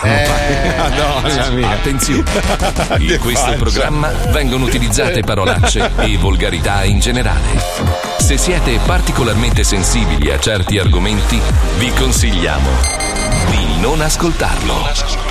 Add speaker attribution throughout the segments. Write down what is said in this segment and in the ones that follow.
Speaker 1: Madonna mia.
Speaker 2: Attenzione, in questo programma vengono utilizzate parolacce e volgarità in generale. Se siete particolarmente sensibili a certi argomenti, vi consigliamo di non ascoltarlo.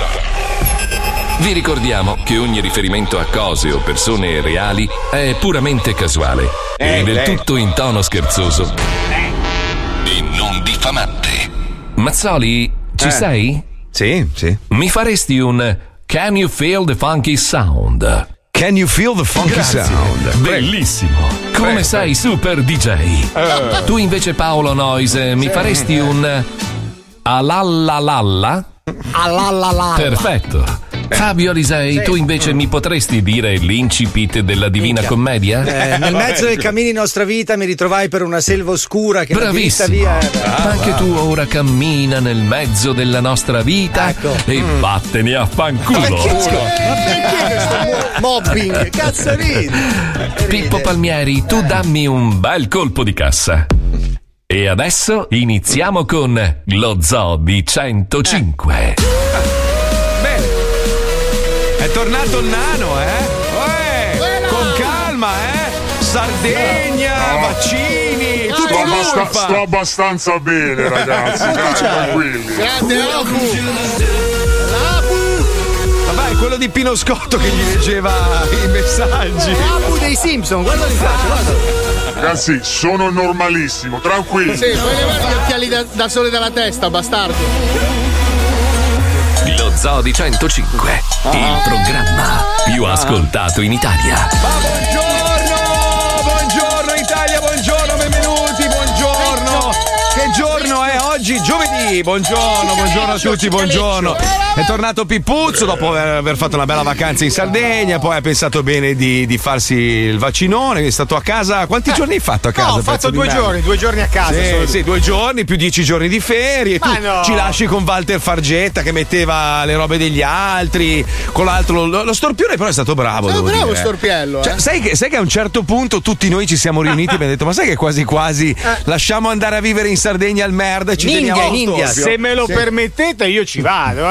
Speaker 2: Vi ricordiamo che ogni riferimento a cose o persone reali è puramente casuale e del tutto in tono scherzoso e non diffamante. Mazzoli, ci sei?
Speaker 1: Sì.
Speaker 2: Mi faresti un Can you feel the funky sound?
Speaker 1: Can you feel the funky sound?
Speaker 2: Bellissimo. Come sei, super DJ. Tu invece, Paolo Noise, mi faresti un Alallalalla?
Speaker 3: Alallalalla.
Speaker 2: Perfetto. Fabio Alisei, tu invece mi potresti dire l'incipit della Divina Commedia?
Speaker 3: Nel mezzo dei cammini di nostra vita mi ritrovai per una selva oscura che
Speaker 2: bravissimo.
Speaker 3: via.
Speaker 2: Anche tu ora cammina nel mezzo della nostra vita e vattene a fanculo.
Speaker 3: Ma perché questo mobbing? Cazzo ridi?
Speaker 2: Pippo Palmieri, tu dammi un bel colpo di cassa. E adesso iniziamo con lo Zoo di 105.
Speaker 1: È tornato il nano, con calma, Sardegna, vaccini, tutto lui
Speaker 4: sto abbastanza bene, ragazzi, tranquilli.
Speaker 3: Grande
Speaker 1: Vabbè, è quello di Pino Scotto che gli leggeva i messaggi.
Speaker 3: Abu dei Simpson, guarda li faccio, guarda.
Speaker 4: Ragazzi, sono normalissimo, tranquilli.
Speaker 5: Sì, puoi levare gli occhiali da sole dalla testa, bastardo.
Speaker 2: Lo Zoo di 105, il programma più ascoltato in Italia.
Speaker 1: Ma buongiorno Italia, buongiorno, benvenuti, buongiorno. Che giorno è oggi? Giovedì. Buongiorno a tutti, buongiorno. È tornato Pippuzzo dopo aver fatto una bella vacanza in Sardegna, poi ha pensato bene di farsi il vaccinone, è stato a casa. Quanti giorni hai fatto a casa?
Speaker 3: No, ho fatto 2 giorni a casa.
Speaker 1: Sì, 2 giorni più 10 giorni di ferie. Tu ci lasci con Walter Fargetta che metteva le robe degli altri, con l'altro lo Storpione però è stato bravo.
Speaker 5: È bravo
Speaker 1: dire.
Speaker 5: Storpiello.
Speaker 1: Cioè, sai che a un certo punto tutti noi ci siamo riuniti e abbiamo detto ma sai che quasi lasciamo andare a vivere in Sardegna al merda e ci teniamo
Speaker 3: in India.
Speaker 6: Se me lo permettete io ci vado,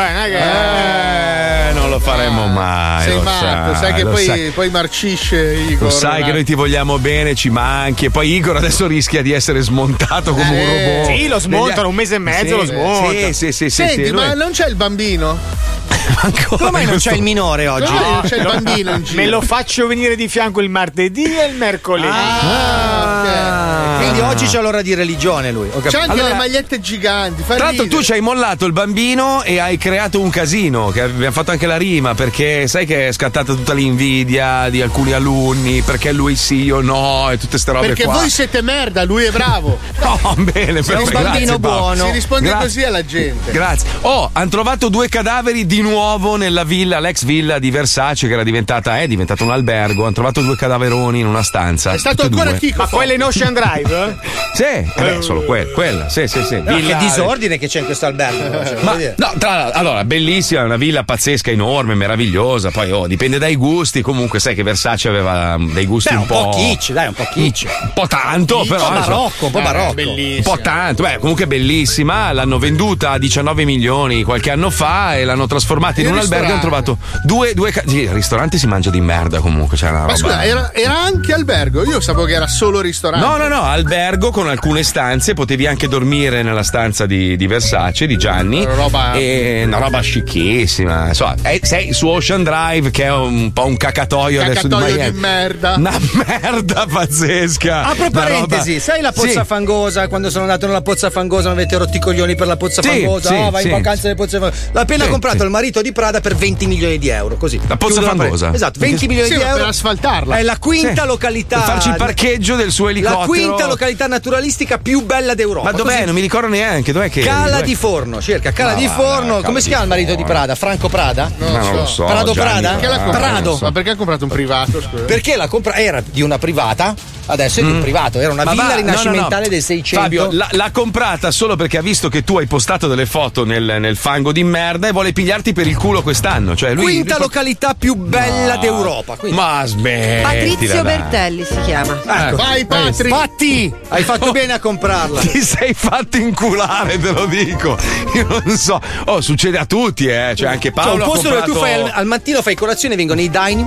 Speaker 1: non lo faremo mai.
Speaker 5: Sei matto, sai che poi marcisce Igor.
Speaker 1: Lo sai che noi ti vogliamo bene, ci manchi. E poi Igor adesso rischia di essere smontato come un robot.
Speaker 6: Sì, lo smontano, un mese e mezzo lo smontano.
Speaker 1: Sì.
Speaker 5: Senti, ma non c'è il bambino?
Speaker 3: Come mai non c'è il minore oggi?
Speaker 5: No, non c'è il bambino in giro.
Speaker 6: Me lo faccio venire di fianco il martedì e il mercoledì.
Speaker 5: Okay.
Speaker 3: Quindi oggi c'ha l'ora di religione lui.
Speaker 5: C'è anche le magliette giganti.
Speaker 1: Tra l'altro tu ci hai mollato il bambino e hai creato un casino, che abbiamo fatto anche la rima, perché sai che è scattata tutta l'invidia di alcuni alunni, perché lui sì, io no, e tutte ste robe
Speaker 5: perché
Speaker 1: qua.
Speaker 5: voi siete merda, lui è bravo.
Speaker 1: No, bene,
Speaker 3: Sei un bambino buono.
Speaker 5: Si risponde così alla gente.
Speaker 1: Grazie. Hanno trovato 2 cadaveri di nuovo nella villa, l'ex villa di Versace, che è diventata un albergo. Hanno trovato 2 cadaveroni in una stanza.
Speaker 5: È stato ancora Chico.
Speaker 6: Ma quelle in Ocean Drive?
Speaker 1: Sì, solo quella. Sì.
Speaker 3: Che disordine che c'è in questo albergo.
Speaker 1: Allora, bellissima, una villa pazzesca, enorme, meravigliosa. Poi dipende dai gusti. Comunque, sai che Versace aveva dei gusti un po'
Speaker 3: kitsch, un po'
Speaker 1: tanto, però.
Speaker 3: Un po' barocco.
Speaker 6: Bellissimo.
Speaker 1: Un po' tanto, comunque bellissima. L'hanno venduta a 19 milioni qualche anno fa e l'hanno trasformata in un albergo e hanno trovato due il ristorante si mangia di merda comunque. C'è una roba.
Speaker 5: Ma scusa, era anche albergo? Io sapevo che era solo ristorante.
Speaker 1: No, albergo con alcune stanze, potevi anche dormire nella stanza di Versace, di Gianni. Una roba scicchissima. Insomma, sei su Ocean Drive, che è un po' un cacatoio adesso di Miami.
Speaker 5: Di merda.
Speaker 1: Una merda pazzesca.
Speaker 3: Apro parentesi, sai la pozza fangosa? Quando sono andato nella pozza fangosa mi avete rotto i coglioni per la pozza fangosa? Vai in vacanza nelle pozze fangose. L'ha appena comprato il marito di Prada per 20 milioni di euro. Così.
Speaker 1: La pozza fangosa?
Speaker 3: Esatto, 20 milioni di euro.
Speaker 5: Per asfaltarla.
Speaker 3: È la quinta località.
Speaker 1: Per farci il parcheggio del suo elicottero.
Speaker 3: La quinta località naturalistica più bella d'Europa.
Speaker 1: Ma dov'è?
Speaker 3: Così.
Speaker 1: Non mi ricordo neanche. Dov'è che?
Speaker 3: Cala di Forno, cerca Cala di Forno. Come si chiama il marito di Prada? Franco Prada?
Speaker 1: Non lo so.
Speaker 3: Prado
Speaker 1: Gianni,
Speaker 3: Prada?
Speaker 5: Perché l'ha comprato?
Speaker 3: Prado.
Speaker 5: Ma perché ha comprato un privato? Scusa?
Speaker 3: Perché era di una privata, adesso è di un privato, era una villa rinascimentale del 600.
Speaker 1: Fabio l'ha comprata solo perché ha visto che tu hai postato delle foto nel fango di merda e vuole pigliarti per il culo quest'anno. Cioè
Speaker 3: quinta località più bella d'Europa. Quindi.
Speaker 1: Ma smetti.
Speaker 7: Patrizio Bertelli si chiama.
Speaker 3: Ecco. Vai Patri. Fatti! Hai fatto bene a comprarla.
Speaker 1: Ti sei fatto inculare, te lo dico. Io non so. Succede a tutti, Cioè anche Paolo.
Speaker 3: C'è un posto dove tu fai al mattino fai colazione, vengono i daini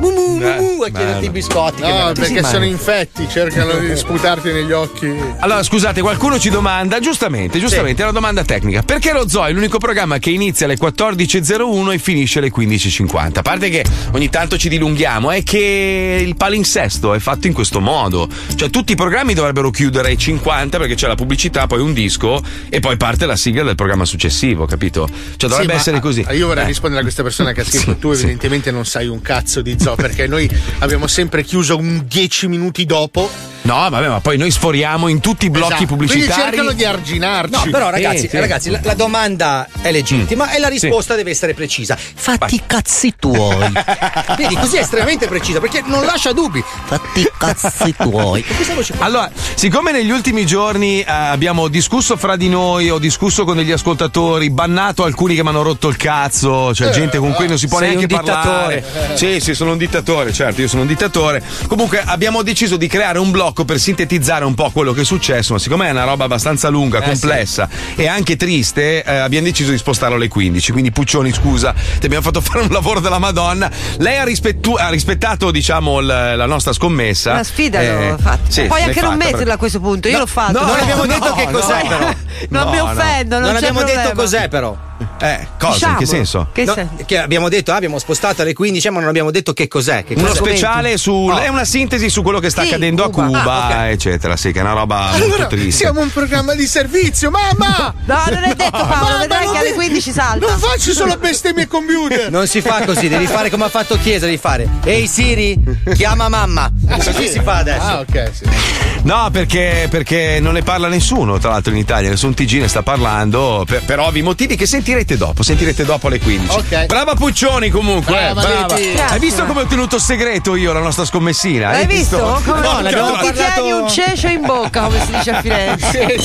Speaker 3: a chiederti i biscotti.
Speaker 5: No, perché sono infetti, cercano di sputarti negli occhi.
Speaker 1: Allora, scusate, qualcuno ci domanda, giustamente, è una domanda tecnica. Perché lo Zoo è l'unico programma che inizia alle 14.01 e finisce alle 15.50? A parte che ogni tanto ci dilunghiamo, è che il palinsesto è fatto in questo modo. Cioè, tutti i programmi dovrebbero chiudere ai 50 perché c'è la pubblicità, poi un disco e poi parte la sigla del programma successivo, capito? Cioè, dovrebbe essere così.
Speaker 5: Io vorrei rispondere a questa persona che ha scritto: tu evidentemente non sai un cazzo di Zoo, perché noi abbiamo sempre chiuso 10 minuti dopo.
Speaker 1: No, vabbè, ma poi noi sforiamo in tutti i blocchi pubblicitari.
Speaker 5: Quindi cercano di arginarci.
Speaker 3: No, però ragazzi, la domanda è legittima e la risposta deve essere precisa. Fatti i cazzi tuoi. Vedi, così è estremamente precisa perché non lascia dubbi. Fatti i cazzi tuoi.
Speaker 1: Allora, siccome negli ultimi giorni abbiamo discusso fra di noi, ho discusso con degli ascoltatori, bannato alcuni che mi hanno rotto il cazzo, cioè gente con cui non si può neanche parlare. Sì, sono un dittatore, certo, io sono un dittatore. Comunque abbiamo deciso di creare un blocco per sintetizzare un po' quello che è successo, ma siccome è una roba abbastanza lunga, complessa e anche triste, abbiamo deciso di spostarlo alle 15. Quindi Puccioni, scusa, ti abbiamo fatto fare un lavoro della Madonna. Lei ha rispettato, diciamo, la nostra scommessa.
Speaker 7: La sfida l'ho fatta.
Speaker 1: Sì,
Speaker 7: puoi anche non metterla a questo punto, io l'ho fatto.
Speaker 3: Non abbiamo detto che cos'è, però.
Speaker 7: Non mi offendo, non
Speaker 3: abbiamo
Speaker 7: detto
Speaker 3: cos'è, però.
Speaker 1: Cosa?
Speaker 7: Diciamo.
Speaker 1: In che senso?
Speaker 3: Che abbiamo detto, abbiamo spostato alle 15, ma non abbiamo detto che cos'è.
Speaker 1: Uno speciale è una sintesi su quello che sta accadendo a Cuba, eccetera. Sì, che è una roba molto triste.
Speaker 5: Siamo un programma di servizio, mamma!
Speaker 7: No, non è detto, Paolo, vedrai che alle 15 salta.
Speaker 5: Non faccio solo bestemmie computer.
Speaker 3: Non si fa così, devi fare come ha fatto Chiesa, devi fare. Ehi Siri, chiama mamma. Così si fa adesso.
Speaker 5: Ok, sì.
Speaker 1: No, perché non ne parla nessuno, tra l'altro in Italia, nessun TG ne sta parlando per ovvi motivi che sentirete dopo alle 15.
Speaker 5: Ok.
Speaker 1: Brava Puccioni comunque, brava. Hai visto come ho tenuto segreto io la nostra scommessina?
Speaker 7: Hai visto? Come
Speaker 3: no, l'abbiamo
Speaker 7: ti tieni un cecio in bocca, come si dice a Firenze.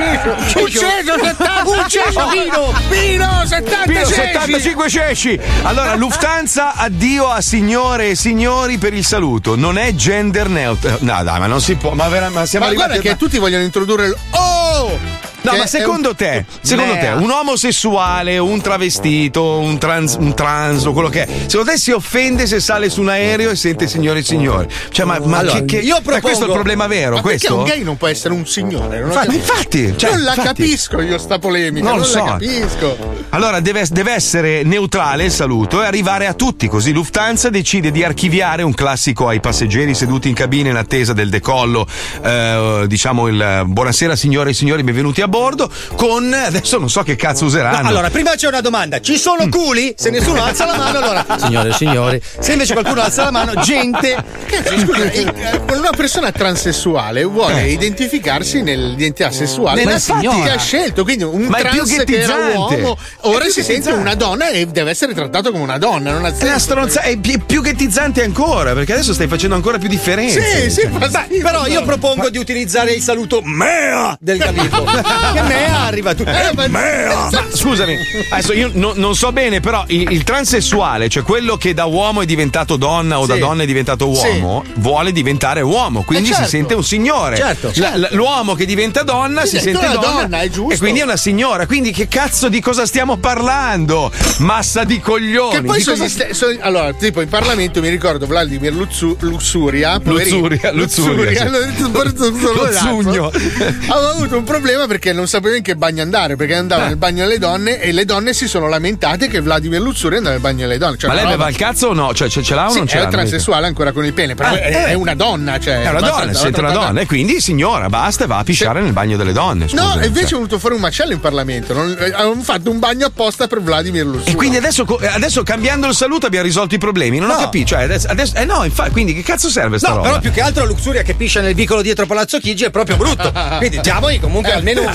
Speaker 5: Un cecio Pino
Speaker 1: 75 ceci. Allora, Lufthansa, addio a signore e signori per il saluto. Non è gender neutral. No, dai, ma non si può. Ma siamo arrivati.
Speaker 5: Guarda che tutti vogliono introdurre
Speaker 1: No, ma secondo te, un omosessuale, un travestito, un trans o quello che è, secondo te si offende se sale su un aereo e sente signore e signori? Cioè, ma allora, io propongo, questo è il problema vero,
Speaker 5: ma
Speaker 1: questo?
Speaker 5: Perché un gay non può essere un signore?
Speaker 1: Infatti,
Speaker 5: non la capisco io sta polemica, non la capisco.
Speaker 1: Allora deve essere neutrale il saluto e arrivare a tutti, così Lufthansa decide di archiviare un classico ai passeggeri seduti in cabina in attesa del decollo, diciamo il buonasera signore e signori, benvenuti a bordo, con adesso non so che cazzo useranno.
Speaker 3: No, allora, prima c'è una domanda: ci sono culi? Se nessuno alza la mano, allora signore e signori. Se invece qualcuno alza la mano, gente.
Speaker 5: Scusa, una persona transessuale vuole identificarsi nell'identità sessuale che ha scelto, quindi un trans che era uomo ora si sente una donna e deve essere trattato come una donna. Non ha senso.
Speaker 1: È più ghettizzante ancora, perché adesso stai facendo ancora più differenze.
Speaker 5: Sì,
Speaker 3: però io propongo di utilizzare il saluto mea del capito. Che mea arriva tu.
Speaker 1: Ma scusami, adesso io non so bene, però il transessuale, cioè quello che da uomo è diventato donna o da donna è diventato uomo, vuole diventare uomo, quindi si sente un signore.
Speaker 3: Certo.
Speaker 1: L'uomo che diventa donna si sente donna,
Speaker 5: è giusto.
Speaker 1: E quindi è una signora. Quindi che cazzo di cosa stiamo parlando? Massa di coglioni.
Speaker 5: Che poi allora, tipo in Parlamento mi ricordo Vladimir Luxuria aveva avuto un problema perché non sapeva in che bagno andare, perché andava nel bagno delle donne e le donne si sono lamentate che Vladimir Luxuria andava nel bagno delle donne. Cioè,
Speaker 1: ma lei aveva il cazzo o no? Cioè ce l'ha o non ce l'ha?
Speaker 5: È transessuale ancora con il pene, però è una donna, cioè.
Speaker 1: È una donna, sente una donna e quindi signora, basta, va a pisciare nel bagno delle donne.
Speaker 5: No, invece è venuto fuori un macello in Parlamento. Avevano fatto un bagno apposta per Vladimir Luxuria.
Speaker 1: E quindi adesso cambiando il saluto abbiamo risolto i problemi. Non ho capito. Cioè, adesso no, infatti, quindi che cazzo serve sta roba?
Speaker 3: Però più che altro Luxuria che piscia nel vicolo dietro Palazzo Chigi è proprio brutto. Quindi diamogli comunque almeno un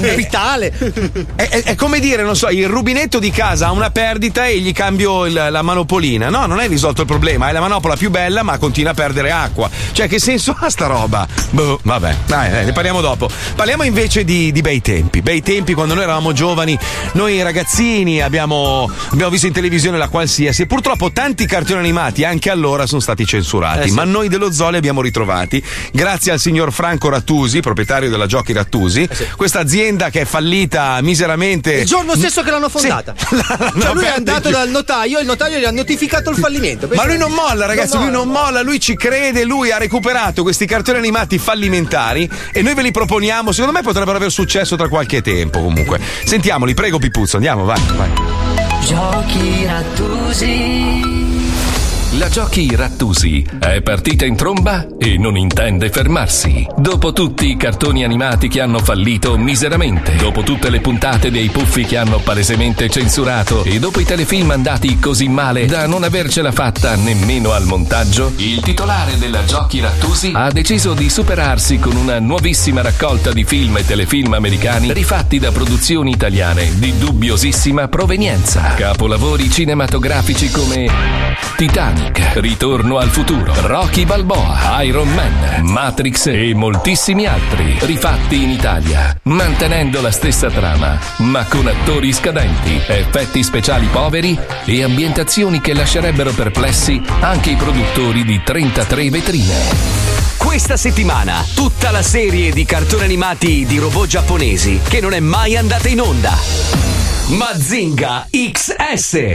Speaker 3: vitale.
Speaker 1: È come dire, non so, il rubinetto di casa ha una perdita e gli cambio la manopolina. No, non hai risolto il problema, hai la manopola più bella ma continua a perdere acqua. Cioè, che senso ha sta roba? Boh, vabbè, dai, ne parliamo dopo. Parliamo invece di bei tempi quando noi eravamo giovani, noi ragazzini abbiamo visto in televisione la qualsiasi e purtroppo tanti cartoni animati anche allora sono stati censurati, ma noi dello Zoo li abbiamo ritrovati grazie al signor Franco Rattusi, proprietario della Giochi Rattusi, questa azienda che è fallita miseramente
Speaker 3: il giorno stesso che l'hanno fondata. Cioè lui è andato dal notaio e il notaio gli ha notificato il fallimento.
Speaker 1: Ma lui non molla, ragazzi, lui non molla, lui ci crede, lui ha recuperato questi cartoni animati fallimentari e noi ve li proponiamo, secondo me potrebbero aver successo tra qualche tempo comunque. Sentiamoli, prego Pippuzzo, andiamo, vai.
Speaker 8: Giochi Rattusi.
Speaker 2: La Giochi Rattusi è partita in tromba e non intende fermarsi. Dopo tutti i cartoni animati che hanno fallito miseramente, dopo tutte le puntate dei Puffi che hanno palesemente censurato e dopo i telefilm andati così male da non avercela fatta nemmeno al montaggio, il titolare della Giochi Rattusi ha deciso di superarsi con una nuovissima raccolta di film e telefilm americani rifatti da produzioni italiane di dubbiosissima provenienza. Capolavori cinematografici come Titanic, Ritorno al futuro, Rocky Balboa, Iron Man, Matrix e moltissimi altri, rifatti in Italia, mantenendo la stessa trama, ma con attori scadenti, effetti speciali poveri e ambientazioni che lascerebbero perplessi anche i produttori di 33 vetrine.
Speaker 9: Questa settimana tutta la serie di cartoni animati di robot giapponesi che non è mai andata in onda. Mazinga XS.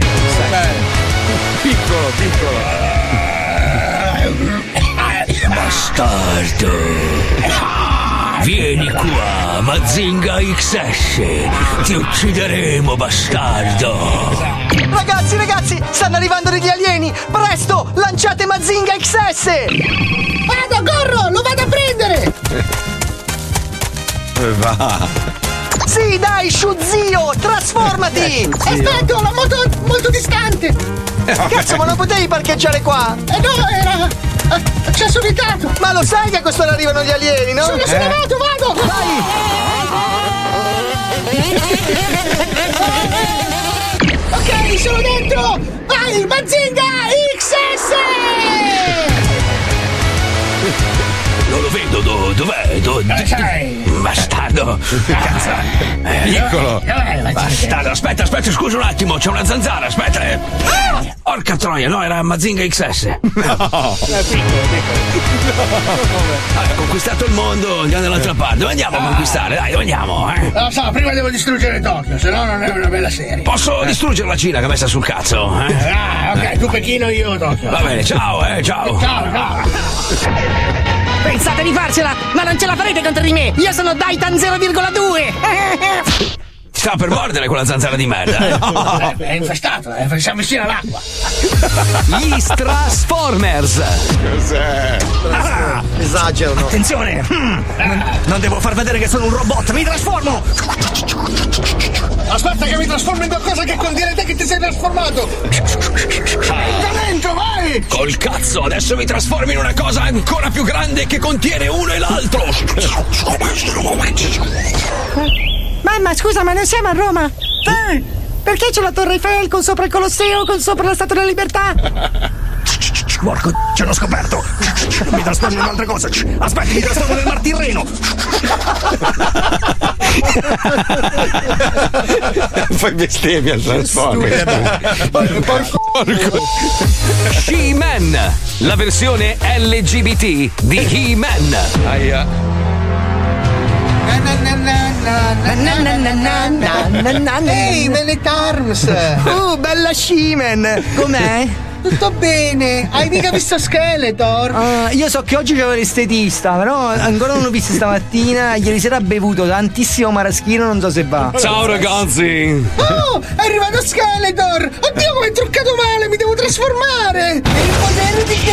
Speaker 1: Piccolo.
Speaker 9: Bastardo. Vieni qua, Mazinga XS. Ti uccideremo, bastardo.
Speaker 10: Ragazzi, stanno arrivando degli alieni. Presto, lanciate Mazinga XS.
Speaker 11: Corro, lo vado a prendere.
Speaker 1: Va.
Speaker 10: Sì, dai, Shuzio, trasformati!
Speaker 11: Aspetta, la moto molto distante!
Speaker 10: Cazzo, ma non potevi parcheggiare qua?
Speaker 11: No, era accesso vietato!
Speaker 10: Ma lo sai che a quest'ora arrivano gli alieni, no?
Speaker 11: Sono sulla moto, vado!
Speaker 10: Vai!
Speaker 11: Ok, sono dentro! Vai, Mazinga XS!
Speaker 9: Non lo vedo, dov'è? Bastardo! Cazzo!
Speaker 1: Piccolo!
Speaker 9: Bastardo, aspetta, scusa un attimo, c'è una zanzara, aspetta! Porca troia, no, era Mazinga XS!
Speaker 1: No!
Speaker 9: Ha conquistato il mondo, andiamo dall'altra parte, dove andiamo a conquistare? Dai, dove andiamo?
Speaker 11: Lo so, prima devo distruggere Tokyo, se no non è una bella serie.
Speaker 9: Posso distruggere la Cina che è messa sul cazzo?
Speaker 11: Ok, tu Pechino, io Tokyo.
Speaker 9: Va bene, ciao.
Speaker 11: Ciao.
Speaker 10: Pensate di farcela, ma non ce la farete contro di me! Io sono Daitan 0,2!
Speaker 9: Sta per mordere quella zanzara di merda.
Speaker 11: No. È infestato, siamo vicino all'acqua.
Speaker 9: Gli Strasformers.
Speaker 1: Cos'è?
Speaker 10: Esagerano.
Speaker 9: Attenzione! Non devo far vedere che sono un robot, mi trasformo!
Speaker 11: Aspetta che mi trasformo in qualcosa che contiene te che ti sei trasformato! Dentro, vai!
Speaker 9: Col cazzo, adesso mi trasformo in una cosa ancora più grande che contiene uno e l'altro!
Speaker 10: Mamma, scusa, ma non siamo a Roma? Perché c'è la Torre Eiffel con sopra il Colosseo, con sopra la Statua della Libertà?
Speaker 9: Porco, ce l'ho scoperto! Mi trasformo in un'altra cosa! Aspetta, mi trasformo nel Mar Tirreno!
Speaker 1: Fai bestemmia al Transformer.
Speaker 9: Porco. He-Man, la versione LGBT di He-Man.
Speaker 1: Aia.
Speaker 11: Ehi, Mellet Arms!
Speaker 10: Bella She-Man! Com'è?
Speaker 11: Tutto bene? Hai mica visto Skeletor?
Speaker 10: Io so che oggi c'era l'estetista, però ancora non l'ho visto stamattina. Ieri sera ha bevuto tantissimo maraschino, non so se va.
Speaker 1: Ciao ragazzi!
Speaker 11: Oh, è arrivato Skeletor! Oddio, come è truccato male, mi devo trasformare! È il potere di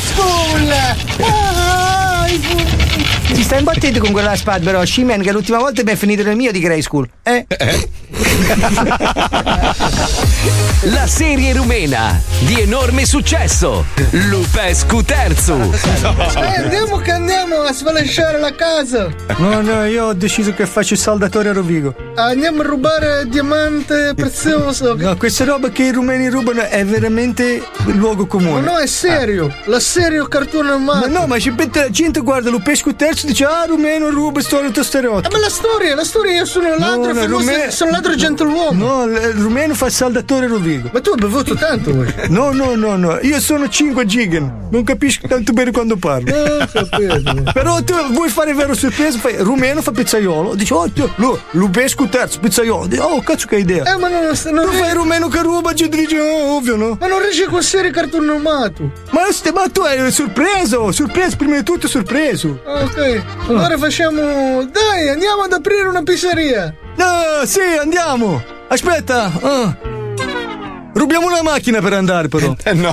Speaker 11: Grayskull!
Speaker 10: Ti stai un po' attento con quella spada, però, She-Man, che l'ultima volta mi è finito nel mio di Grayskull.
Speaker 9: La serie rumena di enorme successo, Lupescu Terzu.
Speaker 11: Andiamo a svalasciare la casa.
Speaker 12: No, io ho deciso che faccio il saldatore a Rovigo.
Speaker 11: Andiamo a rubare diamante prezioso.
Speaker 12: No, questa roba che i rumeni rubano è veramente luogo comune.
Speaker 11: Ma no, è serio. La serio cartone animato.
Speaker 12: Ma no, ma ci mette la gente, guarda, Lupescu Terzo dice rumeno ruba storia stereotipo.
Speaker 11: Ma la storia, io sono ladro, sono ladro gentiluomo.
Speaker 12: No, il rumeno fa il saldatore a Rovigo.
Speaker 11: Ma tu hai bevuto tanto, voi?
Speaker 12: No, io sono 5 gigan. Non capisco tanto bene quando parlo. Però tu vuoi fare vero sorpresa, fai rumeno fa pizzaiolo, dici Lupescu Terzo, pizzaiolo. Cazzo che idea.
Speaker 11: Ma non
Speaker 12: tu fai rumeno che ruba, gente dice ovvio, no?
Speaker 11: Ma non regge con serie cartone animato.
Speaker 12: Ma tu hai sorpreso, prima di tutto sorpreso.
Speaker 11: Ok, allora facciamo. Dai, andiamo ad aprire una pizzeria.
Speaker 12: No, sì, andiamo. Aspetta. Rubiamo una macchina per andare, però.
Speaker 1: No.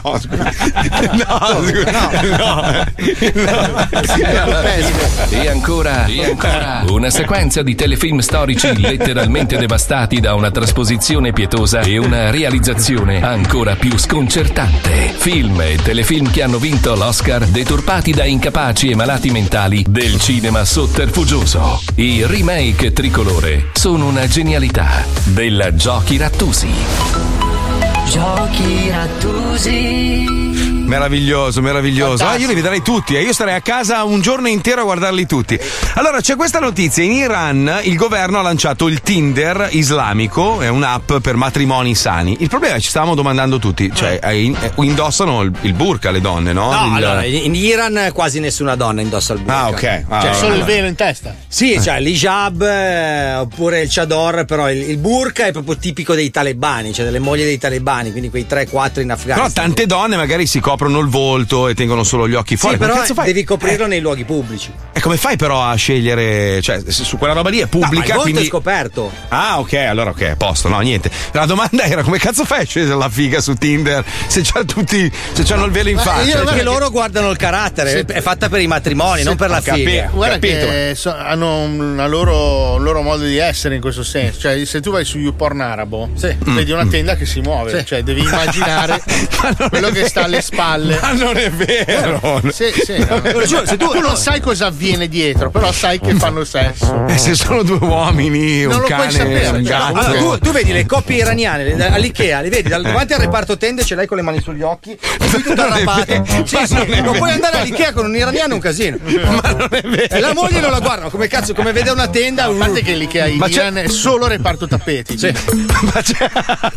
Speaker 2: E ancora, una sequenza di telefilm storici letteralmente devastati da una trasposizione pietosa e una realizzazione ancora più sconcertante. Film e telefilm che hanno vinto l'Oscar, deturpati da incapaci e malati mentali del cinema sotterfugioso. I remake tricolore sono una genialità della Giochi Rattusi.
Speaker 8: Giochi Rattusi.
Speaker 1: Meraviglioso. Io li vedrei tutti, io starei a casa un giorno intero a guardarli tutti. Allora, c'è questa notizia: in Iran il governo ha lanciato il Tinder islamico, è un'app per matrimoni sani. Il problema è che ci stavamo domandando tutti, cioè indossano il burqa le donne, no?
Speaker 3: Allora, in Iran quasi nessuna donna indossa il burqa.
Speaker 1: Ok.
Speaker 5: Solo il velo in testa.
Speaker 3: Sì, cioè l'hijab oppure il chador, però il burqa è proprio tipico dei talebani, cioè delle mogli dei talebani, quindi quei 3-4 in Afghanistan.
Speaker 1: Però tante donne magari si coprono il volto e tengono solo gli occhi fuori.
Speaker 3: Sì, però devi coprirlo nei luoghi pubblici.
Speaker 1: E come fai però a scegliere, cioè su quella roba lì è pubblica?
Speaker 3: No, ma il volto
Speaker 1: quindi
Speaker 3: è scoperto.
Speaker 1: Ok, allora ok, a posto, no, niente. La domanda era come cazzo fai a scegliere la figa su Tinder se c'hanno il velo in faccia?
Speaker 3: Perché loro guardano il carattere, è fatta per i matrimoni, non per la figa.
Speaker 5: Guarda che hanno un loro modo di essere in questo senso. Cioè, se tu vai su YouPorn arabo, vedi una tenda che si muove, cioè devi immaginare quello che sta alle spalle.
Speaker 1: Ma non è vero.
Speaker 5: Se tu non sai cosa avviene dietro, però sai che fanno sesso.
Speaker 1: Se sono due uomini, un cane, un gatto.
Speaker 3: Allora, tu vedi le coppie iraniane all'Ikea, le vedi davanti al reparto tende, ce l'hai con le mani sugli occhi, e tu tutto arrabbato. Non puoi andare all'Ikea con un iraniano, è un casino.
Speaker 1: Ma non è vero.
Speaker 3: E la moglie non la guardano, come vede una tenda.
Speaker 5: A parte che l'Ikea in Iran è solo reparto tappeti.
Speaker 1: Ma c'è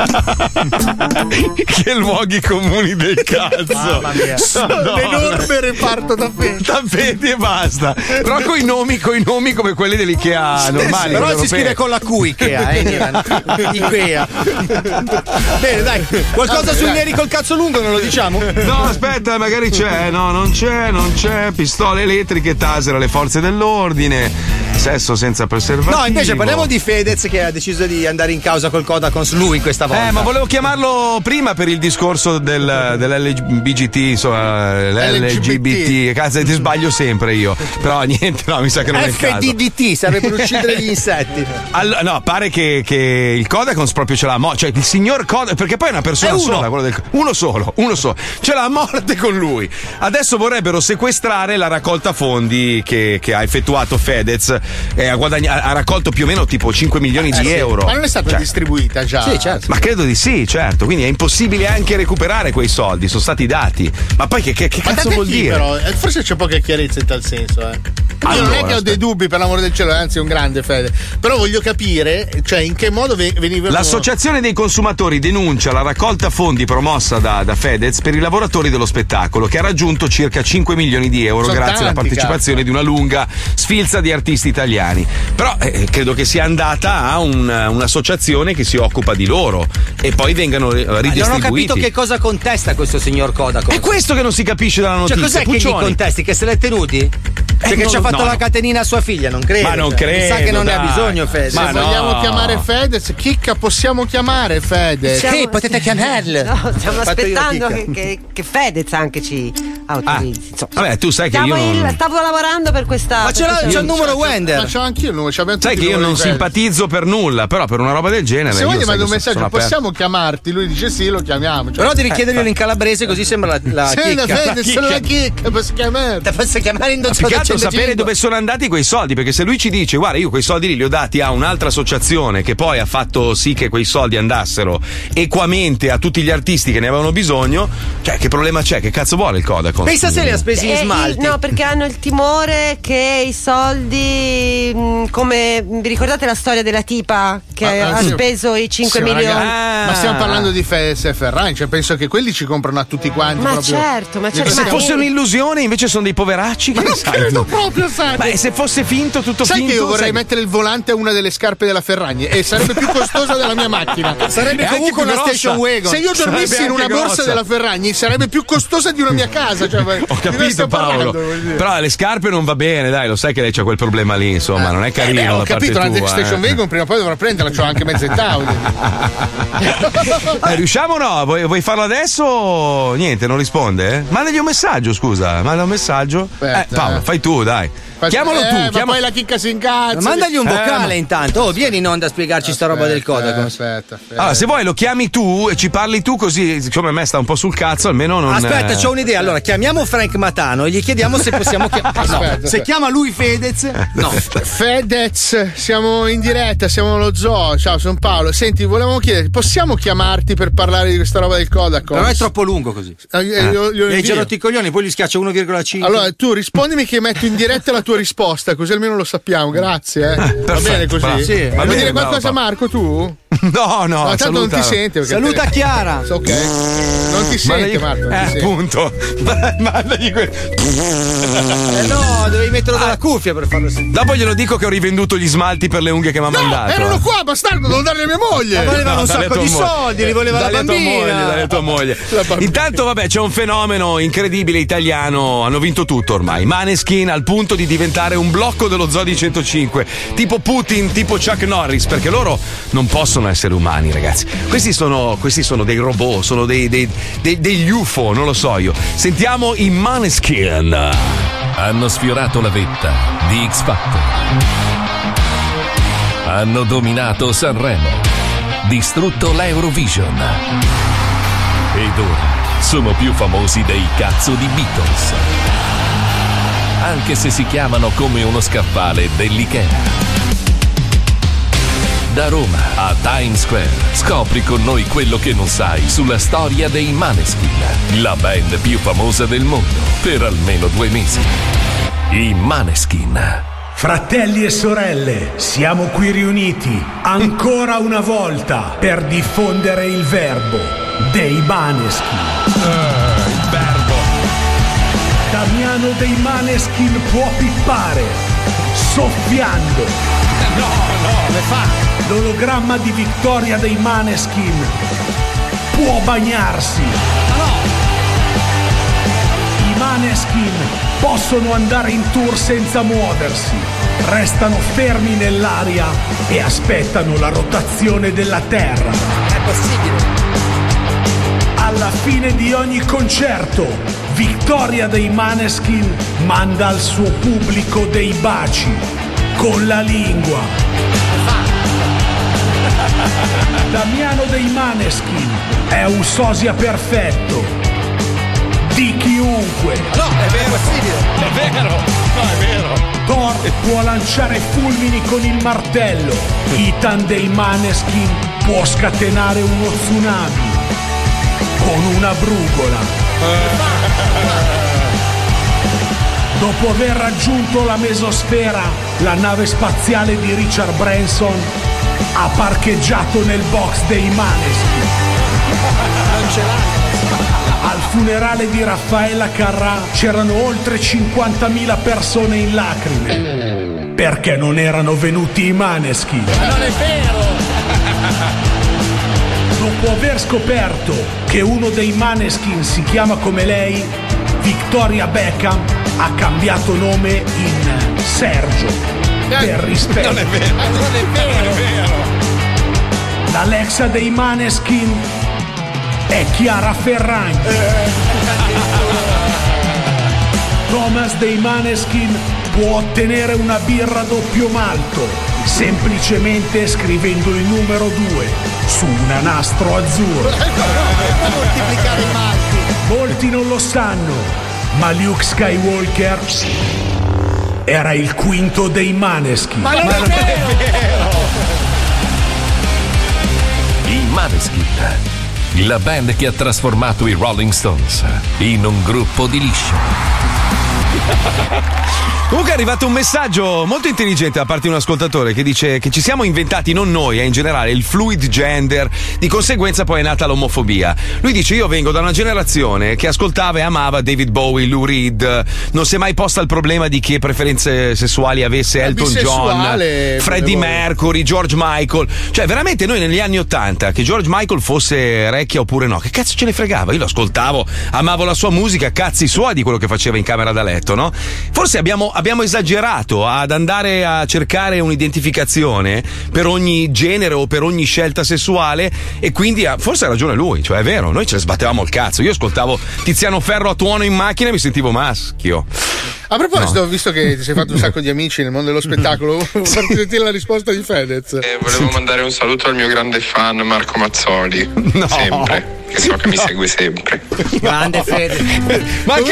Speaker 1: che luoghi comuni del cazzo.
Speaker 5: Mamma mia. L'enorme reparto
Speaker 1: tappeti e basta. Però coi nomi come quelli dell'Ikea normali.
Speaker 3: Però si scrive con la Q Ikea, Ikea. Bene, dai, qualcosa sui neri col cazzo lungo non lo diciamo?
Speaker 1: No, aspetta, magari c'è. No, non c'è. Pistole elettriche, taser alle forze dell'ordine, sesso senza preservativo.
Speaker 3: No, invece parliamo di Fedez che ha deciso di andare in causa col Codacons lui questa volta.
Speaker 1: Ma volevo chiamarlo prima per il discorso dell'LGBT, insomma, l'LGBT. Cazzo, ti sbaglio sempre io. Però niente, no, mi sa che non è il caso.
Speaker 3: FDDT serve per uccidere gli insetti.
Speaker 1: No, pare che il Codacons proprio ce l'ha cioè il signor Codacons, perché poi è una persona sola, uno solo. Ce l'ha a morte con lui. Adesso vorrebbero sequestrare la raccolta fondi che ha effettuato Fedez. Ha raccolto più o meno tipo 5 milioni di euro.
Speaker 5: Ma non è stata distribuita già?
Speaker 3: Sì, certo.
Speaker 1: Ma credo di sì, certo. Quindi è impossibile anche recuperare quei soldi, sono stati dati. Ma poi che cazzo vuol dire?
Speaker 5: Però, forse c'è poca chiarezza in tal senso, Io non è che ho dei dubbi, per l'amore del cielo, anzi è un grande Fede. Però voglio capire, cioè in che modo veniva.
Speaker 1: L'associazione dei consumatori denuncia la raccolta fondi promossa da Fedez per i lavoratori dello spettacolo, che ha raggiunto circa 5 milioni di euro grazie alla partecipazione di una lunga sfilza di artisti italiani. Però credo che sia andata a un'associazione che si occupa di loro e poi vengano ridistribuiti.
Speaker 3: Non ho capito che cosa contesta questo signor Codacons.
Speaker 1: È questo che non si capisce dalla notizia.
Speaker 3: Cioè, cos'è
Speaker 1: Puccioni.
Speaker 3: che gli contesti? Che se l'è tenuti? Perché ci ha fatto la catenina a sua figlia, non credo.
Speaker 1: Ma non credo.
Speaker 3: Sa che non ne ha bisogno Fedez.
Speaker 5: Se vogliamo chiamare Fedez, Chicca, possiamo chiamare Fedez.
Speaker 3: Sì, potete chiamarlo.
Speaker 7: No, stiamo aspettando che Fedez anche ci autorizzi.
Speaker 1: Vabbè, tu sai che io non...
Speaker 7: Stavo lavorando per questa.
Speaker 3: Ma c'è il numero Wender.
Speaker 5: Ma c'ho anch'io il numero.
Speaker 1: Sai che io non simpatizzo per nulla, però per una roba del genere.
Speaker 5: Se vuoi ti mando un messaggio, possiamo chiamarti? Lui dice sì, lo chiamiamo.
Speaker 3: Però devi chiederglielo in calabrese, così sembra la chicca.
Speaker 5: Fedez, la chicca, posso chiamare?
Speaker 3: Te posso chiamare in
Speaker 1: più che altro sapere dove sono andati quei soldi, perché se lui ci dice guarda io quei soldi lì li ho dati a un'altra associazione che poi ha fatto sì che quei soldi andassero equamente a tutti gli artisti che ne avevano bisogno, cioè che problema c'è? Che cazzo vuole il Codacons?
Speaker 3: Pensa se li ha spesi in smalti.
Speaker 7: No, perché hanno il timore che i soldi, come vi ricordate la storia della tipa che ha speso i 5 milioni?
Speaker 5: Ma stiamo parlando di Fedez e Ferragni, cioè penso che quelli ci comprano a tutti quanti.
Speaker 7: Ma certo.
Speaker 1: Se fosse un'illusione invece sono dei poveracci che
Speaker 5: non credo proprio, sai.
Speaker 1: Ma se fosse finto tutto
Speaker 5: sai
Speaker 1: finto.
Speaker 5: Sai che io vorrei mettere il volante a una delle scarpe della Ferragni e sarebbe più costosa della mia macchina.
Speaker 3: Sarebbe comunque una station wagon.
Speaker 5: Se io dormissi in una borsa della Ferragni sarebbe più costosa di una mia casa. Cioè,
Speaker 1: ho capito Paolo. Però le scarpe non va bene, dai, lo sai che lei c'ha quel problema lì, insomma, non è carino.
Speaker 5: Ho capito, la station wagon prima o poi dovrà prenderla, c'ho anche mezz'età.
Speaker 1: Riusciamo o no? Vuoi farlo adesso o niente, non risponde? Mandagli un messaggio, scusa, manda un messaggio. Paolo, fai tu, dai. Chiamalo tu,
Speaker 5: ma poi la chicca si incazza.
Speaker 3: Mandagli un vocale intanto. Oh, vieni in onda a spiegarci sta roba del Codacons.
Speaker 5: Aspetta.
Speaker 1: Allora, se vuoi lo chiami tu e ci parli tu, così siccome a me sta un po' sul cazzo, almeno non.
Speaker 3: Aspetta, c'ho un'idea. Allora, chiamiamo Frank Matano e gli chiediamo se possiamo chiamare.
Speaker 12: Se chiama lui Fedez.
Speaker 3: No.
Speaker 5: Fedez, siamo in diretta, siamo allo zoo. Ciao, sono Paolo. Senti, volevamo chiedere, possiamo chiamarti per parlare di questa roba del Codacons?
Speaker 3: Però è troppo lungo così. Hai già rotto i coglioni, poi gli schiaccia 1,5.
Speaker 5: Allora, tu rispondimi che metto in diretta la tua risposta, così almeno lo sappiamo. Grazie. Va bene così?
Speaker 1: Bravo.
Speaker 5: Sì. Vuoi dire qualcosa, Marco, tu?
Speaker 1: No,
Speaker 5: tanto non ti sente.
Speaker 12: Saluta Chiara.
Speaker 5: Ok. Non ti sente, Marco.
Speaker 1: Appunto. Mandagli
Speaker 3: no, devi metterlo dalla cuffia per farlo sentire.
Speaker 1: Dopo glielo dico che ho rivenduto gli smalti per le unghie che mi ha mandato.
Speaker 5: Erano qua, bastardo, devo darli a mia moglie.
Speaker 3: Ma volevano un sacco di soldi, li voleva la bambina.
Speaker 1: Dalle a tua moglie. Intanto, vabbè, c'è un fenomeno incredibile italiano. Hanno vinto tutto ormai. Maneskin al punto di diventare un blocco dello Zoo di 105. Tipo Putin, tipo Chuck Norris, perché loro non possono essere umani, ragazzi. Questi sono dei robot, sono degli UFO, non lo so io. Sentiamo i Maneskin.
Speaker 2: Hanno sfiorato la vetta di X Factor. Hanno dominato Sanremo, distrutto l'Eurovision. Ed ora sono più famosi dei cazzo di Beatles. Anche se si chiamano come uno scaffale dell'Ikea. Da Roma a Times Square scopri con noi quello che non sai sulla storia dei Maneskin, la band più famosa del mondo per almeno 2 mesi. I Maneskin.
Speaker 13: Fratelli e sorelle, siamo qui riuniti ancora una volta per diffondere il verbo dei Maneskin.
Speaker 1: Il verbo.
Speaker 13: Damiano dei Maneskin può pippare soffiando.
Speaker 1: No, come fa?
Speaker 13: L'ologramma di vittoria dei Maneskin può bagnarsi. I Maneskin possono andare in tour senza muoversi, restano fermi nell'aria e aspettano la rotazione della Terra.
Speaker 3: È possibile.
Speaker 13: Alla fine di ogni concerto, vittoria dei Maneskin manda al suo pubblico dei baci con la lingua. Damiano dei Maneskin è un sosia perfetto di chiunque.
Speaker 3: No, è vero,
Speaker 1: è vero. No, è vero.
Speaker 13: Thor può lanciare fulmini con il martello. Ethan dei Maneskin può scatenare uno tsunami con una brugola. Dopo aver raggiunto la mesosfera, la nave spaziale di Richard Branson ha parcheggiato nel box dei Maneskin.
Speaker 3: Non ce l'hanno.
Speaker 13: Al funerale di Raffaella Carrà c'erano oltre 50.000 persone in lacrime perché non erano venuti i Maneskin.
Speaker 3: Ma non è vero!
Speaker 13: Dopo aver scoperto che uno dei Maneskin si chiama come lei, Victoria Beckham ha cambiato nome in Sergio per rispetto.
Speaker 5: Non è vero. Non è vero.
Speaker 13: L'Alexa dei Maneskin è Chiara Ferragni. Thomas dei Maneskin può ottenere una birra doppio malto semplicemente scrivendo il numero 2 su un nastro azzurro.
Speaker 5: Moltiplicare i malti.
Speaker 13: Molti non lo sanno, ma Luke Skywalker era il quinto dei Maneskin.
Speaker 5: Ma non è vero!
Speaker 2: I Maneskin, la band che ha trasformato i Rolling Stones in un gruppo di liscio.
Speaker 1: Comunque è arrivato un messaggio molto intelligente da parte di un ascoltatore che dice che ci siamo inventati, non noi, in generale, il fluid gender, di conseguenza poi è nata l'omofobia. Lui dice: io vengo da una generazione che ascoltava e amava David Bowie, Lou Reed, non si è mai posta il problema di che preferenze sessuali avesse Elton John, Freddie Mercury, George Michael. Cioè veramente noi negli anni '80 che George Michael fosse recchia oppure no, che cazzo ce ne fregava? Io lo ascoltavo, amavo la sua musica, cazzi suoi di quello che faceva in camera da letto, no? Forse abbiamo esagerato ad andare a cercare un'identificazione per ogni genere o per ogni scelta sessuale, e quindi forse ha ragione lui, cioè è vero, noi ce ne sbattevamo il cazzo. Io ascoltavo Tiziano Ferro a tuono in macchina e mi sentivo maschio.
Speaker 5: A proposito, visto che ti sei fatto un sacco di amici nel mondo dello spettacolo, volevo farti sentire la risposta di Fedez.
Speaker 14: Volevo mandare un saluto al mio grande fan Marco Mazzoli.
Speaker 1: No.
Speaker 14: Sempre. Che so che mi segue sempre.
Speaker 3: Grande Fede.
Speaker 1: Ma anche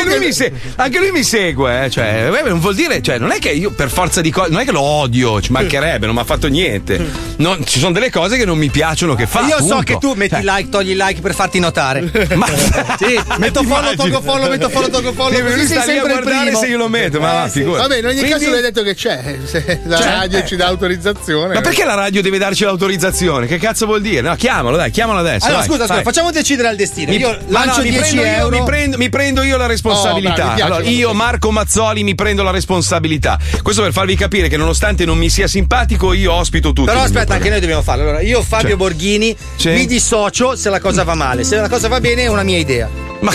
Speaker 1: lui mi segue, cioè, non vuol dire, cioè, non è che io per forza di cose, non è che lo odio, ci mancherebbe, non mi ha fatto niente. Ci sono delle cose che non mi piacciono che fa.
Speaker 3: Io
Speaker 1: punto.
Speaker 3: so che tu metti like, togli like per farti notare. Ma sì, metto follow, tolgo follow, metto follow, tolgo follow.
Speaker 1: Lui sta lì a guardare se io lo metto, ma va, figura.
Speaker 5: Vabbè, in ogni caso l'hai detto che c'è. Se la radio ci dà autorizzazione.
Speaker 1: Ma perché la radio deve darci l'autorizzazione? Che cazzo vuol dire? No, chiamalo adesso.
Speaker 3: Allora,
Speaker 1: vai,
Speaker 3: scusa,
Speaker 1: vai.
Speaker 3: facciamo decidere al destino. Io lancio 10 euro.
Speaker 1: Mi prendo io la responsabilità. Allora, io, Marco Mazzoli, mi prendo la responsabilità. Questo per farvi capire che nonostante non mi sia simpatico, io ospito tutti.
Speaker 3: Però aspetta, anche noi dobbiamo farlo. Allora, io, Fabio Borghini, mi dissocio se la cosa va male. Se la cosa va bene è una mia idea.
Speaker 1: Ma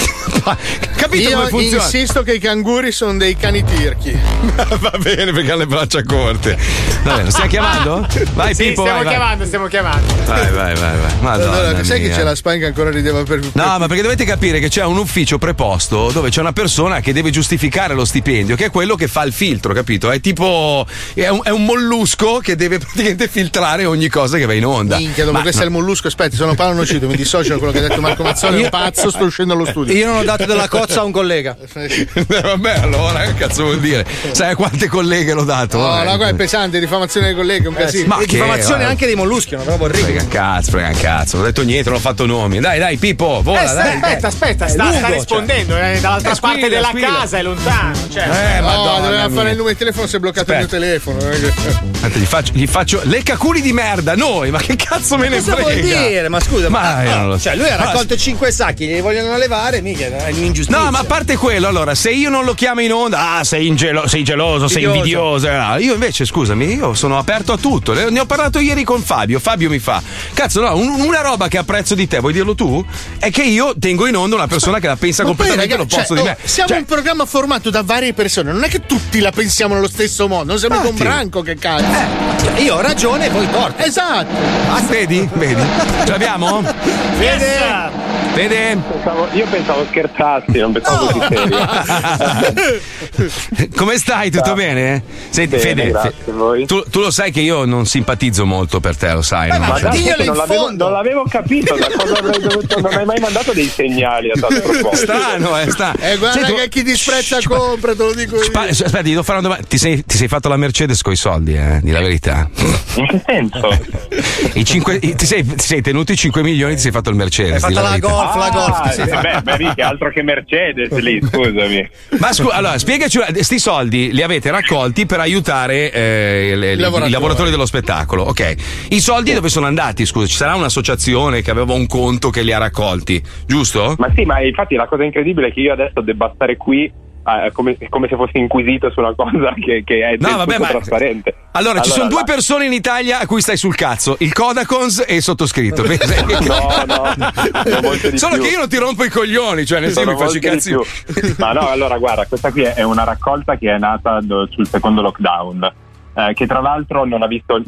Speaker 1: capito come funziona?
Speaker 5: Io insisto che i canguri sono dei cani tirchi.
Speaker 1: Va bene, perché ha le braccia corte. Vabbè, lo stiamo chiamando? Vai,
Speaker 6: sì,
Speaker 1: Pippo,
Speaker 6: stiamo chiamando.
Speaker 1: Vai. Madonna,
Speaker 5: allora, sai che c'è la Spine che ancora rideva per.
Speaker 1: No, ma perché dovete capire che c'è un ufficio preposto dove c'è una persona che deve giustificare lo stipendio, che è quello che fa il filtro, capito? È tipo è un mollusco che deve praticamente filtrare ogni cosa che va in onda.
Speaker 5: Minchia, dopo questo è il mollusco, aspetta, sono Paolo Nocito, mi dissocio da quello che ha detto Marco Mazzoli, è un pazzo, sto uscendo allo studio.
Speaker 3: Io non ho dato della cozza a un collega.
Speaker 1: Vabbè, allora che cazzo vuol dire? Sai a quante colleghe l'ho dato?
Speaker 5: No, qua è pesante, diffamazione dei colleghi, un casino.
Speaker 3: Ma diffamazione anche dei molluschi, una roba orribile.
Speaker 1: Frega un cazzo, non ho detto niente, non ho fatto nomi. Dai, Pippo, vola, dai.
Speaker 6: Aspetta, sta rispondendo, dall'altra parte della casa, è lontano. Cioè.
Speaker 5: Doveva fare il numero di telefono, si è bloccato il mio telefono.
Speaker 1: Aspetta, gli faccio leccaculi di merda, noi, ma che cazzo me ne frega?
Speaker 3: Cosa vuol dire? Ma scusa,
Speaker 1: non lo so.
Speaker 3: Cioè lui ha raccolto 5 sacchi, li vogliono levare, mica è un'ingiustizia.
Speaker 1: No, ma a parte quello, allora, se io non lo chiamo in onda, sei geloso, sei invidioso. Io invece, scusami, io sono aperto a tutto. Ne ho parlato ieri con Fabio. Fabio mi fa: cazzo, no, una roba che apprezzo di te, vuoi dirlo tu? È che io tengo in onda una persona che la pensa completamente all'opposto di me.
Speaker 5: Siamo un programma formato da varie persone, non è che tutti la pensiamo nello stesso modo, non siamo un branco, che cazzo.
Speaker 3: Io ho ragione e voi torto.
Speaker 5: Esatto.
Speaker 1: Vedi? Ce l'abbiamo? Vede?
Speaker 15: Io pensavo scherzassi, non pensavo così serio.
Speaker 1: Come stai? Tutto bene? Senti,
Speaker 15: bene,
Speaker 1: Fede, tu lo sai che io non simpatizzo molto per te, lo sai.
Speaker 15: Ma non l'avevo capito, da cosa avrei dovuto. Non hai mai mandato dei segnali a tal proposito.
Speaker 1: Strano,
Speaker 5: guarda
Speaker 1: senti,
Speaker 5: che chi disprezza compra, te lo dico io.
Speaker 1: Aspetta, ti devo fare una domanda. Ti sei fatto la Mercedes coi soldi, di la verità.
Speaker 15: In che senso?
Speaker 1: Ti sei tenuto i 5 milioni, ti sei fatto il Mercedes.
Speaker 3: Hai fatto la Golf.
Speaker 15: Mica altro che Mercedes lì, scusami.
Speaker 1: Ma allora, spiegaci, sti soldi li avete raccolti per aiutare i lavoratori dello spettacolo, ok? I soldi dove sono andati? Scusa, ci sarà un'associazione che aveva un conto che li ha raccolti, giusto?
Speaker 15: Ma sì, ma infatti la cosa incredibile è che io adesso debba stare qui come se fossi inquisito su una cosa che è trasparente.
Speaker 1: Allora, ci sono due persone in Italia a cui stai sul cazzo: il Codacons e il sottoscritto.
Speaker 15: No,
Speaker 1: solo che io non ti rompo i coglioni, cioè nel senso mi faccio i cazzi.
Speaker 15: Ma no, allora guarda, questa qui è una raccolta che è nata sul secondo lockdown, che tra l'altro non ha visto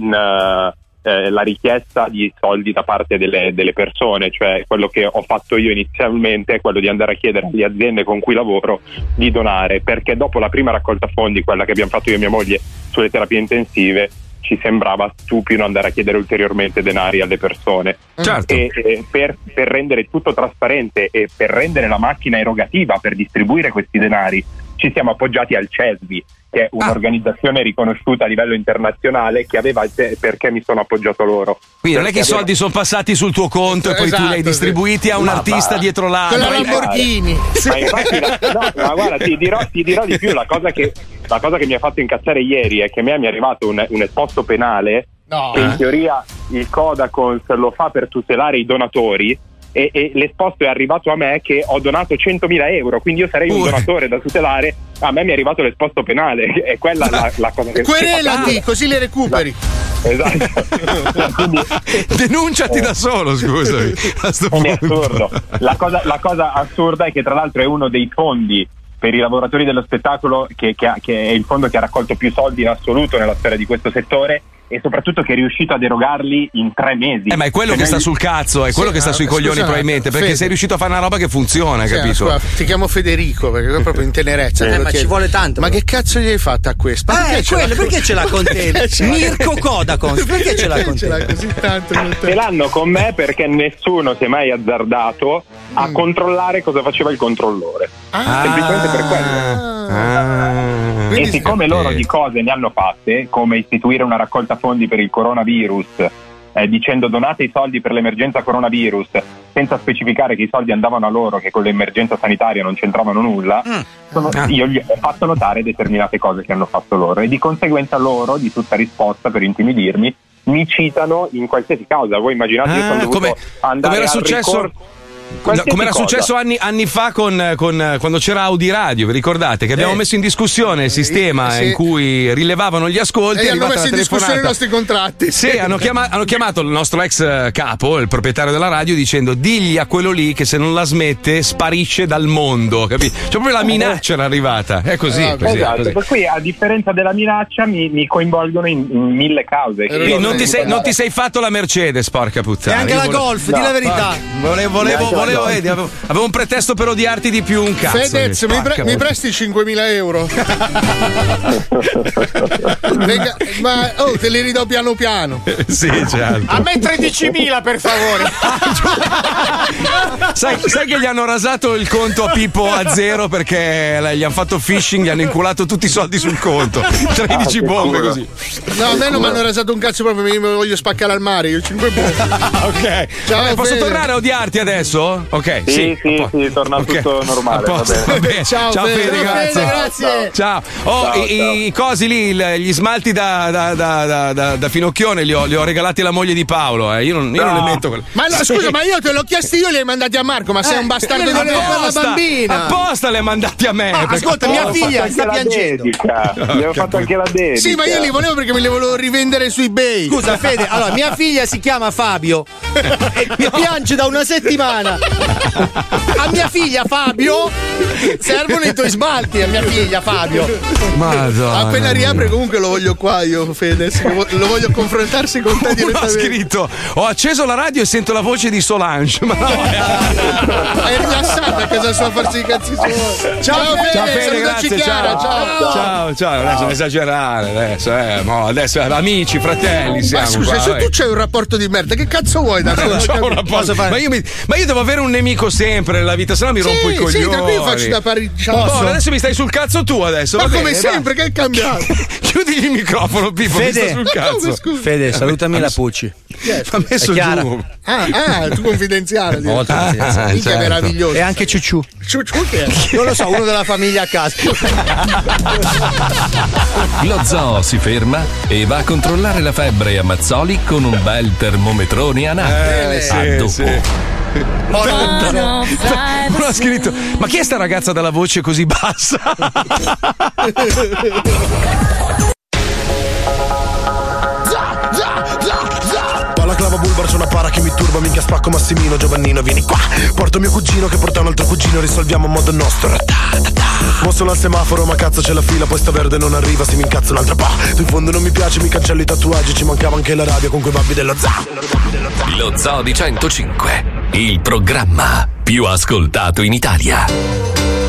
Speaker 15: la richiesta di soldi da parte delle persone, cioè quello che ho fatto io inizialmente è quello di andare a chiedere alle aziende con cui lavoro di donare, perché dopo la prima raccolta fondi, quella che abbiamo fatto io e mia moglie sulle terapie intensive, ci sembrava stupido andare a chiedere ulteriormente denari alle persone.
Speaker 1: Certo.
Speaker 15: E per rendere tutto trasparente e per rendere la macchina erogativa per distribuire questi denari ci siamo appoggiati al CESVI, che è un'organizzazione riconosciuta a livello internazionale, che aveva perché mi sono appoggiato loro.
Speaker 1: Quindi non è che i soldi sono passati sul tuo conto e poi tu li hai distribuiti a un artista dietro l'altro.
Speaker 5: Con la Lamborghini.
Speaker 15: Ma infatti, ma guarda, ti dirò di più, la cosa che mi ha fatto incazzare ieri è che a me mi è arrivato un esposto penale che in teoria il Codacons lo fa per tutelare i donatori. E l'esposto è arrivato a me che ho donato 100.000 euro, quindi io sarei un donatore da tutelare. A me mi è arrivato l'esposto penale, è quella la cosa che
Speaker 5: querelati, così le recuperi.
Speaker 15: Esatto. Quindi,
Speaker 1: denunciati da solo, scusami.
Speaker 15: È assurdo. La cosa assurda è che tra l'altro è uno dei fondi per i lavoratori dello spettacolo che è il fondo che ha raccolto più soldi in assoluto nella storia di questo settore, e soprattutto che è riuscito ad erogarli in 3 mesi.
Speaker 1: Ma è quello che sta sul cazzo, è quello che sta sui coglioni probabilmente, perché sei riuscito a fare una roba che funziona, capito?
Speaker 5: Scusa, ti chiamo Federico perché è proprio in tenerezza.
Speaker 3: Ma ci vuole tanto.
Speaker 5: Ma che cazzo gli hai fatto a questo?
Speaker 3: Perché ce l'ha con te? Mirko Codacons, perché ce l'ha con te?
Speaker 5: Così tanto.
Speaker 15: Ce l'hanno con me perché nessuno si è mai azzardato a controllare cosa faceva il controllore. Semplicemente per quello. E siccome loro di cose ne hanno fatte, come istituire una raccolta fondi per il coronavirus, dicendo donate i soldi per l'emergenza coronavirus, senza specificare che i soldi andavano a loro, che con l'emergenza sanitaria non c'entravano nulla, io gli ho fatto notare determinate cose che hanno fatto loro, e di conseguenza loro, di tutta risposta per intimidirmi, mi citano in qualsiasi causa. Voi immaginate, io sono dovuto andare al ricorso.
Speaker 1: Come era successo anni fa quando c'era Audi Radio, vi ricordate? Che abbiamo messo in discussione il sistema in cui rilevavano gli ascolti.
Speaker 5: E hanno messo in discussione i nostri contratti.
Speaker 1: Sì, hanno chiamato il nostro ex capo, il proprietario della radio, dicendo: digli a quello lì che se non la smette sparisce dal mondo, capito? Cioè proprio la minaccia era arrivata. È così.
Speaker 15: Esatto,
Speaker 1: così.
Speaker 15: Per cui a differenza della minaccia mi coinvolgono in 1000 cause.
Speaker 1: Quindi non ti sei fatto la Mercedes, porca puttana.
Speaker 3: E anche la Golf, di la verità.
Speaker 1: Avevo un pretesto per odiarti di più, un cazzo.
Speaker 5: Fedez, mi presti 5.000 euro? Ma te li ridò piano piano.
Speaker 1: Sì, certo.
Speaker 6: A me 13.000 per favore.
Speaker 1: sai che gli hanno rasato il conto a Pippo a zero perché gli hanno fatto phishing, gli hanno inculato tutti i soldi sul conto. 13 bombe così.
Speaker 5: No, a me non mi hanno rasato un cazzo, proprio mi voglio spaccare al mare. Io 5 bombe.
Speaker 1: Ok. Ciao, posso tornare a odiarti adesso? Ok.
Speaker 15: Sì, torna tutto normale. Va bene.
Speaker 5: Ciao
Speaker 1: Fede, grazie. Ciao. I cosi lì, gli smalti da finocchione li ho regalati alla moglie di Paolo. Io non li metto.
Speaker 5: Ma no, scusa, ma io te l'ho chiesti io, li hai mandati a Marco. Ma sei un bastardo di per la bambina.
Speaker 1: Apposta li hai mandati a me.
Speaker 3: Ascolta, mia figlia sta piangendo.
Speaker 15: Gli ho fatto anche la dedica.
Speaker 5: Sì, ma io li volevo perché me li volevo rivendere su eBay.
Speaker 3: Scusa, Fede, allora mia figlia si chiama Fabio e mi piange da una settimana. A mia figlia Fabio servono i tuoi smalti, a mia figlia Fabio.
Speaker 1: Madonna.
Speaker 5: Appena riapre comunque lo voglio qua io, Fedez, lo voglio confrontarsi con te direttamente.
Speaker 1: Ha scritto: ho acceso la radio e sento la voce di Solange. Ma no,
Speaker 5: è rilassata a casa sua a farsi i cazzi suoi. Ciao Fede,
Speaker 1: grazie,
Speaker 5: Chiara,
Speaker 1: ciao. Adesso non esagerare, adesso amici, fratelli siamo.
Speaker 5: Ma scusa, se tu c'hai un rapporto di merda, che cazzo vuoi da me?
Speaker 1: C'ho un rapporto. Ma io devo avere un nemico sempre nella vita, sennò mi rompo i coglioni.
Speaker 5: Sì, tra cui io faccio da pari.
Speaker 1: Adesso mi stai sul cazzo tu adesso.
Speaker 5: Ma
Speaker 1: va
Speaker 5: come
Speaker 1: bene,
Speaker 5: sempre, che è cambiato?
Speaker 1: Chiudi il microfono, Pippo, mi sta sul cazzo.
Speaker 3: Fede, salutami la Pucci.
Speaker 1: Ha messo giù.
Speaker 5: Tu confidenziale.
Speaker 1: Certo.
Speaker 5: È meraviglioso.
Speaker 3: E anche Ciucciù.
Speaker 5: Ciucciù che è?
Speaker 3: Non lo so, uno della famiglia a casa.
Speaker 2: Lo zoo si ferma e va a controllare la febbre a Mazzoli con un bel termometrone a nappe. A dopo.
Speaker 1: Qualcuno ha scritto: ma chi è sta ragazza dalla voce così bassa?
Speaker 16: Balaclava Bulbar, c'è una para che mi turba, minchia spacco Massimino, Giovannino, vieni qua. Porto mio cugino che porta un altro cugino, risolviamo a modo nostro. Mo sono al semaforo, ma cazzo c'è la fila, poi sta verde non arriva, se mi incazzo un altro po'. Tu in fondo non mi piace, mi cancello i tatuaggi, ci mancava anche la radio con quei babbi dello Zoo.
Speaker 2: Lo Zoo di 105, il programma più ascoltato in Italia.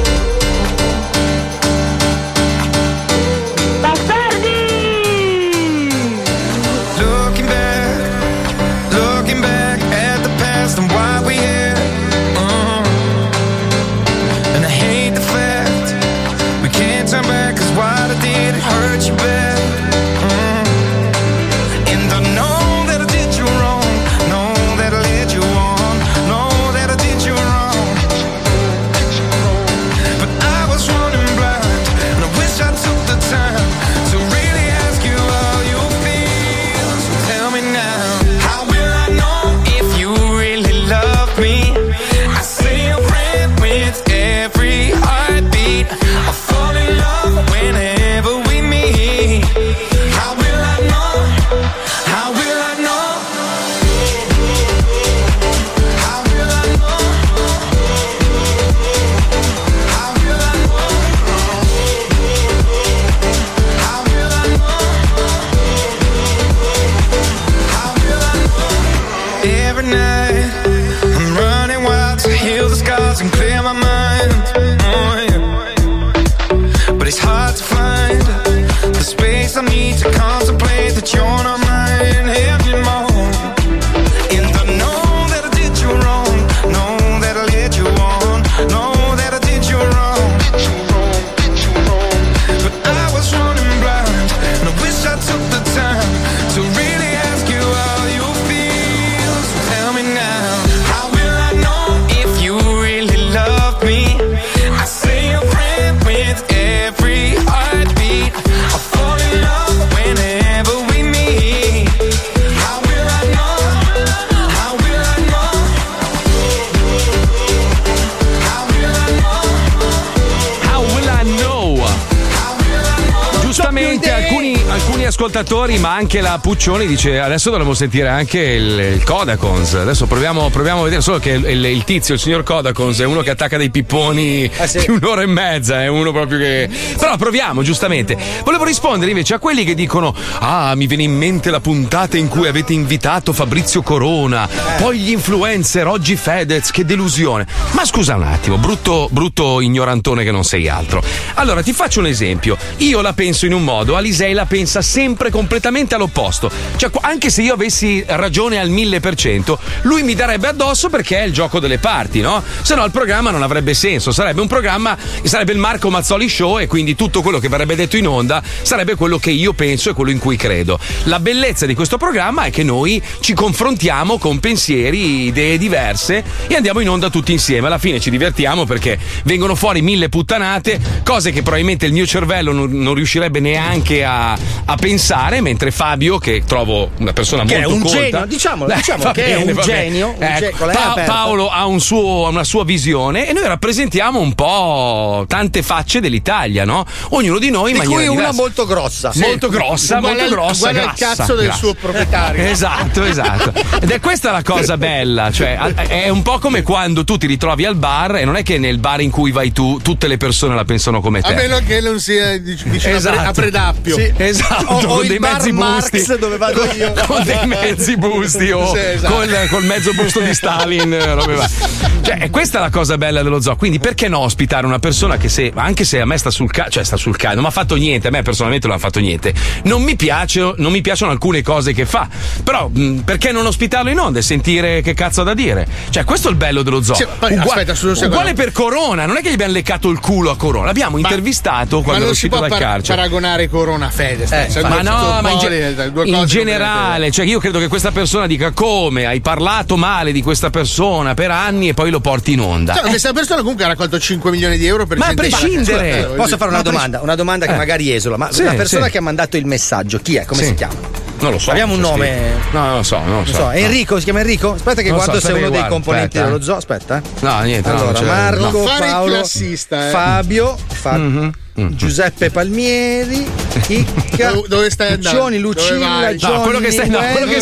Speaker 1: Ascoltatori, ma anche la Puccioni dice: adesso dovremmo sentire anche il Kodakons. Adesso proviamo a vedere. Solo che il tizio, il signor Kodakons, è uno che attacca dei pipponi di un'ora e mezza. È uno proprio che. Però proviamo, giustamente. Volevo rispondere invece a quelli che dicono: ah, mi viene in mente la puntata in cui avete invitato Fabrizio Corona, poi gli influencer, oggi Fedez, che delusione. Ma scusa un attimo, brutto ignorantone che non sei altro. Allora, ti faccio un esempio. Io la penso in un modo, Alisei la pensa sempre completamente all'opposto. Cioè, anche se io avessi ragione al 1000%, lui mi darebbe addosso perché è il gioco delle parti, no? Se no il programma non avrebbe senso. Sarebbe un programma, sarebbe il Marco Mazzoli Show, e quindi tutto quello che verrebbe detto in onda sarebbe quello che io penso e quello in cui credo. La bellezza di questo programma è che noi ci confrontiamo con pensieri, idee diverse e andiamo in onda tutti insieme. Alla fine ci divertiamo perché vengono fuori 1000 puttanate, cose che probabilmente il mio cervello non riuscirebbe neanche a pensare, mentre Fabio, che trovo una persona
Speaker 3: che
Speaker 1: molto
Speaker 3: è un
Speaker 1: colta,
Speaker 3: genio, diciamo che è un genio.
Speaker 1: Paolo ha una sua visione e noi rappresentiamo un po' tante facce dell'Italia, no? Ognuno di noi in maniera diversa.
Speaker 3: Una molto grossa.
Speaker 1: Molto grossa,
Speaker 5: Guarda il cazzo del suo proprietario.
Speaker 1: Esatto. Ed è questa la cosa bella, cioè è un po' come quando tu ti ritrovi al bar e non è che nel bar in cui vai tu tutte le persone la pensano come te.
Speaker 5: A meno che non sia vicino a Predappio.
Speaker 1: Sì, esatto,
Speaker 3: o
Speaker 1: con dei
Speaker 3: bar
Speaker 1: mezzi
Speaker 3: Marx,
Speaker 1: busti
Speaker 3: dove vado io.
Speaker 1: Con dei mezzi busti o col mezzo busto di Stalin. Cioè, questa è la cosa bella dello zoo. Quindi perché no ospitare una persona che anche se a me sta sul cazzo, non mi ha fatto niente, a me personalmente non ha fatto niente, non mi piacciono alcune cose che fa, però perché non ospitarlo in onda e sentire che cazzo ha da dire? Cioè, questo è il bello dello zoo.
Speaker 5: Aspetta,
Speaker 1: uguale per Corona, non è che gli abbiamo leccato il culo a Corona, l'abbiamo intervistato quando è uscito dal carcere.
Speaker 5: Non si può paragonare Corona a Fedez.
Speaker 1: Ma in generale, cioè io credo che questa persona dica: come hai parlato male di questa persona per anni e poi lo porti in onda.
Speaker 5: Cioè, questa persona comunque ha raccolto 5 milioni di euro per
Speaker 1: ma a prescindere.
Speaker 3: Posso fare una domanda che magari esula, ma la persona che ha mandato il messaggio chi è? Come si chiama?
Speaker 1: Non lo so.
Speaker 3: Abbiamo un nome.
Speaker 1: No, non lo so.
Speaker 3: Non so. Enrico, si chiama Enrico? Aspetta che guardo se è uno dei componenti dello zoo. Aspetta.
Speaker 1: No, niente.
Speaker 3: Allora, Marco, Paolo,
Speaker 5: classista,
Speaker 3: Fabio, Giuseppe Palmieri, Chicca,
Speaker 5: dove stai andando?
Speaker 3: Gioni, Lucilla,
Speaker 1: Johnny, quello che stai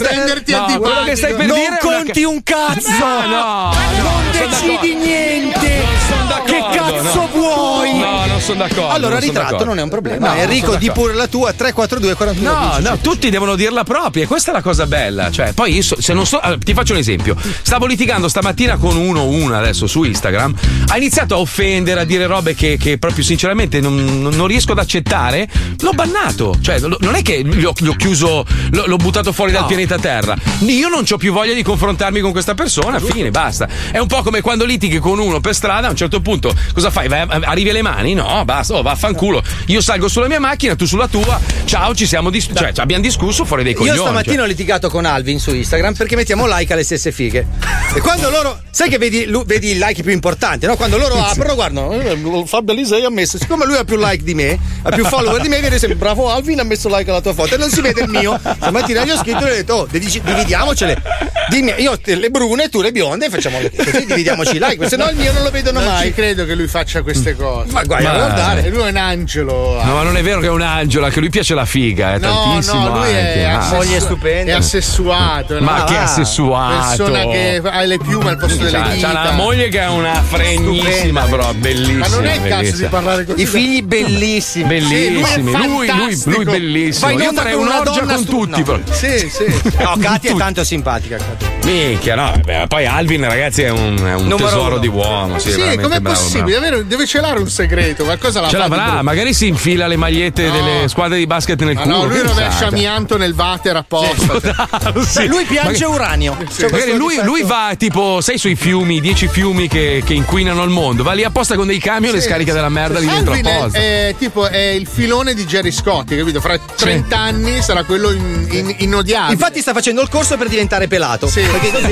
Speaker 1: per
Speaker 3: non
Speaker 1: dire
Speaker 3: conti un cazzo!
Speaker 1: No,
Speaker 3: non decidi niente! Che cazzo vuoi?
Speaker 1: No, non sono d'accordo.
Speaker 3: Allora, ritratto non è un problema. Enrico, di pure la tua 342 41.
Speaker 1: No, tutti devono dirla propria, e questa è la cosa bella. Cioè, poi io se non so, ti faccio un esempio. Stavo litigando stamattina con una adesso su Instagram. Ha iniziato a offendere, a dire robe che proprio sinceramente non riesco ad accettare. L'ho bannato. Cioè, non è che l'ho chiuso, l'ho buttato fuori dal pianeta Terra. Io non c'ho più voglia di confrontarmi con questa persona. Fine, basta. È un po' come quando litighi con uno per strada. A un certo punto, cosa fai? Arrivi alle mani? No, basta. Vaffanculo. Io salgo sulla mia macchina, tu sulla tua. Ciao, ci siamo cioè, abbiamo discusso fuori dei coglioni.
Speaker 3: Io stamattina ho litigato con Alvin su Instagram perché mettiamo like alle stesse fighe. E quando loro, sai che vedi i like più importanti, no? Quando loro aprono, guardano, Fabio Alisei ha messo, siccome lui ha più like di me, ha più follower di me, viene sempre bravo Alvin, ha messo like alla tua foto e non si vede il mio. Stamattina gli ho scritto e gli ho detto, dividiamocele. Io le brune e tu le bionde e facciamo così, dividiamoci i like, se no il mio non lo vedono mai.
Speaker 5: Non ci credo che lui faccia queste cose.
Speaker 3: Ma guarda, a guardare.
Speaker 5: Lui è un angelo.
Speaker 1: No, ma non è vero che è un angelo, che lui piace la figa, è tantissimo.
Speaker 5: No, lui è
Speaker 3: moglie stupenda.
Speaker 5: È assessuato.
Speaker 1: Ma che assessuato?
Speaker 5: Persona che ha le piume al posto delle dita.
Speaker 1: C'ha una moglie che è una fregnissima, però bellissima.
Speaker 5: Ma non è il cazzo di parlare così.
Speaker 3: I figli bellissimi.
Speaker 1: Bellissimi. Lui bellissimo.
Speaker 3: Io
Speaker 1: farei un'orgia con tutti.
Speaker 5: Sì.
Speaker 3: No, Katia è tanto simpatica.
Speaker 1: Minchia, no. Poi Alvin, ragazzi, è un tesoro di uomo. Sì,
Speaker 5: com'è possibile? Deve celare un segreto. Qualcosa la
Speaker 1: ce l'avrà, magari si infila le magliette delle squadre di basket nel culo.
Speaker 5: No, lui rovescia amianto nel water apposta.
Speaker 1: Sì.
Speaker 3: Lui piange uranio.
Speaker 1: Magari lui va tipo, sai, sui fiumi, 10 fiumi che inquinano il mondo, va lì apposta con dei camion e scarica della merda lì dentro apposta.
Speaker 5: È il filone di Gerry Scotti, capito? Fra 30 anni sarà quello inodiabile.
Speaker 3: Infatti sta facendo il corso per diventare pelato. Sì. Perché così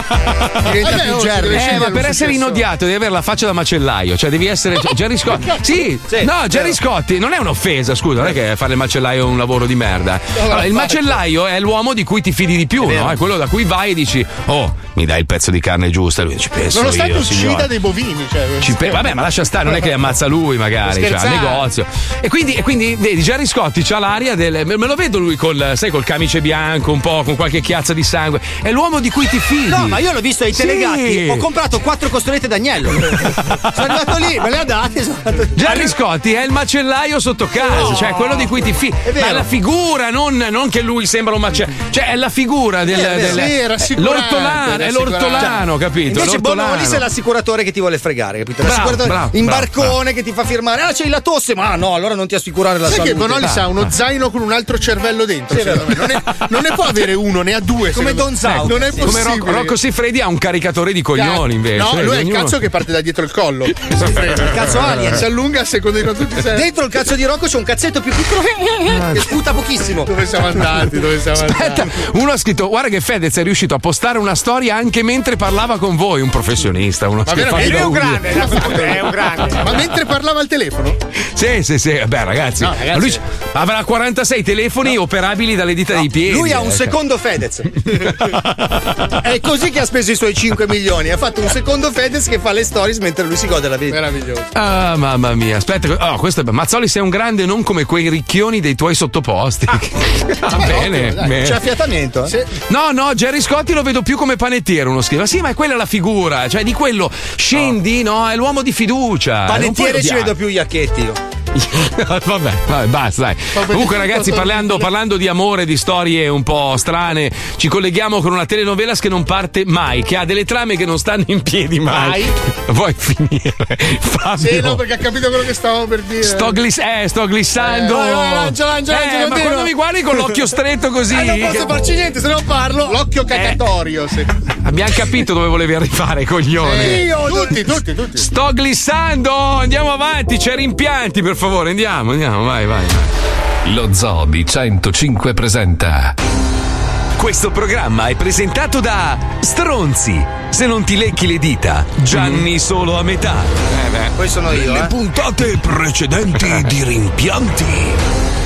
Speaker 3: diventa più Gerry.
Speaker 1: Ma per essere inodiato devi avere la faccia da macellaio, cioè devi essere Gerry Scotti. Sì. No, Gerry Scotti non è un'offesa, scusa, non è che fare il macellaio è un lavoro di merda. Allora, il macellaio è l'uomo di cui ti fidi di più, no? È quello da cui vai e dici, oh, mi dai il pezzo di carne giusta, lui ci penso.
Speaker 5: Nonostante
Speaker 1: io,
Speaker 5: uccida dei bovini, cioè.
Speaker 1: Vabbè, ma lascia stare, non è che ammazza lui, magari, cioè, al negozio. E quindi vedi, Gerry Scotti c'ha l'aria me lo vedo lui col camice bianco, un po' con qualche chiazza di sangue. È l'uomo di cui ti fidi.
Speaker 3: No, ma io l'ho visto ai Telegatti. Ho comprato 4 costolette d'agnello. Sono arrivato lì, me le ha date.
Speaker 1: Gerry Scotti è il macellaio sotto casa, cioè quello di cui ti fidi. Ma è la figura, non che lui sembra un macellaio, cioè è la figura l'ortolano, capito?
Speaker 3: Invece Bonolis è l'assicuratore che ti vuole fregare, capito? L'assicuratore in barcone che ti fa firmare. C'hai la tosse, ma no, allora non ti assicurare la salute.
Speaker 5: Sai che Bonolis ha uno zaino con un altro cervello dentro. Non ne può avere uno, ne ha due.
Speaker 3: Come Don Zau.
Speaker 5: Non è possibile.
Speaker 1: Come Rocco Siffredi ha un caricatore di coglioni invece.
Speaker 5: No, lui è il cazzo che parte da dietro il collo.
Speaker 3: Il cazzo alien.
Speaker 5: Si allunga a seconda di quanto ti sei.
Speaker 3: Dentro il cazzo di Rocco c'è un cazzetto più piccolo che sputa pochissimo.
Speaker 5: Dove siamo andati?
Speaker 1: Aspetta, uno ha scritto: guarda che Fedez è riuscito a postare una storia anche mentre parlava con voi. Un professionista, uno
Speaker 5: Ma veramente è un grande. Ma mentre parlava al telefono?
Speaker 1: Sì. Beh, ragazzi. Lui avrà 46 telefoni operabili dalle dita dei piedi.
Speaker 3: Lui ha un secondo Fedez. È così che ha speso i suoi 5 milioni. Ha fatto un secondo Fedez che fa le stories mentre lui si gode la vita.
Speaker 5: Meraviglioso.
Speaker 1: Ah, mamma mia. Aspetta, questo è Mazzoli, sei un grande, non come quei ricchioni dei tuoi sottoposti. Bene.
Speaker 3: C'è affiatamento.
Speaker 5: Sì.
Speaker 1: No, Gerry Scotti lo vedo più come panettiere, uno scrive. Sì, ma è quella la figura, cioè di quello scendi, no? È l'uomo di fiducia.
Speaker 3: Panettiere ci vedo più Iacchetti io.
Speaker 1: Vabbè, basta, dai. Comunque, ragazzi, parlando di amore, di storie un po' strane, ci colleghiamo con una telenovelas che non parte mai, che ha delle trame che non stanno in piedi mai. Vuoi finire? Fabio.
Speaker 5: Sì, no, perché ha capito quello che stavo per dire.
Speaker 1: Sto glissando.
Speaker 5: Lancia,
Speaker 1: ma quando mi guardi con l'occhio stretto così.
Speaker 5: Non posso farci niente, se non parlo. L'occhio cacatorio. Sì.
Speaker 1: Abbiamo capito dove volevi arrivare, coglione.
Speaker 5: Tutti.
Speaker 1: Sto glissando, andiamo avanti, c'è rimpianti, per favore, andiamo, vai.
Speaker 2: Lo Zoo di 105 presenta.
Speaker 9: Questo programma è presentato da Stronzi. Se non ti lecchi le dita, Gianni solo a metà.
Speaker 3: Poi sono io.
Speaker 9: Le puntate precedenti di rimpianti.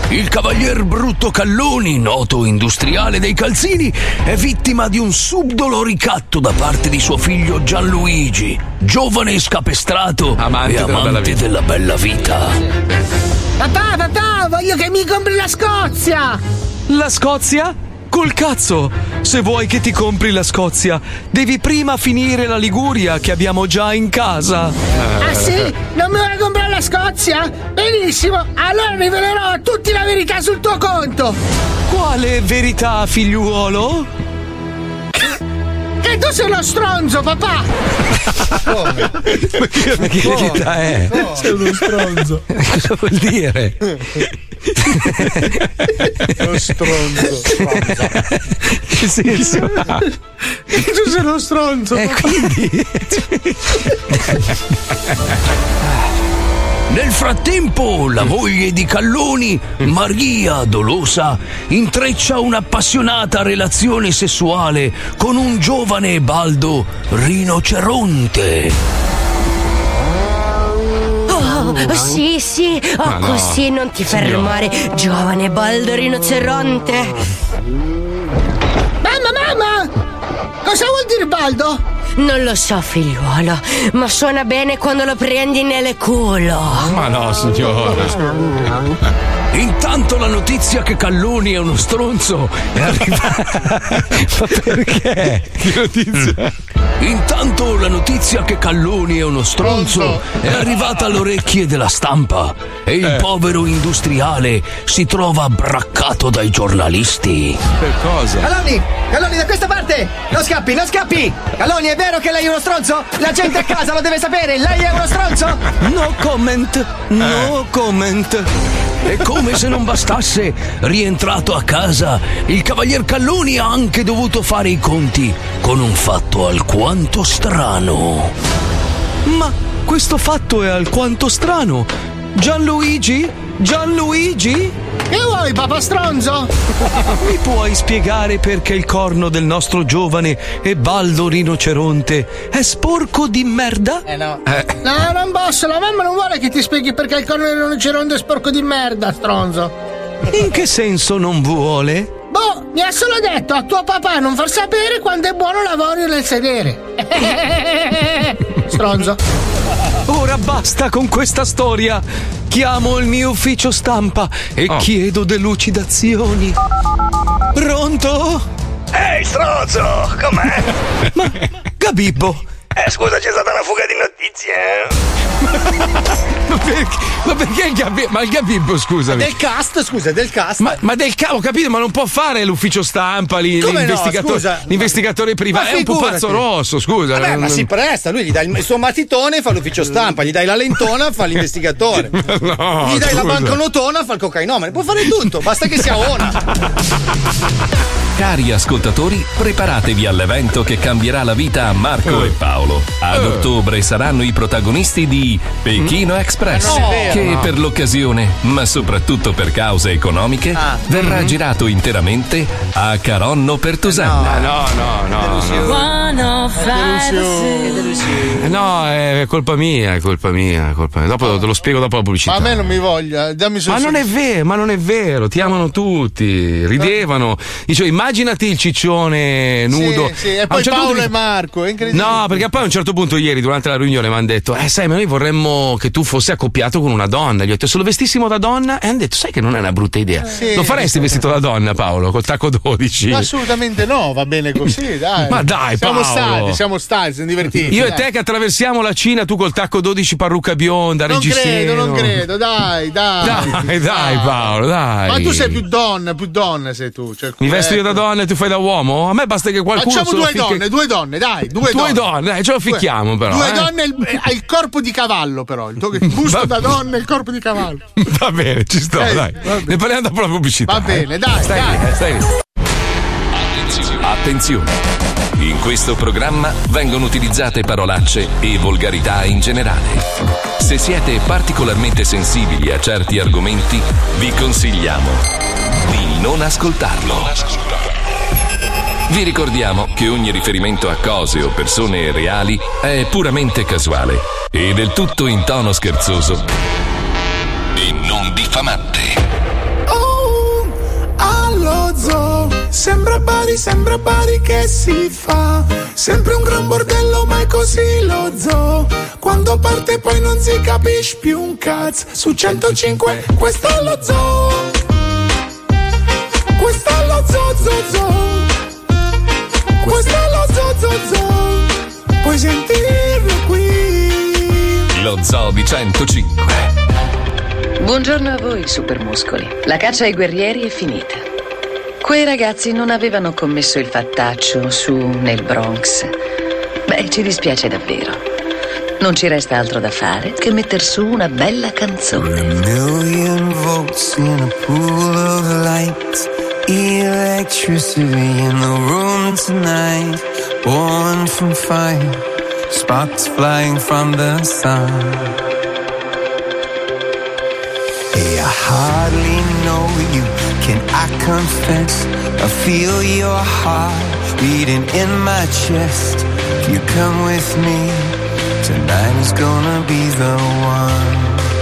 Speaker 9: Il cavalier Brutto Calloni, noto industriale dei calzini, è vittima di un subdolo ricatto da parte di suo figlio Gianluigi, giovane scapestrato e amante della bella vita.
Speaker 11: Papà, voglio che mi compri la Scozia!
Speaker 17: La Scozia? Col cazzo! Se vuoi che ti compri la Scozia, devi prima finire la Liguria che abbiamo già in casa.
Speaker 11: Ah sì? Non mi vuoi comprare la Scozia? Benissimo, allora rivelerò a tutti la verità sul tuo conto.
Speaker 17: Quale verità, figliuolo?
Speaker 11: Che tu sei uno stronzo, papà!
Speaker 1: Ma che verità è?
Speaker 12: Sei uno stronzo.
Speaker 1: Cosa vuol dire?
Speaker 5: Lo stronzo.
Speaker 1: Che senso?
Speaker 5: Tu sei uno stronzo.
Speaker 1: Quindi.
Speaker 9: Nel frattempo, la moglie di Calloni, Maria Dolosa, intreccia un'appassionata relazione sessuale con un giovane e baldo rinoceronte.
Speaker 18: Sì, così non ti fermare, giovane baldo rinoceronte.
Speaker 11: Mamma! Cosa vuol dire baldo?
Speaker 18: Non lo so, figliuolo, ma suona bene quando lo prendi nel culo.
Speaker 1: Ma no, signore.
Speaker 9: Intanto la notizia che Calloni è uno stronzo è arrivata.
Speaker 1: Ma perché? Che notizia?
Speaker 9: Intanto la notizia che Calloni è uno stronzo è arrivata alle orecchie della stampa e il povero industriale si trova braccato dai giornalisti.
Speaker 1: Per cosa?
Speaker 3: Calloni, da questa parte! Non scappi! Calloni, è vero che lei è uno stronzo? La gente a casa lo deve sapere, lei è uno stronzo?
Speaker 17: No comment.
Speaker 9: E come se non bastasse, rientrato a casa, il cavalier Calloni ha anche dovuto fare i conti con un fatto alquanto strano.
Speaker 17: Ma questo fatto è alquanto strano. Gianluigi?
Speaker 11: Che vuoi, papà stronzo?
Speaker 17: Mi puoi spiegare perché il corno del nostro giovane e baldo rinoceronte è sporco di merda?
Speaker 11: No, non posso, la mamma non vuole che ti spieghi perché il corno del rinoceronte è sporco di merda, stronzo.
Speaker 17: In che senso non vuole?
Speaker 11: Boh, mi ha solo detto a tuo papà non far sapere quando è buono l'avorio nel sedere. Stronzo.
Speaker 17: Ora basta con questa storia. Chiamo il mio ufficio stampa e chiedo delucidazioni. Pronto?
Speaker 19: Ehi, stronzo, com'è?
Speaker 17: Ma Gabibbo.
Speaker 19: Scusa, c'è stata una fuga di notizie.
Speaker 1: Ma perché il Gabibbo? Ma il Gabibbo, scusami.
Speaker 3: Del cast.
Speaker 1: Ma del cavolo, ho capito, ma non può fare l'ufficio stampa lì, l'investigatore privato. È un pupazzo rosso, scusa.
Speaker 3: Vabbè, ma si presta, lui gli dai il suo matitone, fa l'ufficio stampa, gli dai la lentona, fa l'investigatore.
Speaker 1: No,
Speaker 3: gli dai la banconotona, fa il cocainomane. Può fare tutto, basta che sia ona.
Speaker 2: Cari ascoltatori, preparatevi all'evento che cambierà la vita a Marco e Paolo. Ad ottobre saranno i protagonisti di Pechino Express, che per l'occasione, ma soprattutto per cause economiche, verrà girato interamente a Caronno Pertusanna.
Speaker 1: No, è colpa mia. Dopo te lo spiego dopo la pubblicità.
Speaker 5: Ma a me non mi voglia, dammi
Speaker 1: Ma non è vero, ti amano tutti, ridevano. Dicevo, immaginati il ciccione nudo.
Speaker 5: Sì, e poi Paolo e Marco, è incredibile.
Speaker 1: No, perché poi a un certo punto ieri durante la riunione mi hanno detto sai, ma noi vorremmo che tu fossi accoppiato con una donna. Gli ho detto, se lo vestissimo da donna, e hanno detto, sai che non è una brutta idea. Lo faresti vestito da donna, Paolo, col tacco 12?
Speaker 5: Ma assolutamente no, va bene così, dai.
Speaker 1: Ma dai, Paolo.
Speaker 5: Siamo stati, siamo divertiti.
Speaker 1: Io e te che attraversiamo la Cina, tu col tacco 12, parrucca bionda, reggiseno.
Speaker 5: Non credo, dai.
Speaker 1: Dai, Paolo, dai.
Speaker 5: Ma tu sei più donna sei tu. Cioè,
Speaker 1: mi vesto io da donna e tu fai da uomo? A me basta che qualcuno.
Speaker 5: Facciamo due donne, dai. Due donne,
Speaker 1: dai, ce lo ficchiamo però.
Speaker 5: Due donne hai il corpo di cavallo, però. Il busto da donna e il corpo di cavallo.
Speaker 1: Va bene, ci sto, dai. Ne parliamo dopo la pubblicità.
Speaker 5: Va bene, dai.
Speaker 1: Stai lì.
Speaker 2: Attenzione. In questo programma vengono utilizzate parolacce e volgarità in generale. Se siete particolarmente sensibili a certi argomenti, vi consigliamo di non ascoltarlo. Vi ricordiamo che ogni riferimento a cose o persone reali è puramente casuale e del tutto in tono scherzoso e non diffamante.
Speaker 20: lo zoo. Sembra Bari che si fa. Sempre un gran bordello, ma è così lo zoo. Quando parte poi non si capisce più un cazzo. Su 105 questo è lo zoo. Questo è lo zoo zoo zoo. Questo è lo zoo zoo zoo. Puoi sentirlo qui.
Speaker 2: Lo Zoo di 105.
Speaker 21: Buongiorno a voi, supermuscoli. La caccia ai guerrieri è finita. Quei ragazzi non avevano commesso il fattaccio su nel Bronx. Beh, ci dispiace davvero. Non ci resta altro da fare che metter su una bella canzone.
Speaker 20: A million volts in a pool of light. Electricity in the room tonight. Born from fire. Sparks flying from the sun. Hey, I hardly know you, can I confess? I feel your heart beating in my chest. If you come with me, tonight is gonna be the one.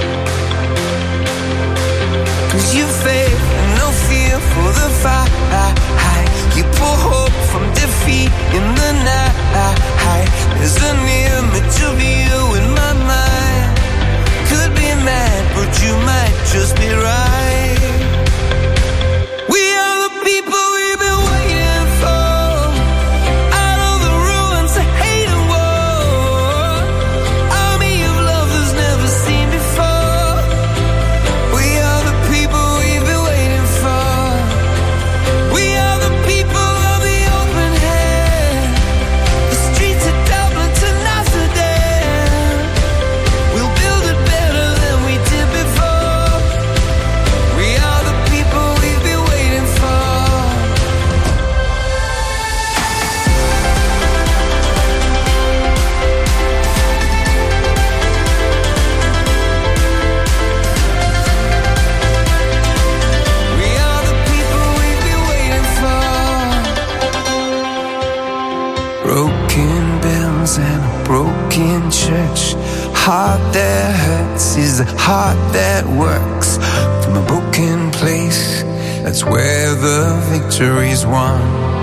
Speaker 20: 'Cause you faith and no fear for the fight. You pull hope from defeat in the night. There's an image of you in my mind. Could be mad, but you might just be right. We are the people we've been waiting for. Out of the ruins of hate and war. Army of lovers never seen before. We are the people we've been waiting for. We are the people of the open hand. The streets of Dublin to Amsterdam. We'll build it better than we did before. We are the people we've been waiting for. We are the people we've been waiting for. Broken bells and a broken church. Heart that hurts is a heart that works. From a broken place, that's where the victory's won.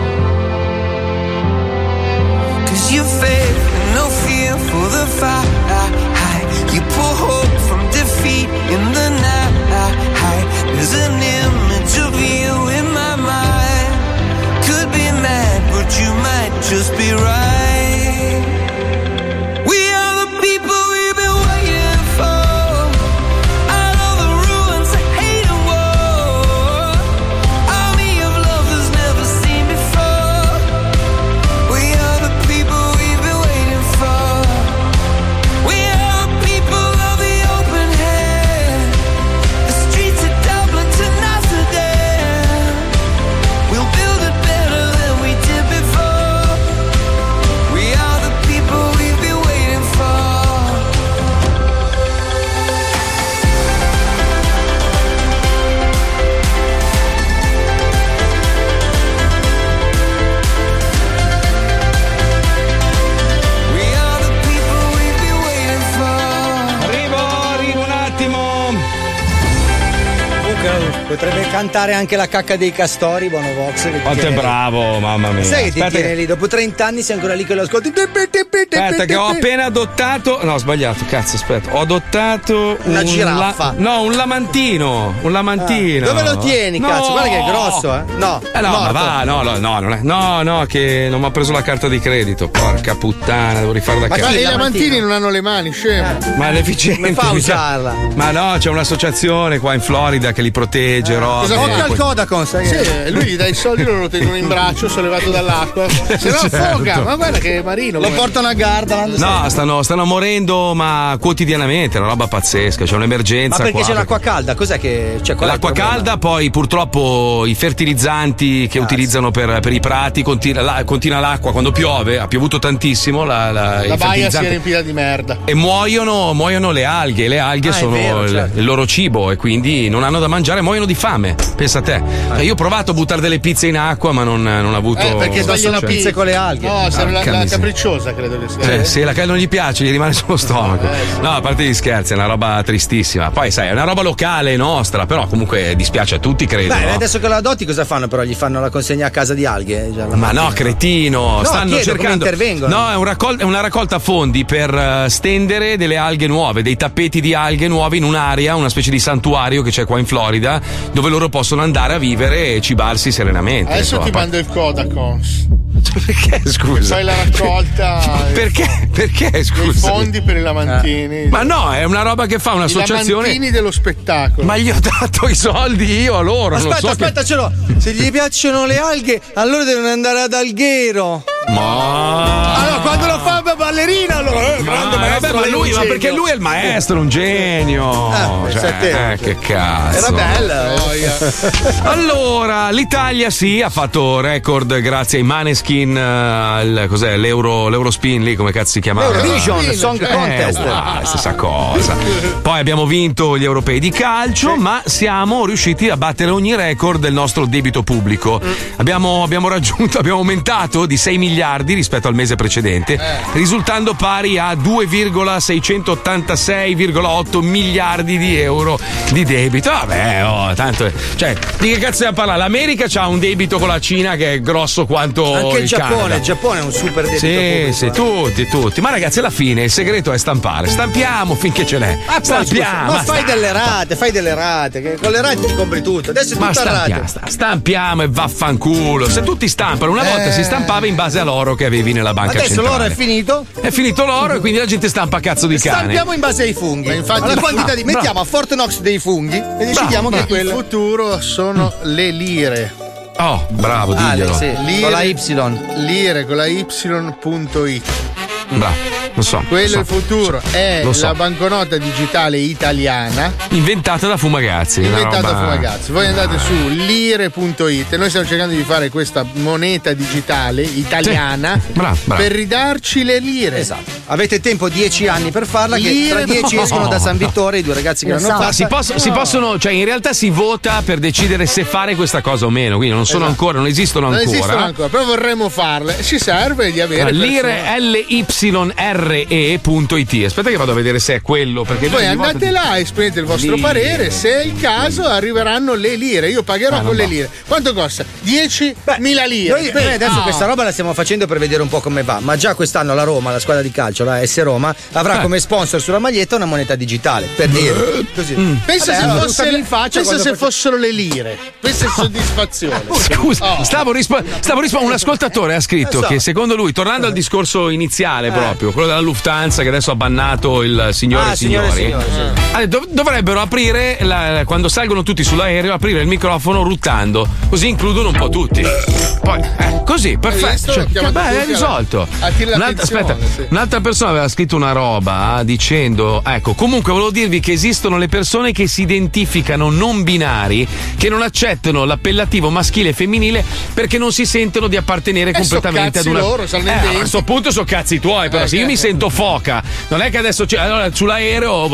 Speaker 20: 'Cause you faith and no fear for the fight. You pull hope from defeat in the night. There's an image of you in my mind. Could be mad, but you might just be right. We are the people we've been waiting for. Out of the ruins of hate and war. Army of lovers never seen before. We are the people we've been waiting for. We are the people of the open hand. The streets of Dublin to Amsterdam. We'll build it better than we did before. We are the people we've been waiting for. We are the people we've been waiting for.
Speaker 1: Arrivo un attimo.
Speaker 3: Comunque potrebbe cantare anche la cacca dei castori, Bono Vox. Che
Speaker 1: Quanto è bravo, mamma mia.
Speaker 3: Sai che ti
Speaker 1: Aspetta
Speaker 3: tiene lì? Dopo 30 anni sei ancora lì che lo ascolti.
Speaker 1: Aspetta, che ho appena adottato. No, ho sbagliato, cazzo, aspetta. Ho adottato
Speaker 3: una giraffa.
Speaker 1: un lamantino. Un lamantino.
Speaker 3: Dove lo tieni, cazzo? Guarda che è grosso, eh? No.
Speaker 1: Ma va, no, che non mi ha preso la carta di credito. Porca puttana, devo rifare la carta.
Speaker 5: Ma i lamantini non hanno le mani, scemo.
Speaker 1: Ma è l'efficiente.
Speaker 3: Come fa a usarla?
Speaker 1: Ma no, c'è un'associazione qua in Florida che li protegge, roba.
Speaker 3: Occhio al Kodakon, sai?
Speaker 5: Sì, lui gli dà i soldi, loro lo tengono in braccio, sollevato dall'acqua. Se no affoga, ma guarda che è marino.
Speaker 3: Lo portano a Garda.
Speaker 1: No, stanno morendo, ma quotidianamente, è una roba pazzesca, c'è un'emergenza.
Speaker 3: Ma perché
Speaker 1: qua,
Speaker 3: c'è l'acqua calda? Cos'è che c'è?
Speaker 1: L'acqua calda, poi purtroppo i fertilizzanti che utilizzano per i prati, continua l'acqua quando piove, ha piovuto tantissimo,
Speaker 5: la baia si è riempita di merda.
Speaker 1: E muoiono le alghe, sono
Speaker 3: vero, certo.
Speaker 1: il loro cibo e quindi non hanno da mangiare. mangiare, muoiono di fame. Pensa a te. Io ho provato a buttare delle pizze in acqua, ma non ho avuto.
Speaker 3: Perché toglie la pizza con le alghe.
Speaker 5: No, serve la capricciosa, credo che sia.
Speaker 1: Sì, la che non gli piace, gli rimane sullo stomaco. No, a parte gli scherzi, è una roba tristissima. Poi sai, è una roba locale nostra, però comunque dispiace a tutti, credo.
Speaker 3: Beh, adesso che lo adotti cosa fanno però? Gli fanno la consegna a casa di alghe?
Speaker 1: Ma no, cretino, stanno
Speaker 3: chiedo,
Speaker 1: cercando.
Speaker 3: Come intervengono?
Speaker 1: No, è una raccolta fondi per stendere delle alghe nuove, dei tappeti di alghe nuovi in un'area, una specie di santuario che c'è qua in Florida, dove loro possono andare a vivere e cibarsi serenamente.
Speaker 5: Adesso ti mando il Codacons.
Speaker 1: Perché, scusa?
Speaker 5: Fai la raccolta.
Speaker 1: Perché, scusa?
Speaker 5: I fondi per i lamantini.
Speaker 1: Ma no, è una roba che fa un'associazione.
Speaker 5: I lamantini dello spettacolo.
Speaker 1: Ma gli ho dato i soldi io a loro.
Speaker 3: Aspetta, ce l'ho. Se gli piacciono le alghe, allora devono andare ad Alghero.
Speaker 1: Ma
Speaker 3: allora, quando lo fa ballerina, allora grande maestro.
Speaker 1: Ma perché lui è il maestro, un genio. Che cazzo.
Speaker 3: Era bella.
Speaker 1: Allora, l'Italia ha fatto record grazie ai Maneskin, cos'è? L'Eurospin lì, come cazzo si chiamava?
Speaker 3: Eurovision Song Contest.
Speaker 1: Stessa cosa. Poi abbiamo vinto gli europei di calcio, ma siamo riusciti a battere ogni record del nostro debito pubblico. Abbiamo aumentato di 6 miliardi rispetto al mese precedente, risultando pari a 2,686,8 miliardi di euro di debito. Vabbè, tanto cioè, di che cazzo stiamo parlando? L'America c'ha un debito con la Cina che è grosso quanto
Speaker 3: anche il Giappone.
Speaker 1: Canada.
Speaker 3: Il Giappone è un super debito pubblico.
Speaker 1: Sì, tutti. Ma ragazzi, alla fine il segreto è stampare. Stampiamo finché ce n'è. Stampiamo.
Speaker 3: Ma fai delle rate, che con le rate ti compri tutto. Adesso è tutta rate.
Speaker 1: Stampiamo e vaffanculo. Se tutti stampano, una volta si stampava in base all'oro che avevi nella banca
Speaker 3: adesso
Speaker 1: centrale.
Speaker 3: L'oro è finito?
Speaker 1: È finito l'oro e quindi la gente stampa a cazzo di cane.
Speaker 3: Stampiamo in base ai funghi. Infatti, alla quantità di mettiamo a Fort Knox dei funghi e decidiamo che quello.
Speaker 5: Il futuro sono le lire.
Speaker 1: Oh, bravo, diglielo.
Speaker 3: Lire, con la Y.
Speaker 5: Lire con la Y.it.
Speaker 1: Bravo. Lo so.
Speaker 5: Quello è il futuro. È la banconota digitale italiana.
Speaker 1: Inventata da Fumagazzi.
Speaker 5: Voi andate su lire.it. Noi stiamo cercando di fare questa moneta digitale italiana per ridarci le lire.
Speaker 3: Esatto. Avete tempo 10 anni per farla. Che tra 10 escono da San Vittore i due ragazzi che l'hanno fatta.
Speaker 1: Si possono, cioè in realtà si vota per decidere se fare questa cosa o meno. Quindi non esistono ancora.
Speaker 5: Però vorremmo farle. Ci serve di avere
Speaker 1: lire LYRE.it. Aspetta che vado a vedere se è quello. Perché
Speaker 5: voi andate là, esprimete il vostro parere. Se è il caso, arriveranno le lire. Io pagherò con le lire. Quanto costa? 10.000 lire.
Speaker 3: Noi adesso questa roba la stiamo facendo per vedere un po' come va. Ma già quest'anno la Roma, la squadra di calcio, la S Roma, avrà come sponsor sulla maglietta una moneta digitale. Per dire così.
Speaker 5: Pensa se fossero le lire. Questa è soddisfazione.
Speaker 1: Scusa, stavo rispondendo. Un ascoltatore ha scritto che secondo lui, tornando al discorso iniziale proprio, quello della Lufthansa che adesso ha bannato il signore signori, dovrebbero aprire quando salgono tutti sull'aereo, aprire il microfono ruttando, così includono un po' tutti. Poi così, perfetto. È risolto. Un'altra persona aveva scritto una roba dicendo: ecco, comunque volevo dirvi che esistono le persone che si identificano non binari, che non accettano l'appellativo maschile e femminile perché non si sentono di appartenere completamente ad una.
Speaker 5: Loro,
Speaker 1: a questo punto sono cazzi tuoi, però se io mi sento foca, non è che adesso allora sull'aereo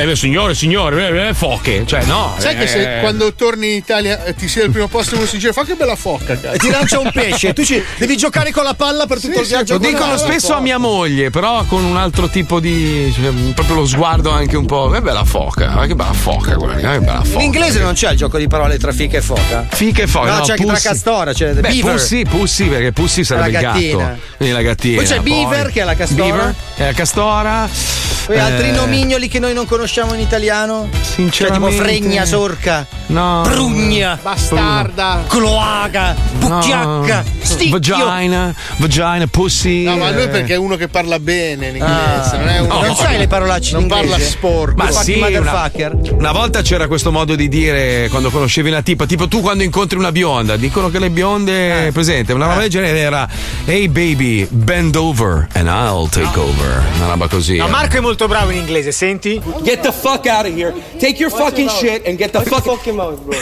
Speaker 1: signore foche, cioè no.
Speaker 5: Sai che se quando torni in Italia ti sia al primo posto uno si dice fa che bella foca, cazzo.
Speaker 3: E ti lancia un pesce, tu devi giocare con la palla per tutto il viaggio.
Speaker 1: Lo dicono spesso a mia moglie, però con un altro tipo di proprio lo sguardo anche un po'. Che bella foca, che bella foca quella, che bella foca.
Speaker 3: In inglese non c'è il gioco di parole tra fica e foca?
Speaker 1: Fica e foca,
Speaker 3: no, c'è anche tra castora, c'è beaver.
Speaker 1: Pussy, perché pussy sarebbe il gatto. Quindi la gattina.
Speaker 3: Poi c'è beaver che è la castora.
Speaker 1: Beaver è la castora.
Speaker 3: Poi altri nomignoli che noi non conosciamo in italiano?
Speaker 1: Sinceramente.
Speaker 3: Cioè tipo fregna, sorca, prugna,
Speaker 5: bastarda,
Speaker 3: cloaca, bucchiacca, sticchio.
Speaker 1: Vagina, pussy.
Speaker 5: No, ma lui perché è uno che parla bene in inglese, non è uno.
Speaker 3: Non sai le parolacce in
Speaker 5: inglese. Non parla sporco.
Speaker 1: Ma sì, una volta c'era questo modo di dire quando conoscevi una tipa, tipo tu quando incontri una bionda, dicono che le bionde presente, una roba del genere era hey baby, bend over and I'll take over. Una roba così.
Speaker 6: No, Marco è molto molto bravo in inglese, senti?
Speaker 4: Get the fuck out of here. Take your fucking shit and get the fucking mouth, bro.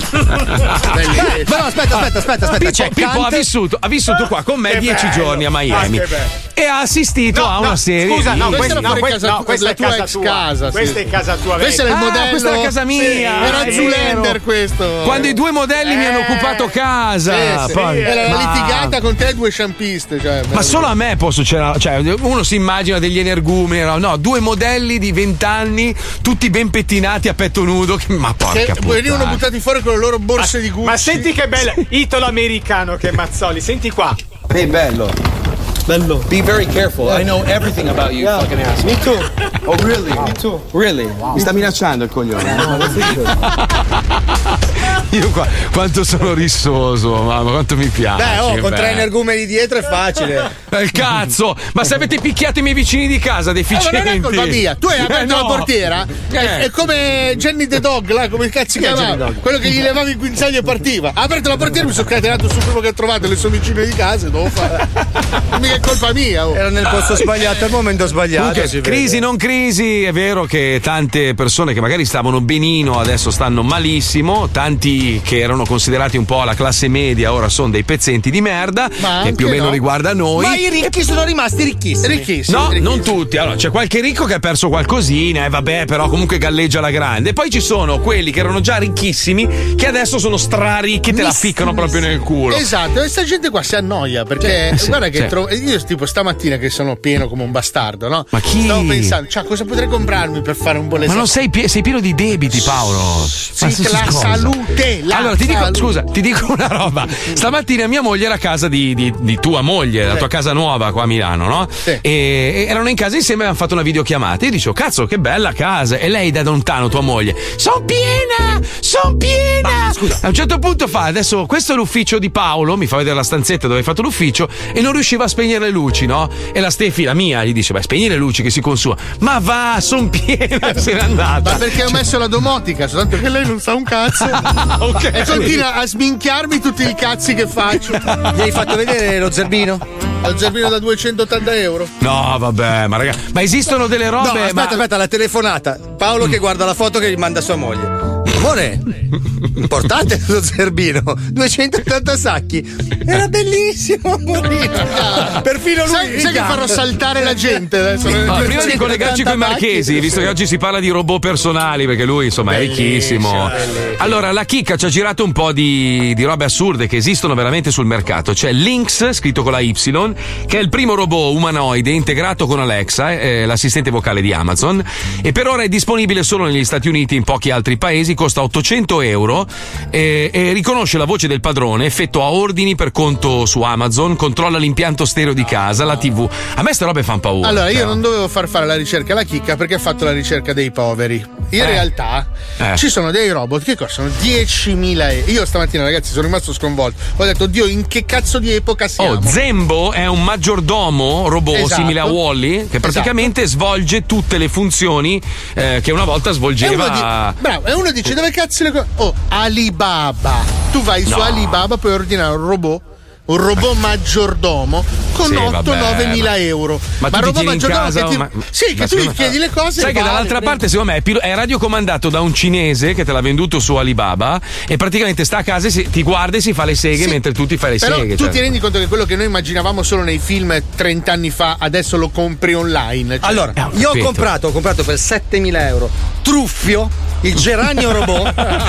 Speaker 3: No, aspetta.
Speaker 1: Pippo ha vissuto qua con me 10 giorni a Miami e ha assistito a una serie.
Speaker 6: Scusa,
Speaker 5: questa è tua ex casa.
Speaker 6: Questa è casa tua.
Speaker 5: Questo è il modello.
Speaker 1: Questa è la casa mia.
Speaker 5: Era Zoolander questo.
Speaker 1: Quando i due modelli mi hanno occupato casa.
Speaker 5: Era la litigata con te e 2 sciampiste.
Speaker 1: Ma solo a me può succedere. Cioè, uno si immagina degli energumeni. No, 2 modelli di 20 anni, tutti ben pettinati a petto nudo. Ma porca puttana.
Speaker 5: Venivano buttati fuori con le loro borse di Gucci.
Speaker 6: Ma senti che bello, italo americano che Mazzoli, senti qua.
Speaker 4: Hey, bello. Be very careful. I know everything about you, fucking ass. Me too. Oh, really? Me too. Really? Mi sta minacciando il coglione.
Speaker 1: Io qua, quanto sono rissoso, mamma, quanto mi piace.
Speaker 3: Con 3 energumeni dietro è facile.
Speaker 1: Il cazzo! Ma se avete picchiato i miei vicini di casa, deficienti.
Speaker 5: Ma non è colpa mia. Tu hai aperto la portiera. È come Jenny the Dog, là, come il cazzo chiamava? Quello che gli levavi i guinzagli e partiva. Ha aperto la portiera, mi sono scatenato sul primo che ha trovato, le sue vicine di casa. Devo fare. Mica è colpa mia.
Speaker 3: Era nel posto sbagliato al momento sbagliato.
Speaker 1: Crisi non crisi, è vero che tante persone che magari stavano benino adesso stanno malissimo, tanti che erano considerati un po' la classe media ora sono dei pezzenti di merda, che più o meno riguarda noi.
Speaker 3: Ma i ricchi sono rimasti ricchissimi.
Speaker 1: No, non tutti. Allora, c'è qualche ricco che ha perso qualcosina, vabbè, però comunque galleggia alla grande. Poi ci sono quelli che erano già ricchissimi che adesso sono straricchi, te la ficcano proprio nel culo.
Speaker 5: Esatto, e sta gente qua si annoia perché guarda che io tipo stamattina che sono pieno come un bastardo, no?
Speaker 1: Ma chi?
Speaker 5: Stavo pensando, cosa potrei comprarmi per fare un bollesco?
Speaker 1: Ma non sei pieno di debiti, Paolo.
Speaker 5: La salute.
Speaker 1: Allora ti dico una roba. Stamattina mia moglie era a casa di tua moglie, la tua casa nuova qua a Milano, no?
Speaker 5: Sì.
Speaker 1: E erano in casa insieme e hanno fatto una videochiamata. Io dicevo, cazzo, che bella casa. E lei da lontano, tua moglie, son piena. Scusa. A un certo punto adesso questo è l'ufficio di Paolo, mi fa vedere la stanzetta dove hai fatto l'ufficio e non riusciva a spegnere le luci, no? E la Stefi, la mia, gli dice, beh, spegni le luci che si consuma. Ma va, son piena, se n'è andata.
Speaker 5: Ma perché ho messo la domotica, soltanto che lei non sa un cazzo.
Speaker 1: Okay.
Speaker 5: E continua a sminchiarmi tutti i cazzi che faccio.
Speaker 3: Gli hai fatto vedere lo zerbino?
Speaker 5: Lo zerbino da 280 euro.
Speaker 1: No, vabbè, ma raga, ma esistono delle robe.
Speaker 3: No, aspetta, la telefonata. Paolo che guarda la foto che gli manda sua moglie. Amore, importante lo zerbino, 280 sacchi. Era bellissimo, amorino. Perfino lui.
Speaker 5: Sai che farò saltare la gente adesso.
Speaker 1: Prima di collegarci con i marchesi, visto che oggi si parla di robot personali, perché lui insomma è ricchissimo. Allora, la chicca ci ha girato un po' di robe assurde che esistono veramente sul mercato. C'è Lynx, scritto con la Y, che è il primo robot umanoide integrato con Alexa, l'assistente vocale di Amazon, e per ora è disponibile solo negli Stati Uniti e in pochi altri paesi. Costa 800 euro e riconosce la voce del padrone, effettua ordini per conto su Amazon, controlla l'impianto stereo di casa, la TV. A me ste robe fanno paura.
Speaker 5: Allora, io non dovevo far fare la ricerca alla chicca perché ha fatto la ricerca dei poveri. In realtà ci sono dei robot che costano 10.000 euro. Io stamattina, ragazzi, sono rimasto sconvolto. Ho detto, Dio, in che cazzo di epoca siamo?
Speaker 1: Zembo è un maggiordomo robot simile a Wall-E che praticamente svolge tutte le funzioni che una volta svolgeva.
Speaker 5: Bravo, e uno dice, dove cazzo le cose? Alibaba. Tu vai su Alibaba, puoi ordinare un robot maggiordomo con 8-9 mila euro.
Speaker 1: Ma tu
Speaker 5: robot
Speaker 1: maggiordomo
Speaker 5: che tu gli chiedi le cose.
Speaker 1: Sai che dall'altra parte, secondo me, è radiocomandato da un cinese che te l'ha venduto su Alibaba e praticamente sta a casa e ti guarda e si fa le seghe mentre tu ti fai le
Speaker 5: seghe.
Speaker 1: Però
Speaker 5: tu ti rendi conto che quello che noi immaginavamo solo nei film 30 anni fa, adesso lo compri online. Cioè.
Speaker 3: Allora, io ho comprato per 7.000 euro Truffio, il geranio robot.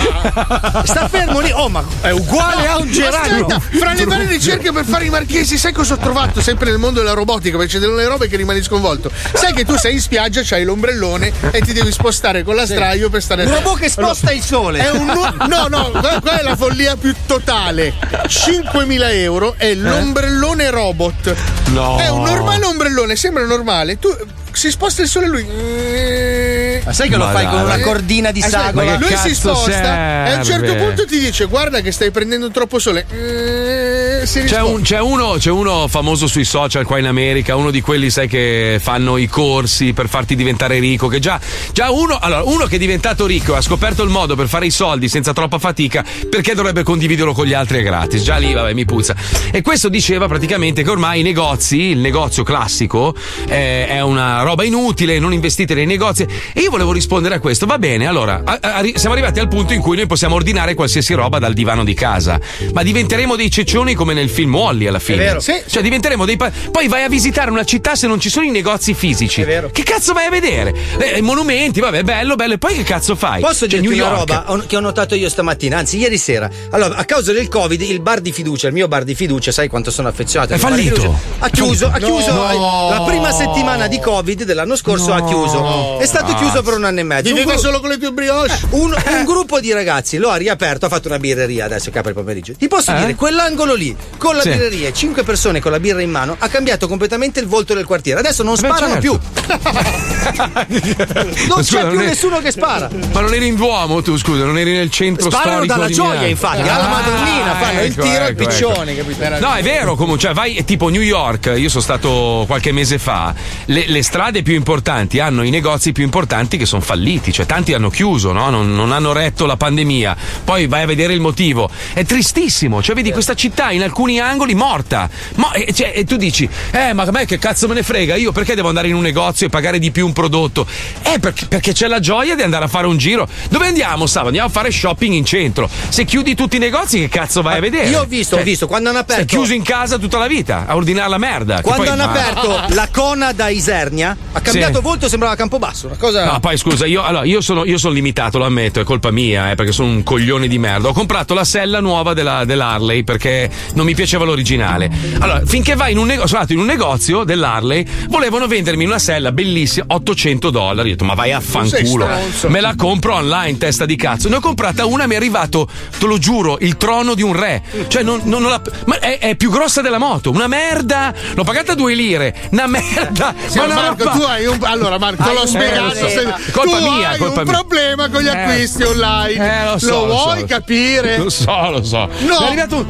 Speaker 3: Sta fermo lì. Oh, ma è uguale a un geranio.
Speaker 5: Aspetta, fra le varie ricerche per fare i marchesi, sai cosa ho trovato sempre nel mondo della robotica? Perché c'è delle robe che rimani sconvolto. Sai che tu sei in spiaggia, c'hai l'ombrellone e ti devi spostare con la sdraio per stare.
Speaker 3: Un robot che sposta il sole.
Speaker 5: È no, quella è la follia più totale. 5.000 euro è l'ombrellone robot.
Speaker 1: No.
Speaker 5: È un normale ombrellone, sembra normale. Tu si sposta il sole lui.
Speaker 3: Ma sai che lo fai con una cordina di sagola?
Speaker 5: Lui si sposta e a un certo punto ti dice, guarda che stai prendendo troppo sole.
Speaker 1: C'è uno famoso sui social qua in America, uno di quelli, sai, che fanno i corsi per farti diventare ricco, che già uno che è diventato ricco e ha scoperto il modo per fare i soldi senza troppa fatica, perché dovrebbe condividerlo con gli altri, è gratis. Già lì, vabbè, mi puzza. E questo diceva praticamente che ormai il negozio classico è una roba inutile, non investite nei negozi. E io volevo rispondere a questo. Va bene, allora siamo arrivati al punto in cui noi possiamo ordinare qualsiasi roba dal divano di casa, ma diventeremo dei ceccioni come nel film Wall-E alla fine.
Speaker 3: È vero.
Speaker 1: Sì, cioè diventeremo poi vai a visitare una città se non ci sono i negozi fisici.
Speaker 3: È vero.
Speaker 1: Che cazzo vai a vedere? I monumenti, vabbè, bello, e poi che cazzo fai?
Speaker 3: Posso dirti
Speaker 1: New
Speaker 3: una
Speaker 1: York.
Speaker 3: roba che ho notato io stamattina, anzi ieri sera. Allora, a causa del Covid, il bar di fiducia, il mio bar di fiducia, sai quanto sono affezionato?
Speaker 1: È fallito.
Speaker 3: Ha chiuso. La prima settimana di Covid dell'anno scorso ha chiuso. È stato chiuso per 1 anno e mezzo.
Speaker 5: Vive solo con le tue brioche.
Speaker 3: Un gruppo di ragazzi lo ha riaperto, ha fatto una birreria adesso che apre il pomeriggio. Ti posso dire, quell'angolo lì, con la birreria, 5 persone con la birra in mano, ha cambiato completamente il volto del quartiere. Adesso non sparano più. Non c'è più nessuno che spara.
Speaker 1: Ma non eri in Duomo tu, scusa, non eri nel centro
Speaker 3: storico? Sparano dalla gioia,
Speaker 1: Milano.
Speaker 3: infatti, alla Madonnina, fanno il tiro al piccione, capito?
Speaker 1: No, è vero, comunque, cioè, vai tipo New York, io sono stato qualche mese fa, le strade più importanti hanno i negozi più importanti che sono falliti, cioè tanti hanno chiuso, no? Non hanno retto la pandemia. Poi vai a vedere il motivo. È tristissimo, cioè vedi questa città in alcuni angoli morta. E tu dici, ma a me che cazzo me ne frega? Io perché devo andare in un negozio e pagare di più un prodotto? Perché c'è la gioia di andare a fare un giro. Dove andiamo sabato? Andiamo a fare shopping in centro. Se chiudi tutti i negozi, che cazzo vai a vedere?
Speaker 3: Io ho visto quando hanno aperto.
Speaker 1: Sei chiuso in casa tutta la vita a ordinare la merda.
Speaker 3: Quando hanno aperto la Cona da Isernia, ha cambiato volto, sembrava Campobasso. Una cosa.
Speaker 1: No, poi scusa, io sono limitato, lo ammetto, è colpa mia, perché sono un coglione di merda. Ho comprato la sella nuova dell'Harley perché non mi piaceva l'originale. Allora, finché vai sono andato in un negozio dell'Harley, volevano vendermi una sella bellissima, $800. Ho detto, ma vai a fanculo, me la compro online, testa di cazzo. Ne ho comprata una, mi è arrivato, te lo giuro, il trono di un re. Cioè, ma è più grossa della moto, una merda. L'ho pagata 2 lire, una merda.
Speaker 5: Sì, ma Marco, tu hai allora Marco, te l'ho spiegato.
Speaker 1: Colpa mia,
Speaker 5: hai un problema con gli acquisti online. Lo vuoi capire?
Speaker 1: Lo so.
Speaker 5: No.
Speaker 1: Mi è arrivato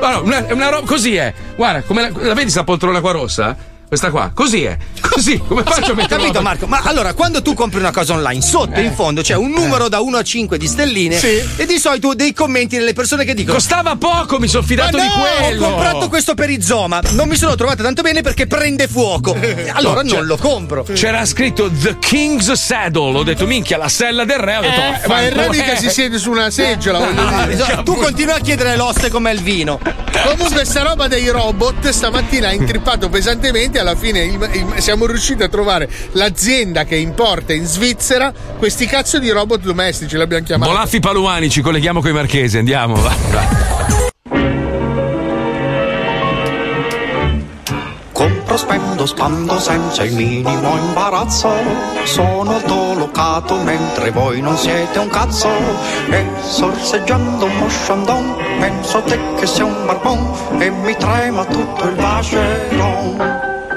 Speaker 1: una roba così è. Guarda, come la vedi sta poltrona qua rossa? Questa qua, così è. Così, come faccio a mettere?
Speaker 3: Capito, Marco? Ma allora, quando tu compri una cosa online, sotto in fondo c'è un numero da 1 a 5 di stelline e di solito dei commenti delle persone che dicono:
Speaker 1: costava poco, mi sono fidato di quello.
Speaker 3: Ho comprato questo per Rizoma, non mi sono trovata tanto bene perché prende fuoco. Allora non lo compro.
Speaker 1: C'era scritto The King's Saddle, ho detto minchia, la sella del re, ho detto
Speaker 5: ma il re mica si siede su una seggiola, voglio dire.
Speaker 3: Tu continui a chiedere l'oste com'è il vino.
Speaker 5: Comunque sta roba dei robot stamattina ha intrippato pesantemente. Alla fine siamo riusciti a trovare l'azienda che importa in Svizzera questi cazzo di robot domestici, l'abbiamo chiamato.
Speaker 1: Bolaffi Paluani, ci colleghiamo con i marchesi, andiamo, va.
Speaker 10: Compro, spendo, spando senza il minimo imbarazzo. Sono autolocato mentre voi non siete un cazzo. E sorseggiando un mosciandon penso a te che sei un barbon e mi trema tutto il vacheron.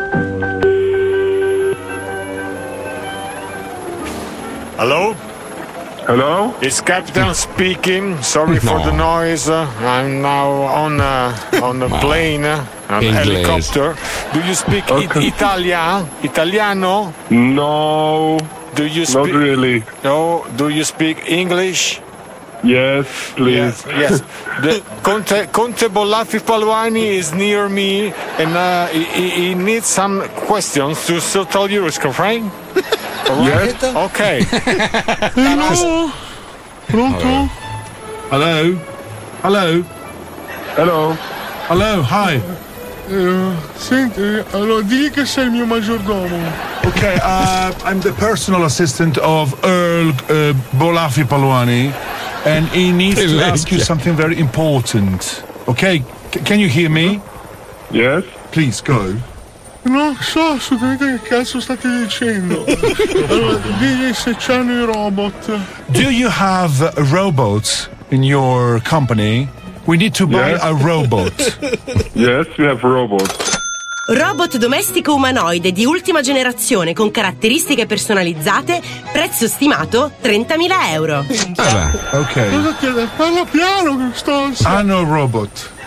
Speaker 22: Hello?
Speaker 14: Hello?
Speaker 22: It's Captain speaking. Sorry for the noise. I'm now on a plane, an helicopter. Do you speak Italiano?
Speaker 14: No.
Speaker 22: Do you speak?
Speaker 14: Not really.
Speaker 22: No. Do you speak English?
Speaker 14: Yes, please.
Speaker 22: Yes. The Conte Bolaffi Paluani is near me, and he needs some questions to settle your screen.
Speaker 14: Yes.
Speaker 22: Okay.
Speaker 5: Hello? Pronto?
Speaker 22: Hello.
Speaker 14: Hello.
Speaker 22: Hello. Hi.
Speaker 5: Senti, allora digli che sei il mio maggiordomo.
Speaker 22: Okay. I'm the personal assistant of Earl Bolaffi Paluani, and he needs to ask you something very important. Okay. Can you hear me?
Speaker 14: Yes.
Speaker 22: Please go.
Speaker 5: Non so assolutamente che cazzo state dicendo. Allora, digli se c'hanno i robot.
Speaker 22: Do you have robots in your company? We need to buy a robot.
Speaker 14: Yes, we have robots.
Speaker 18: Robot domestico umanoide di ultima generazione con caratteristiche personalizzate, prezzo stimato €30.000.
Speaker 22: Ok.
Speaker 5: Cosa chiede? Parla piano che sto.
Speaker 22: Hanno robot.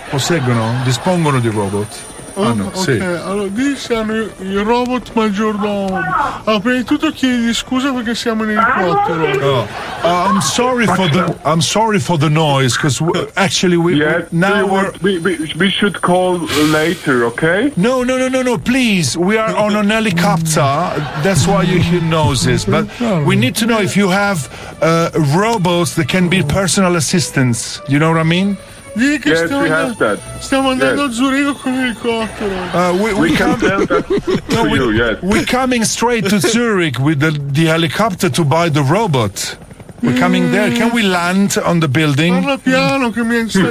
Speaker 22: posseggono, dispongono di robot.
Speaker 7: Ok,
Speaker 22: sì.
Speaker 7: allora di se hanno il robot maggiordomo. Allora, prima di tutto chiedi scusa perché siamo in elicottero.
Speaker 22: I'm sorry for the noise because actually we
Speaker 8: should call later, okay?
Speaker 22: No, please. We are on an helicopter. That's why you hear noises. But we need to know if you have robots that can be personal assistants. You know what I mean?
Speaker 8: Yes, we have that.
Speaker 7: Stiamo andando a Zurigo con l'elicottero.
Speaker 8: We can tell that to you, yes.
Speaker 22: We're coming straight to Zurich with the helicopter to buy the robot. We're coming there. Can we land on the building?
Speaker 7: Parla piano che mi stai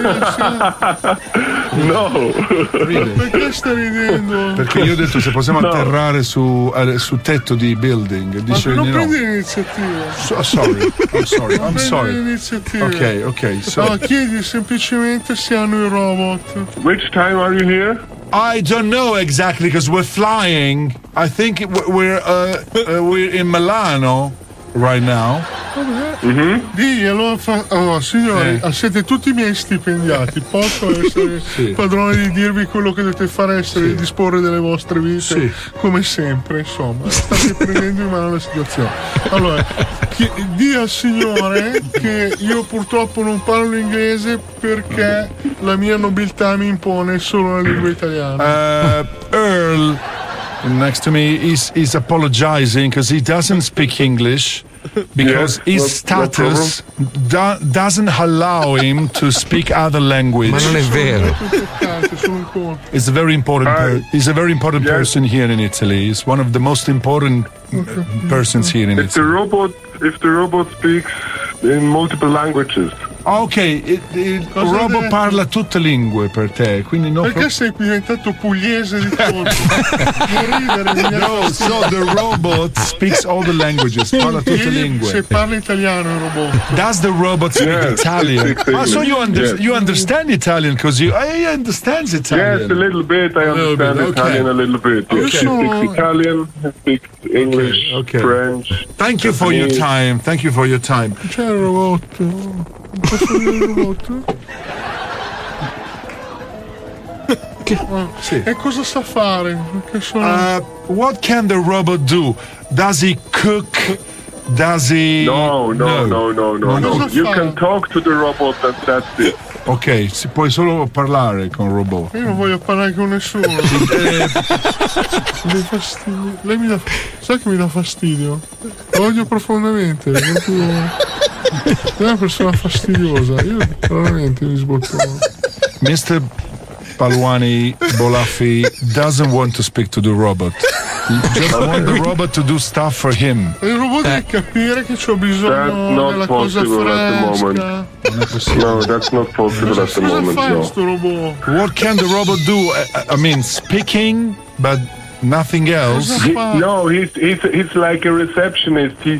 Speaker 8: No.
Speaker 7: Perché stai ridendo?
Speaker 22: Perché io ho detto se possiamo atterrare su tetto di building. Dice
Speaker 7: non
Speaker 22: di
Speaker 7: prendi
Speaker 22: no.
Speaker 7: l'iniziativa.
Speaker 22: I'm sorry.
Speaker 7: L'iniziativa.
Speaker 22: Ok.
Speaker 7: No, chiedi semplicemente se hanno il robot.
Speaker 8: Which time are you here?
Speaker 22: I don't know exactly because we're flying. I think we're in Milano right now.
Speaker 7: Digli allora signori, siete tutti miei stipendiati, posso essere padrone di dirvi quello che dovete fare, essere disporre delle vostre vite come sempre, insomma state prendendo in mano la situazione. Allora di al signore che io purtroppo non parlo inglese perché la mia nobiltà mi impone solo la lingua italiana.
Speaker 22: Earl next to me is apologizing because he doesn't speak English. Because his status doesn't allow him to speak other language.
Speaker 17: Ma non è vero.
Speaker 22: It's a very important. He's a very important person here in Italy. He's one of the most important persons here in Italy.
Speaker 8: If the robot speaks in multiple languages.
Speaker 22: Ok, il robot parla tutte lingue per te, quindi no.
Speaker 7: Perché sei diventato pugliese di colpo?
Speaker 22: No, so the robot speaks all the languages, parla tutte le lingue.
Speaker 7: Se parla italiano il robot.
Speaker 22: Does the robot speak Italian? So you understand Italian because he understands Italian.
Speaker 8: Yes, a little bit. I understand Italian a little bit. Yes. He speaks Italian, he speaks English, French.
Speaker 22: Thank you for your time. Thank you for your time.
Speaker 7: C'è il robot. Posso dire il robot? E cosa sa fare?
Speaker 22: What can the robot do? Does he cook? Does he?
Speaker 8: No. You can talk to the robot and that's it.
Speaker 22: Ok, si puoi solo parlare con il robot.
Speaker 7: Io non voglio parlare con nessuno. Mi dà fastidio. Lei mi dà. Sai che mi dà fastidio? Lo odio profondamente. È una persona fastidiosa. Io veramente mi sbottono.
Speaker 22: Mr. Paluani Bolaffi doesn't want to speak to the robot. He just wants the robot to do stuff for him.
Speaker 7: Il robot deve capire che c'ho bisogno della cosa fresca.
Speaker 8: No, that's not possible at the moment.
Speaker 7: No.
Speaker 22: What can the robot do? I mean, speaking, but nothing else.
Speaker 8: He's like a receptionist. He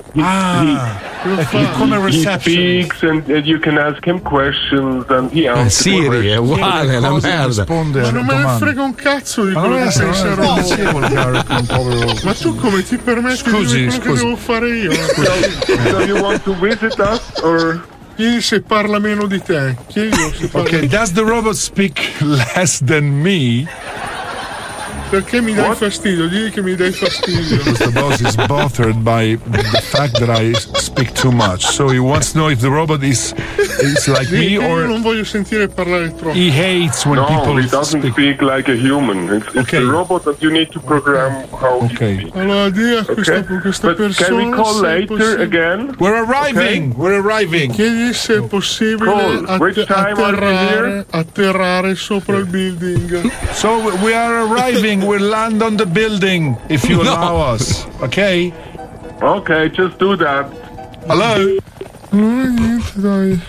Speaker 8: speaks and you can ask him questions and he answers.
Speaker 17: Siri è uguale, è una merda.
Speaker 7: Ma non me ne frega un cazzo di quello che pensa il robot. Ma tu come ti permetti di dire quello che devo fare io?
Speaker 8: So you want to visit us or?
Speaker 7: Chiedi se parla meno di te. Chiedi se parla.
Speaker 22: Okay, does the robot speak less than me?
Speaker 7: Perché mi dai fastidio? Digli che mi dai fastidio.
Speaker 22: Because the boss is bothered by the fact that I speak too much. So he wants to know if the robot is like me or.
Speaker 7: Io non voglio sentire parlare troppo.
Speaker 22: He hates when people
Speaker 8: he doesn't speak like a human. It's a robot that you need to program how he speaks.
Speaker 7: Allora di a questa persona.
Speaker 8: Can we call later again?
Speaker 22: We're arriving. Okay. We're arriving.
Speaker 7: Chiedi se è possibile atterrare sopra il building.
Speaker 22: So we are arriving. We'll land on the building if you allow us. Okay?
Speaker 8: Okay, just do that.
Speaker 22: Hello?
Speaker 7: Non è niente, dai.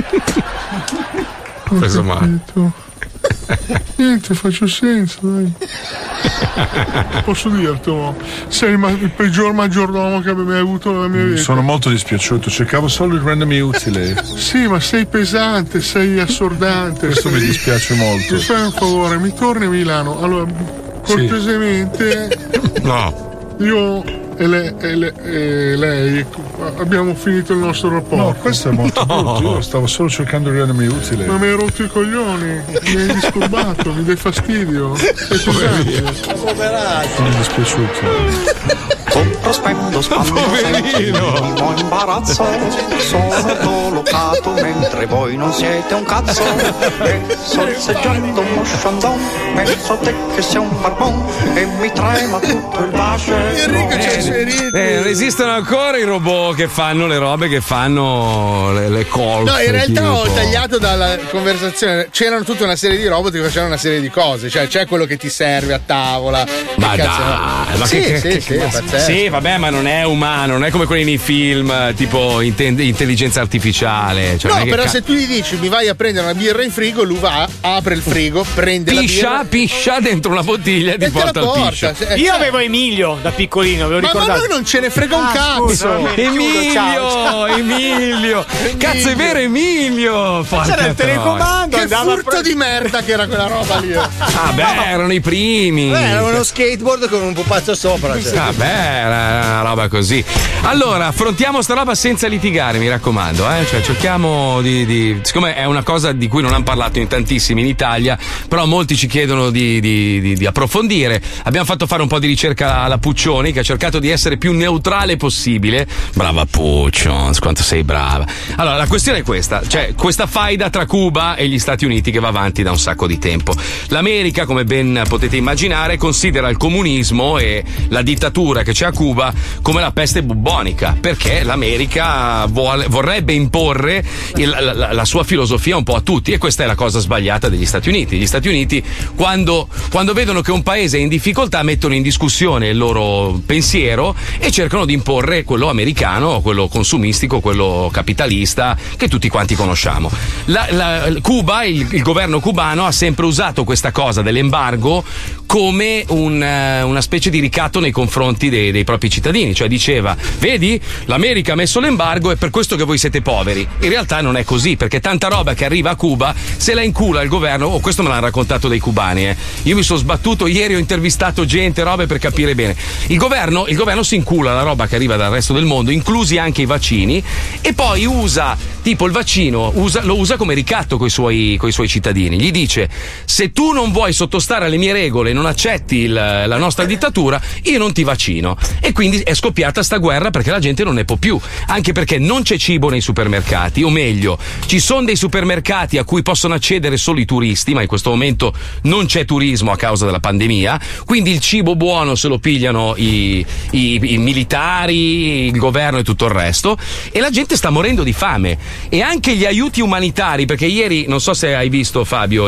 Speaker 17: Preso male.
Speaker 7: Niente, faccio senso, dai. Posso dirtelo? Sei il peggior maggiordomo che abbia mai avuto nella mia vita.
Speaker 22: Sono molto dispiaciuto, cercavo solo di rendermi utile.
Speaker 7: Sì, ma sei pesante, sei assordante.
Speaker 22: Questo mi dispiace molto.
Speaker 7: Mi fai un favore, mi torni a Milano. Allora, cortesemente.
Speaker 17: No.
Speaker 7: Io lei, abbiamo finito il nostro rapporto.
Speaker 22: No, questo è molto brutto. Io stavo solo cercando di rendermi utile.
Speaker 7: Ma mi hai rotto i coglioni, mi hai disturbato, mi dai fastidio. Sei pesante.
Speaker 22: Mi è dispiaciuto.
Speaker 10: Compro, spendo, spando senza il minimo imbarazzo. Sono collocato mentre voi non siete un cazzo. E sorseggiando un mosciandon, penso a te che sei un barbon e mi trema tutto il bacio.
Speaker 1: Non esistono ancora i robot che fanno le robe che fanno le call.
Speaker 5: No, in realtà ho tagliato dalla conversazione. C'erano tutta una serie di robot che facevano una serie di cose. Cioè, c'è quello che ti serve a tavola.
Speaker 1: Ma dai, ma sì, vabbè, ma non è umano, non è come quelli nei film, tipo intelligenza artificiale. Cioè,
Speaker 5: no, però se tu gli dici mi vai a prendere una birra in frigo, lui va, apre il frigo, prende la birra.
Speaker 1: Piscia dentro una bottiglia e ti porta il piscio.
Speaker 6: Io avevo Emilio da piccolino, ve lo ricordate?
Speaker 5: Ma noi non ce ne frega un cazzo.
Speaker 1: Emilio. Cazzo, è vero, Emilio.
Speaker 6: C'era il telecomando.
Speaker 5: Che furto di merda che era quella roba lì.
Speaker 1: Erano i primi.
Speaker 3: Era uno skateboard con un pupazzo sopra.
Speaker 1: Era una roba così. Allora, affrontiamo sta roba senza litigare, mi raccomando. Cioè, cerchiamo siccome è una cosa di cui non hanno parlato in tantissimi in Italia, però molti ci chiedono di approfondire. Abbiamo fatto fare un po' di ricerca alla Puccioni, che ha cercato di essere più neutrale possibile. Brava Puccioni, quanto sei brava. Allora, la questione è questa: c'è questa faida tra Cuba e gli Stati Uniti che va avanti da un sacco di tempo. L'America, come ben potete immaginare, considera il comunismo e la dittatura che c'è a Cuba come la peste bubbonica, perché l'America vorrebbe imporre la sua filosofia un po' a tutti, e questa è la cosa sbagliata degli Stati Uniti. Gli Stati Uniti, quando vedono che un paese è in difficoltà, mettono in discussione il loro pensiero e cercano di imporre quello americano, quello consumistico, quello capitalista che tutti quanti conosciamo. Cuba, il governo cubano ha sempre usato questa cosa dell'embargo come una specie di ricatto nei confronti dei propri cittadini, cioè diceva: vedi, l'America ha messo l'embargo, è per questo che voi siete poveri. In realtà non è così, perché tanta roba che arriva a Cuba se la incula il governo. Questo me l'hanno raccontato dei cubani. Io mi sono sbattuto ieri, ho intervistato gente, robe per capire bene. Il governo si incula la roba che arriva dal resto del mondo, inclusi anche i vaccini, e poi usa, tipo il vaccino, lo usa come ricatto coi suoi cittadini. Gli dice: se tu non vuoi sottostare alle mie regole, non accetti la nostra dittatura, io non ti vaccino. E quindi è scoppiata sta guerra, perché la gente non ne può più, anche perché non c'è cibo nei supermercati, o meglio, ci sono dei supermercati a cui possono accedere solo i turisti, ma in questo momento non c'è turismo a causa della pandemia, quindi il cibo buono se lo pigliano i militari, il governo e tutto il resto, e la gente sta morendo di fame. E anche gli aiuti umanitari, perché ieri, non so se hai visto, Fabio,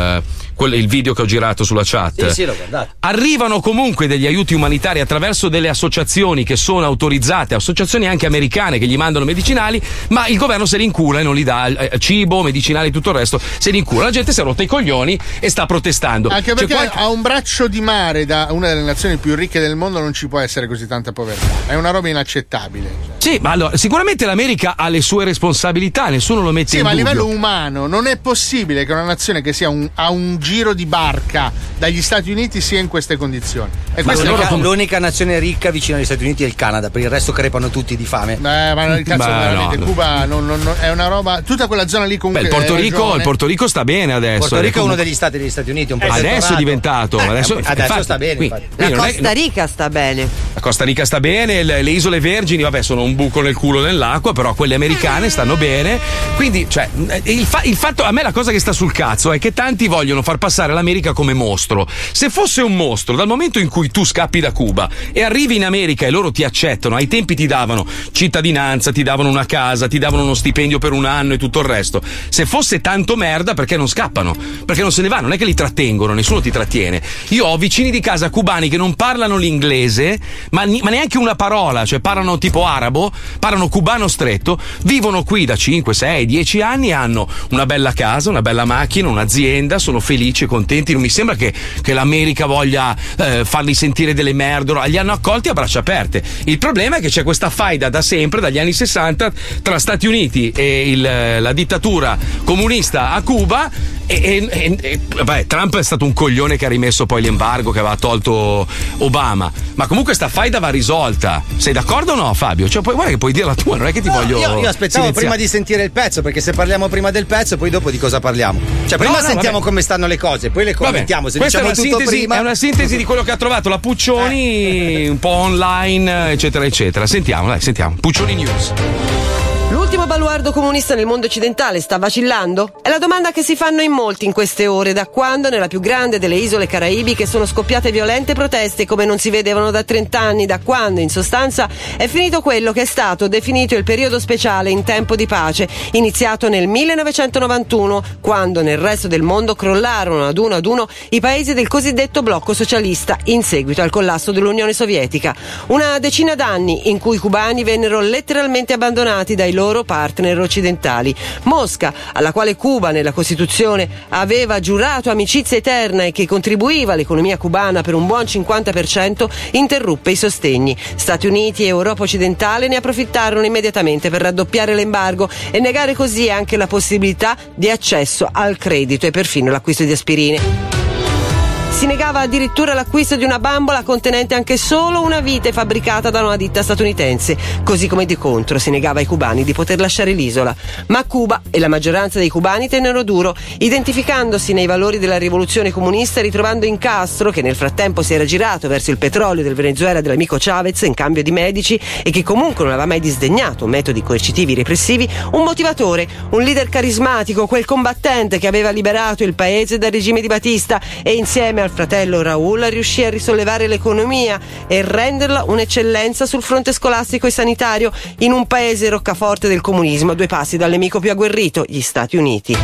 Speaker 1: il video che ho girato sulla chat.
Speaker 3: Sì, l'ho guardato.
Speaker 1: Arrivano comunque degli aiuti umanitari attraverso delle associazioni che sono autorizzate, associazioni anche americane che gli mandano medicinali, ma il governo se li incula e non gli dà cibo, medicinali e tutto il resto, se li incula. La gente si è rotta i coglioni e sta protestando.
Speaker 5: Anche perché a un braccio di mare da una delle nazioni più ricche del mondo non ci può essere così tanta povertà. È una roba inaccettabile.
Speaker 1: Sì, ma allora, sicuramente l'America ha le sue responsabilità, nessuno lo mette in dubbio.
Speaker 5: Sì, ma a livello umano non è possibile che una nazione che sia a un giro di barca dagli Stati Uniti sia in queste condizioni. E
Speaker 3: l'unica nazione ricca vicino agli Stati Uniti è il Canada, per il resto crepano tutti di fame.
Speaker 5: Ma il cazzo, veramente, no. Cuba non è una roba, tutta quella zona lì comunque.
Speaker 1: Il Porto Rico sta bene adesso.
Speaker 3: Porto Rico è uno degli stati degli Stati Uniti, un po'
Speaker 1: adesso è diventato.
Speaker 3: Adesso sta bene.
Speaker 13: La Costa Rica sta bene.
Speaker 1: La Costa Rica sta bene, le Isole Vergini, vabbè, sono un buco nel culo nell'acqua, però quelle americane stanno bene. Quindi, cioè, il fatto, a me la cosa che sta sul cazzo è che tanti vogliono far passare l'America come mostro. Se fosse un mostro, dal momento in cui tu scappi da Cuba e arrivi in America e loro ti accettano, ai tempi ti davano cittadinanza, ti davano una casa, ti davano uno stipendio per un anno e tutto il resto. Se fosse tanto merda, perché non scappano? Perché non se ne vanno, non è che li trattengono, nessuno ti trattiene. Io ho vicini di casa cubani che non parlano l'inglese, ma neanche una parola, cioè parlano tipo arabo, parlano cubano stretto, vivono qui da 5, 6, 10 anni, hanno una bella casa, una bella macchina, un'azienda, sono felici, felici e contenti. Non mi sembra che l'America voglia farli sentire delle merde. Li hanno accolti a braccia aperte. Il problema è che c'è questa faida da sempre, dagli anni 60, tra Stati Uniti e la dittatura comunista a Cuba. Trump è stato un coglione che ha rimesso poi l'embargo, che aveva tolto Obama, ma comunque sta faida va risolta. Sei d'accordo o no, Fabio? Cioè, guarda che puoi dire la tua, non è che ti voglio.
Speaker 3: Io aspettavo prima di sentire il pezzo, perché se parliamo prima del pezzo, poi dopo di cosa parliamo? Cioè, prima sentiamo come stanno le cose, poi le commentiamo. Se
Speaker 1: questa
Speaker 3: diciamo
Speaker 1: è
Speaker 3: tutto prima.
Speaker 1: È una sintesi di quello che ha trovato la Puccioni, un po' online, eccetera, eccetera. Sentiamo. Puccioni News.
Speaker 15: L'ultimo baluardo comunista nel mondo occidentale sta vacillando? È la domanda che si fanno in molti in queste ore, da quando nella più grande delle isole caraibiche sono scoppiate violente proteste come non si vedevano da 30 anni, da quando in sostanza è finito quello che è stato definito il periodo speciale in tempo di pace, iniziato nel 1991, quando nel resto del mondo crollarono ad uno i paesi del cosiddetto blocco socialista in seguito al collasso dell'Unione Sovietica. Una decina d'anni in cui i cubani vennero letteralmente abbandonati dai loro partner occidentali. Mosca, alla quale Cuba nella Costituzione aveva giurato amicizia eterna e che contribuiva all'economia cubana per un buon 50%, interruppe i sostegni. Stati Uniti e Europa occidentale ne approfittarono immediatamente per raddoppiare l'embargo e negare così anche la possibilità di accesso al credito e perfino l'acquisto di aspirine. Si negava addirittura l'acquisto di una bambola contenente anche solo una vite fabbricata da una ditta statunitense, così come di contro si negava ai cubani di poter lasciare l'isola. Ma Cuba e la maggioranza dei cubani tennero duro, identificandosi nei valori della rivoluzione comunista e ritrovando in Castro, che nel frattempo si era girato verso il petrolio del Venezuela dell'amico Chavez in cambio di medici e che comunque non aveva mai disdegnato metodi coercitivi repressivi, un motivatore, un leader carismatico, quel combattente che aveva liberato il paese dal regime di Batista e insieme al fratello Raul riuscì a risollevare l'economia e renderla un'eccellenza sul fronte scolastico e sanitario in un paese roccaforte del comunismo a 2 passi dal nemico più agguerrito, gli Stati Uniti.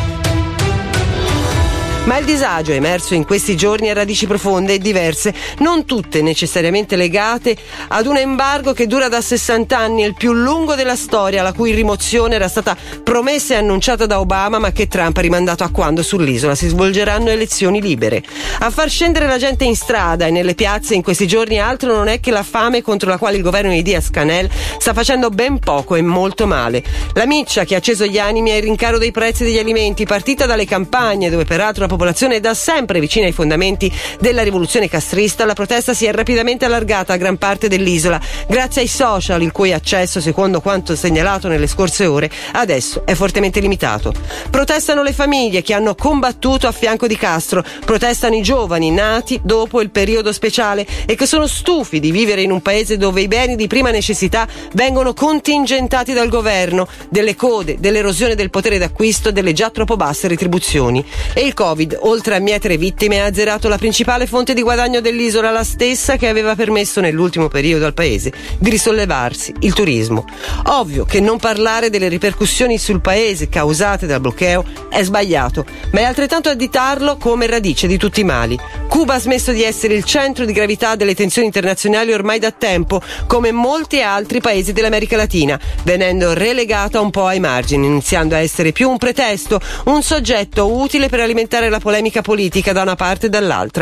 Speaker 15: Ma il disagio emerso in questi giorni ha radici profonde e diverse, non tutte necessariamente legate ad un embargo che dura da 60 anni, il più lungo della storia, la cui rimozione era stata promessa e annunciata da Obama, ma che Trump ha rimandato a quando sull'isola si svolgeranno elezioni libere. A far scendere la gente in strada e nelle piazze in questi giorni altro non è che la fame contro la quale il governo di Díaz-Canel sta facendo ben poco e molto male. La miccia che ha acceso gli animi è il rincaro dei prezzi degli alimenti, partita dalle campagne dove peraltro la popolazione è da sempre vicina ai fondamenti della rivoluzione castrista. La protesta si è rapidamente allargata a gran parte dell'isola grazie ai social, il cui accesso, secondo quanto segnalato nelle scorse ore, adesso è fortemente limitato. Protestano le famiglie che hanno combattuto a fianco di Castro, protestano i giovani nati dopo il periodo speciale e che sono stufi di vivere in un paese dove i beni di prima necessità vengono contingentati dal governo, delle code, dell'erosione del potere d'acquisto, delle già troppo basse retribuzioni. E il Covid, oltre a mietere vittime, ha azzerato la principale fonte di guadagno dell'isola, la stessa che aveva permesso nell'ultimo periodo al paese di risollevarsi, il turismo. Ovvio che non parlare delle ripercussioni sul paese causate dal bloqueo è sbagliato, ma è altrettanto additarlo come radice di tutti i mali. Cuba ha smesso di essere il centro di gravità delle tensioni internazionali ormai da tempo, come molti altri paesi dell'America Latina, venendo relegata un po' ai margini, iniziando a essere più un pretesto, un soggetto utile per alimentare la polemica politica da una parte e dall'altra.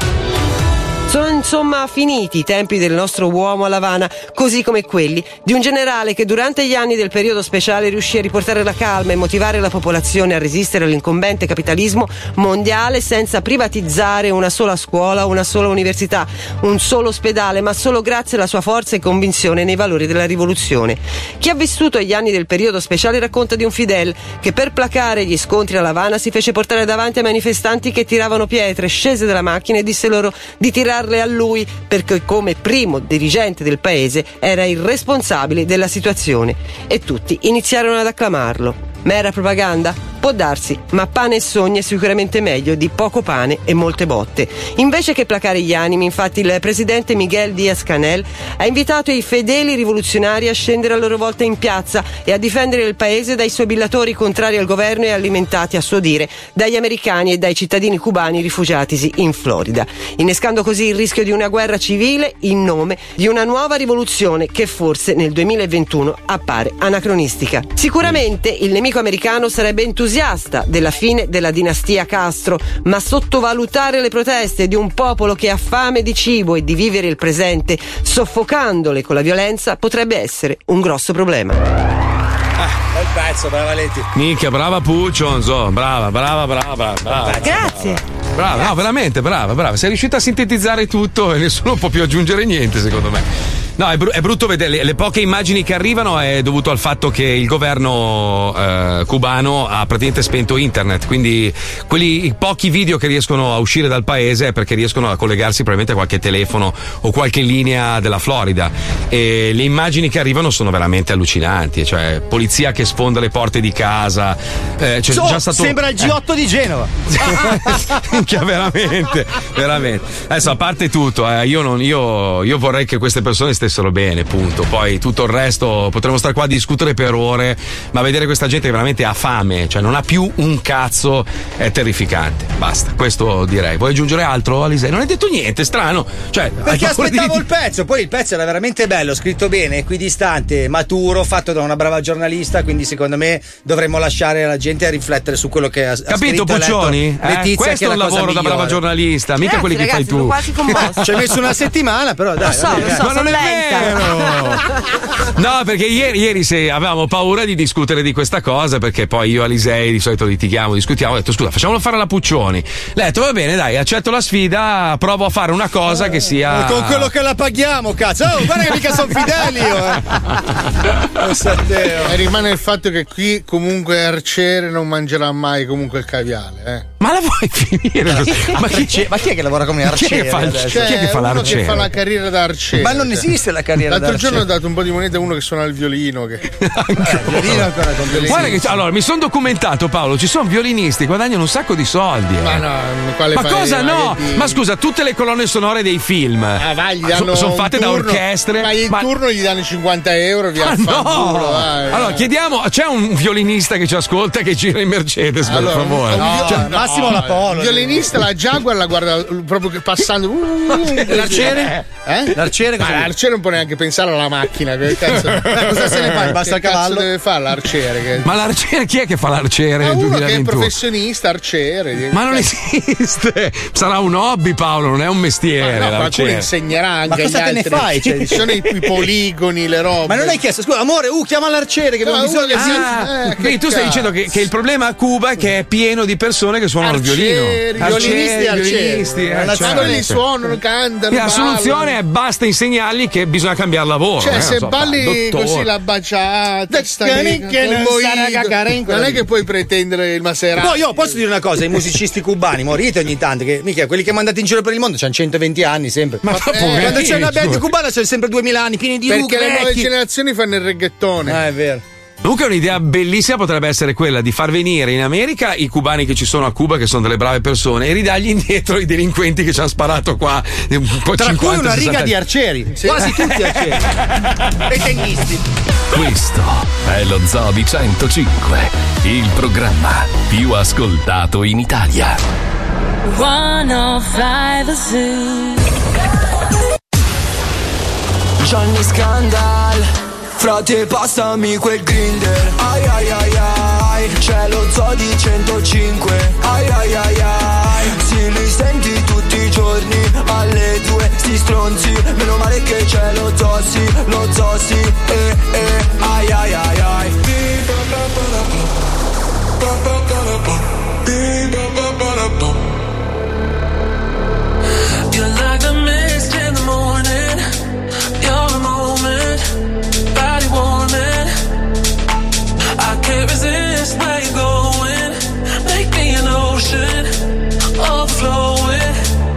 Speaker 15: Sono insomma finiti i tempi del nostro uomo a L'Avana, così come quelli di un generale che durante gli anni del periodo speciale riuscì a riportare la calma e motivare la popolazione a resistere all'incombente capitalismo mondiale senza privatizzare una sola scuola, una sola università, un solo ospedale, ma solo grazie alla sua forza e convinzione nei valori della rivoluzione. Chi ha vissuto gli anni del periodo speciale racconta di un Fidel che per placare gli scontri a L'Avana si fece portare davanti ai manifestanti che tiravano pietre, scese dalla macchina e disse loro di tirarle a lui perché come primo dirigente del paese era il responsabile della situazione e tutti iniziarono ad acclamarlo. Ma era propaganda? Può darsi, ma pane e sogni è sicuramente meglio di poco pane e molte botte. Invece che placare gli animi, infatti, il presidente Miguel Díaz-Canel ha invitato i fedeli rivoluzionari a scendere a loro volta in piazza e a difendere il paese dai suoi billatori contrari al governo e alimentati, a suo dire, dagli americani e dai cittadini cubani rifugiatisi in Florida, innescando così il rischio di una guerra civile in nome di una nuova rivoluzione che forse nel 2021 appare anacronistica. Sicuramente il nemico americano sarebbe entusiasta entusiasta della fine della dinastia Castro, ma sottovalutare le proteste di un popolo che ha fame di cibo e di vivere il presente, soffocandole con la violenza, potrebbe essere un grosso problema.
Speaker 3: Bel pezzo, brava Valenti.
Speaker 1: Minchia, brava Puccio, brava.
Speaker 15: Grazie.
Speaker 1: Brava, no, veramente brava. Sei riuscita a sintetizzare tutto e nessuno può più aggiungere niente, secondo me. No, è brutto vedere le poche immagini che arrivano, è dovuto al fatto che il governo cubano ha praticamente spento internet, quindi i pochi video che riescono a uscire dal paese è perché riescono a collegarsi probabilmente a qualche telefono o qualche linea della Florida, e le immagini che arrivano sono veramente allucinanti, cioè polizia che sfonda le porte di casa, già stato...
Speaker 3: Sembra il G8 di Genova.
Speaker 1: veramente. Adesso, a parte tutto, io vorrei che queste persone stessero bene, punto. Poi tutto il resto potremmo stare qua a discutere per ore, ma vedere questa gente che veramente ha fame, cioè non ha più un cazzo, è terrificante. Basta, questo direi. Vuoi aggiungere altro, Alisei? Non hai detto niente, strano. Cioè,
Speaker 3: perché aspettavo il pezzo, poi il pezzo era veramente bello, scritto bene, equidistante, maturo, fatto da una brava giornalista, quindi secondo me dovremmo lasciare la gente a riflettere su quello che ha
Speaker 1: capito,
Speaker 3: scritto.
Speaker 1: Puccioni?
Speaker 3: Letizia,
Speaker 1: questo
Speaker 3: che
Speaker 1: è un lavoro da brava giornalista, mica quelli che fai tu.
Speaker 15: Quasi commosso.
Speaker 3: Ci hai messo una settimana, però dai.
Speaker 15: Lo so,
Speaker 1: ma non è vero. No, perché ieri se avevamo paura di discutere di questa cosa, perché poi io e Alisei di solito discutiamo, ho detto scusa, facciamolo fare alla Puccioni. Lei ha detto va bene, dai, accetto la sfida, provo a fare una cosa che sia
Speaker 3: con quello che la paghiamo, cazzo. Oh, guarda che mica sono fideli io.
Speaker 5: E rimane il fatto che qui comunque Arciere non mangerà mai comunque il caviale,
Speaker 1: Ma la vuoi finire?
Speaker 3: Ma chi è che lavora come arciere?
Speaker 1: Chi è che fa l'arciere?
Speaker 5: Che fa la carriera da arciere.
Speaker 3: Ma non esiste la carriera da arciere.
Speaker 5: L'altro giorno ho dato un po' di monete a uno che suona il violino.
Speaker 3: Il violino ancora con violino.
Speaker 1: Guarda che allora mi sono documentato, Paolo, ci sono violinisti che guadagnano un sacco di soldi.
Speaker 5: Ma no, quale
Speaker 1: ma cosa no? Ma scusa, tutte le colonne sonore dei film sono fatte da orchestre.
Speaker 5: Ma il turno gli danno 50 euro via al fanculo, vai.
Speaker 1: Allora chiediamo, c'è un violinista che ci ascolta che gira in Mercedes, per favore?
Speaker 3: Massimo la Polo.
Speaker 5: Il violinista, la Jaguar la guarda proprio passando.
Speaker 3: L'arciere? L'arciere
Speaker 5: non può neanche pensare alla macchina.
Speaker 3: Cosa se ne fa? Basta il cavallo.
Speaker 5: Deve fare l'arciere?
Speaker 1: Ma l'arciere, chi è che fa l'arciere?
Speaker 5: Uno 2021? Che è professionista arciere.
Speaker 1: Ma non esiste. Sarà un hobby, Paolo, non è un mestiere.
Speaker 5: Ma qualcuno insegnerà anche agli altri.
Speaker 3: Ma cosa te ne fai?
Speaker 5: Ci sono i poligoni, le robe.
Speaker 3: Ma non hai chiesto, scusa, amore, chiama l'arciere che abbiamo bisogno
Speaker 1: quindi tu stai dicendo che il problema a Cuba è che è pieno di persone che suonano il violino.
Speaker 5: Violinisti. Quelli suonano, cantano.
Speaker 1: La soluzione è basta insegnargli che bisogna cambiare lavoro.
Speaker 5: Cioè, se balli così la baciata, non è che puoi pretendere il Maserati.
Speaker 3: No, io posso dire una cosa: i musicisti cubani, morite ogni tanto, che mica quelli che mandate in giro per il mondo c'hanno 120 anni sempre.
Speaker 1: Ma
Speaker 3: quando c'è una band cubana c'è sempre 2000 anni pieni di
Speaker 5: perché le nuove generazioni fanno il reggaetone.
Speaker 3: È vero.
Speaker 1: Comunque un'idea bellissima potrebbe essere quella di far venire in America i cubani che ci sono a Cuba, che sono delle brave persone, e ridargli indietro i delinquenti che ci hanno sparato qua. Un po'
Speaker 3: tra 50, cui una riga 60. Di arcieri, sì. Quasi tutti arcieri e tennisti.
Speaker 2: Questo è lo Zoo di 105, il programma più ascoltato in Italia.
Speaker 20: 105 Zoo. Johnny Scandal, frate passami quel grinder. Ai ai ai ai, c'è lo Zoo di 105. Ai ai ai ai, si li senti tutti i giorni alle 2, sti stronzi. Meno male che c'è lo Zossi, ai ai ai ai. You're like the mist in the morning, you're the moment, body warming. I can't resist where you're going. Make me an ocean, overflowing.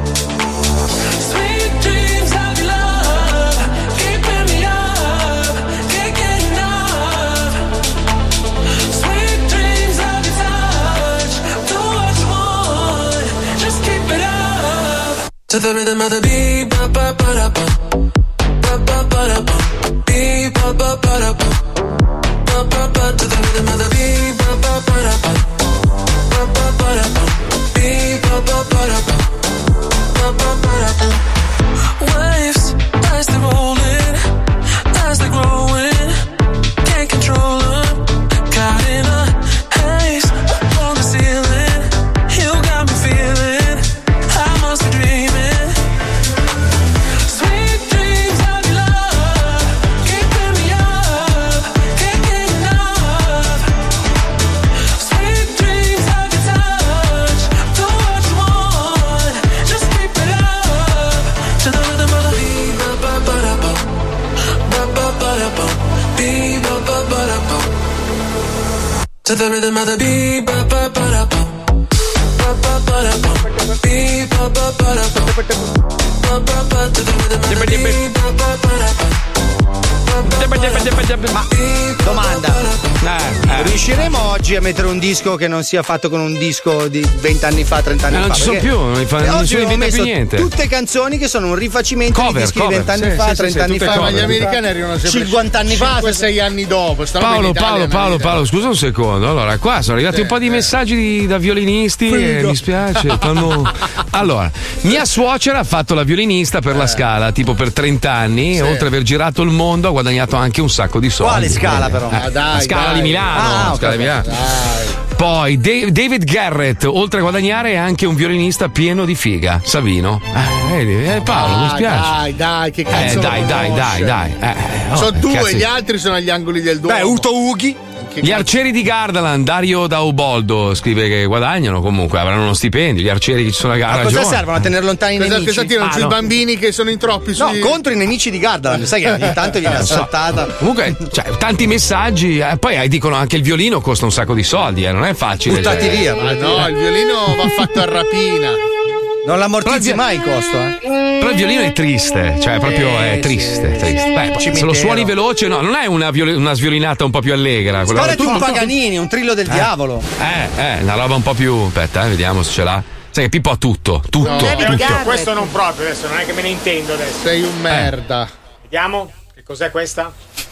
Speaker 20: Sweet dreams of your love, keeping me up, can't get enough. Sweet dreams of your touch, do what you want, just keep it up. To the rhythm of the beat, ba ba ba da ba, ba ba ba da ba, beat ba ba ba da ba, ba ba ba. To the rhythm of the beat, ba ba ba da ba, ba ba ba da ba, beat ba ba ba da ba, ba ba ba da ba. Waves as they're rolling, as they're growing, can't control them, caught in a haze. To the rhythm of the beat, ba ba ba da ba, ba ba ba da ba, beat ba ba ba da ba, ba ba ba to the rhythm of the beat, ba ba ba da ba.
Speaker 3: Ma domanda, riusciremo oggi a mettere un disco che non sia fatto con un disco di 20 anni fa, 30 anni fa?
Speaker 1: Non ci sono più, non si inventa più niente.
Speaker 3: Tutte canzoni che sono un rifacimento di dischi di 20 anni fa, 30 anni fa.
Speaker 5: Ma gli americani arrivano sempre
Speaker 3: 50 anni fa,
Speaker 5: 5-6 anni dopo.
Speaker 1: Paolo, scusa un secondo. Allora, qua sono arrivati un po' di messaggi da violinisti e mi spiace. Allora, mia suocera ha fatto la violinista per la Scala, tipo per 30 anni, e oltre ad aver girato il mondo ha guadagnato anche un sacco di soldi.
Speaker 3: Quale Scala però?
Speaker 1: La Scala di Milano. Scala di Milano. Poi David Garrett, oltre a guadagnare, è anche un violinista pieno di figa. Savino. Vedi, Paolo, mi spiace.
Speaker 5: Dai, che cazzo.
Speaker 1: Dai.
Speaker 5: Sono due, gli altri sono agli angoli del Duomo.
Speaker 3: Beh, Uto Ughi.
Speaker 1: Gli arcieri di Gardaland, Dario Dauboldo scrive che guadagnano comunque, avranno uno stipendio. Gli arcieri che ci sono a gara.
Speaker 3: Ma cosa servono? A tenere lontani i nemici?
Speaker 5: Cosa tirano sui bambini che sono in troppi?
Speaker 3: No, contro i nemici di Gardaland. Sai che ogni tanto viene assaltata.
Speaker 1: Comunque, tanti messaggi. Poi dicono anche il violino costa un sacco di soldi, non è facile.
Speaker 3: Buttati via.
Speaker 5: Ma no, il violino va fatto a rapina.
Speaker 3: Non l'ammortizzi mai il costo,
Speaker 1: Però il violino è triste, cioè proprio è triste. Beh, se lo suoni veloce, no, non è una sviolinata un po' più allegra.
Speaker 3: Sparati un Paganini, un trillo del diavolo.
Speaker 1: Una roba un po' più. Aspetta, vediamo se ce l'ha. Sai che Pippo ha tutto.
Speaker 5: No,
Speaker 6: questo non proprio adesso, non è che me ne intendo adesso.
Speaker 5: Sei un merda.
Speaker 6: Vediamo, che cos'è questa?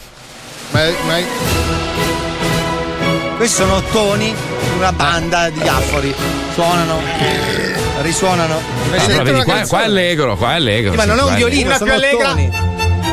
Speaker 3: Questi sono toni di una banda di affori. Suonano, risuonano.
Speaker 1: Vedi, qua è allegro,
Speaker 3: Sì, ma non è un violino,
Speaker 6: una
Speaker 3: sono
Speaker 6: più allegra.
Speaker 3: toni.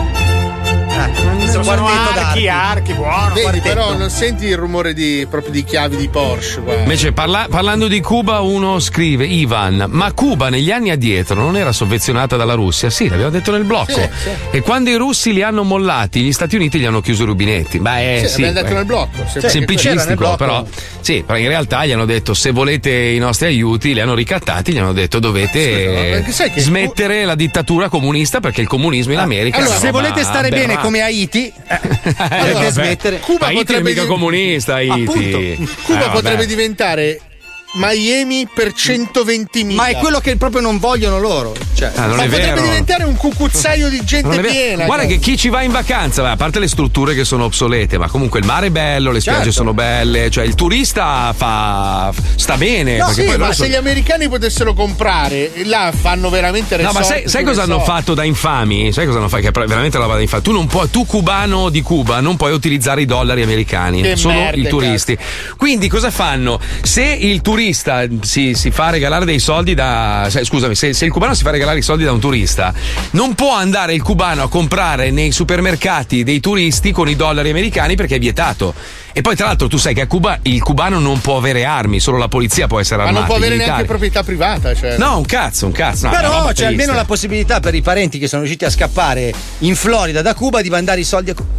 Speaker 6: Sono archi, buono.
Speaker 5: Vedi, però non senti il rumore proprio di chiavi di Porsche. Guarda.
Speaker 1: Invece parlando di Cuba, uno scrive, Ivan, ma Cuba negli anni addietro non era sovvenzionata dalla Russia? Sì, l'abbiamo detto nel blocco. Sì. E quando i russi li hanno mollati, gli Stati Uniti gli hanno chiuso i rubinetti.
Speaker 5: L'abbiamo detto nel blocco.
Speaker 1: Semplicistico, però in realtà gli hanno detto, se volete i nostri aiuti, li hanno ricattati, gli hanno detto dovete smettere la dittatura comunista, perché il comunismo in America
Speaker 3: allora, se volete stare bene come Haiti, dovete smettere.
Speaker 5: Cuba potrebbe
Speaker 1: mica comunista, Haiti.
Speaker 5: Cuba potrebbe diventare Miami per 120.000.
Speaker 3: Ma è quello che proprio non vogliono loro.
Speaker 1: Non è
Speaker 5: potrebbe
Speaker 1: vero.
Speaker 5: diventare un cucuzzaio di gente piena.
Speaker 1: Guarda che chi ci va in vacanza, a parte le strutture che sono obsolete, ma comunque il mare è bello, le spiagge sono belle, cioè il turista sta bene.
Speaker 5: No,
Speaker 1: perché
Speaker 5: sì,
Speaker 1: poi
Speaker 5: ma se gli americani potessero comprare, là fanno veramente resort.
Speaker 1: No, ma sai cosa hanno fatto da infami? Sai cosa hanno fatto? Che è veramente roba da infami. Tu cubano di Cuba non puoi utilizzare i dollari americani,
Speaker 5: che
Speaker 1: sono
Speaker 5: merda,
Speaker 1: i turisti. Quindi cosa fanno? Se il turista si fa regalare dei soldi se il cubano si fa regalare i soldi da un turista, non può andare il cubano a comprare nei supermercati dei turisti con i dollari americani, perché è vietato. E poi tra l'altro tu sai che a Cuba il cubano non può avere armi, solo la polizia può essere armata.
Speaker 5: Ma non può avere neanche proprietà privata, cioè.
Speaker 1: No, un cazzo. No,
Speaker 3: però c'è almeno la possibilità per i parenti che sono riusciti a scappare in Florida da Cuba di mandare i soldi a Cuba.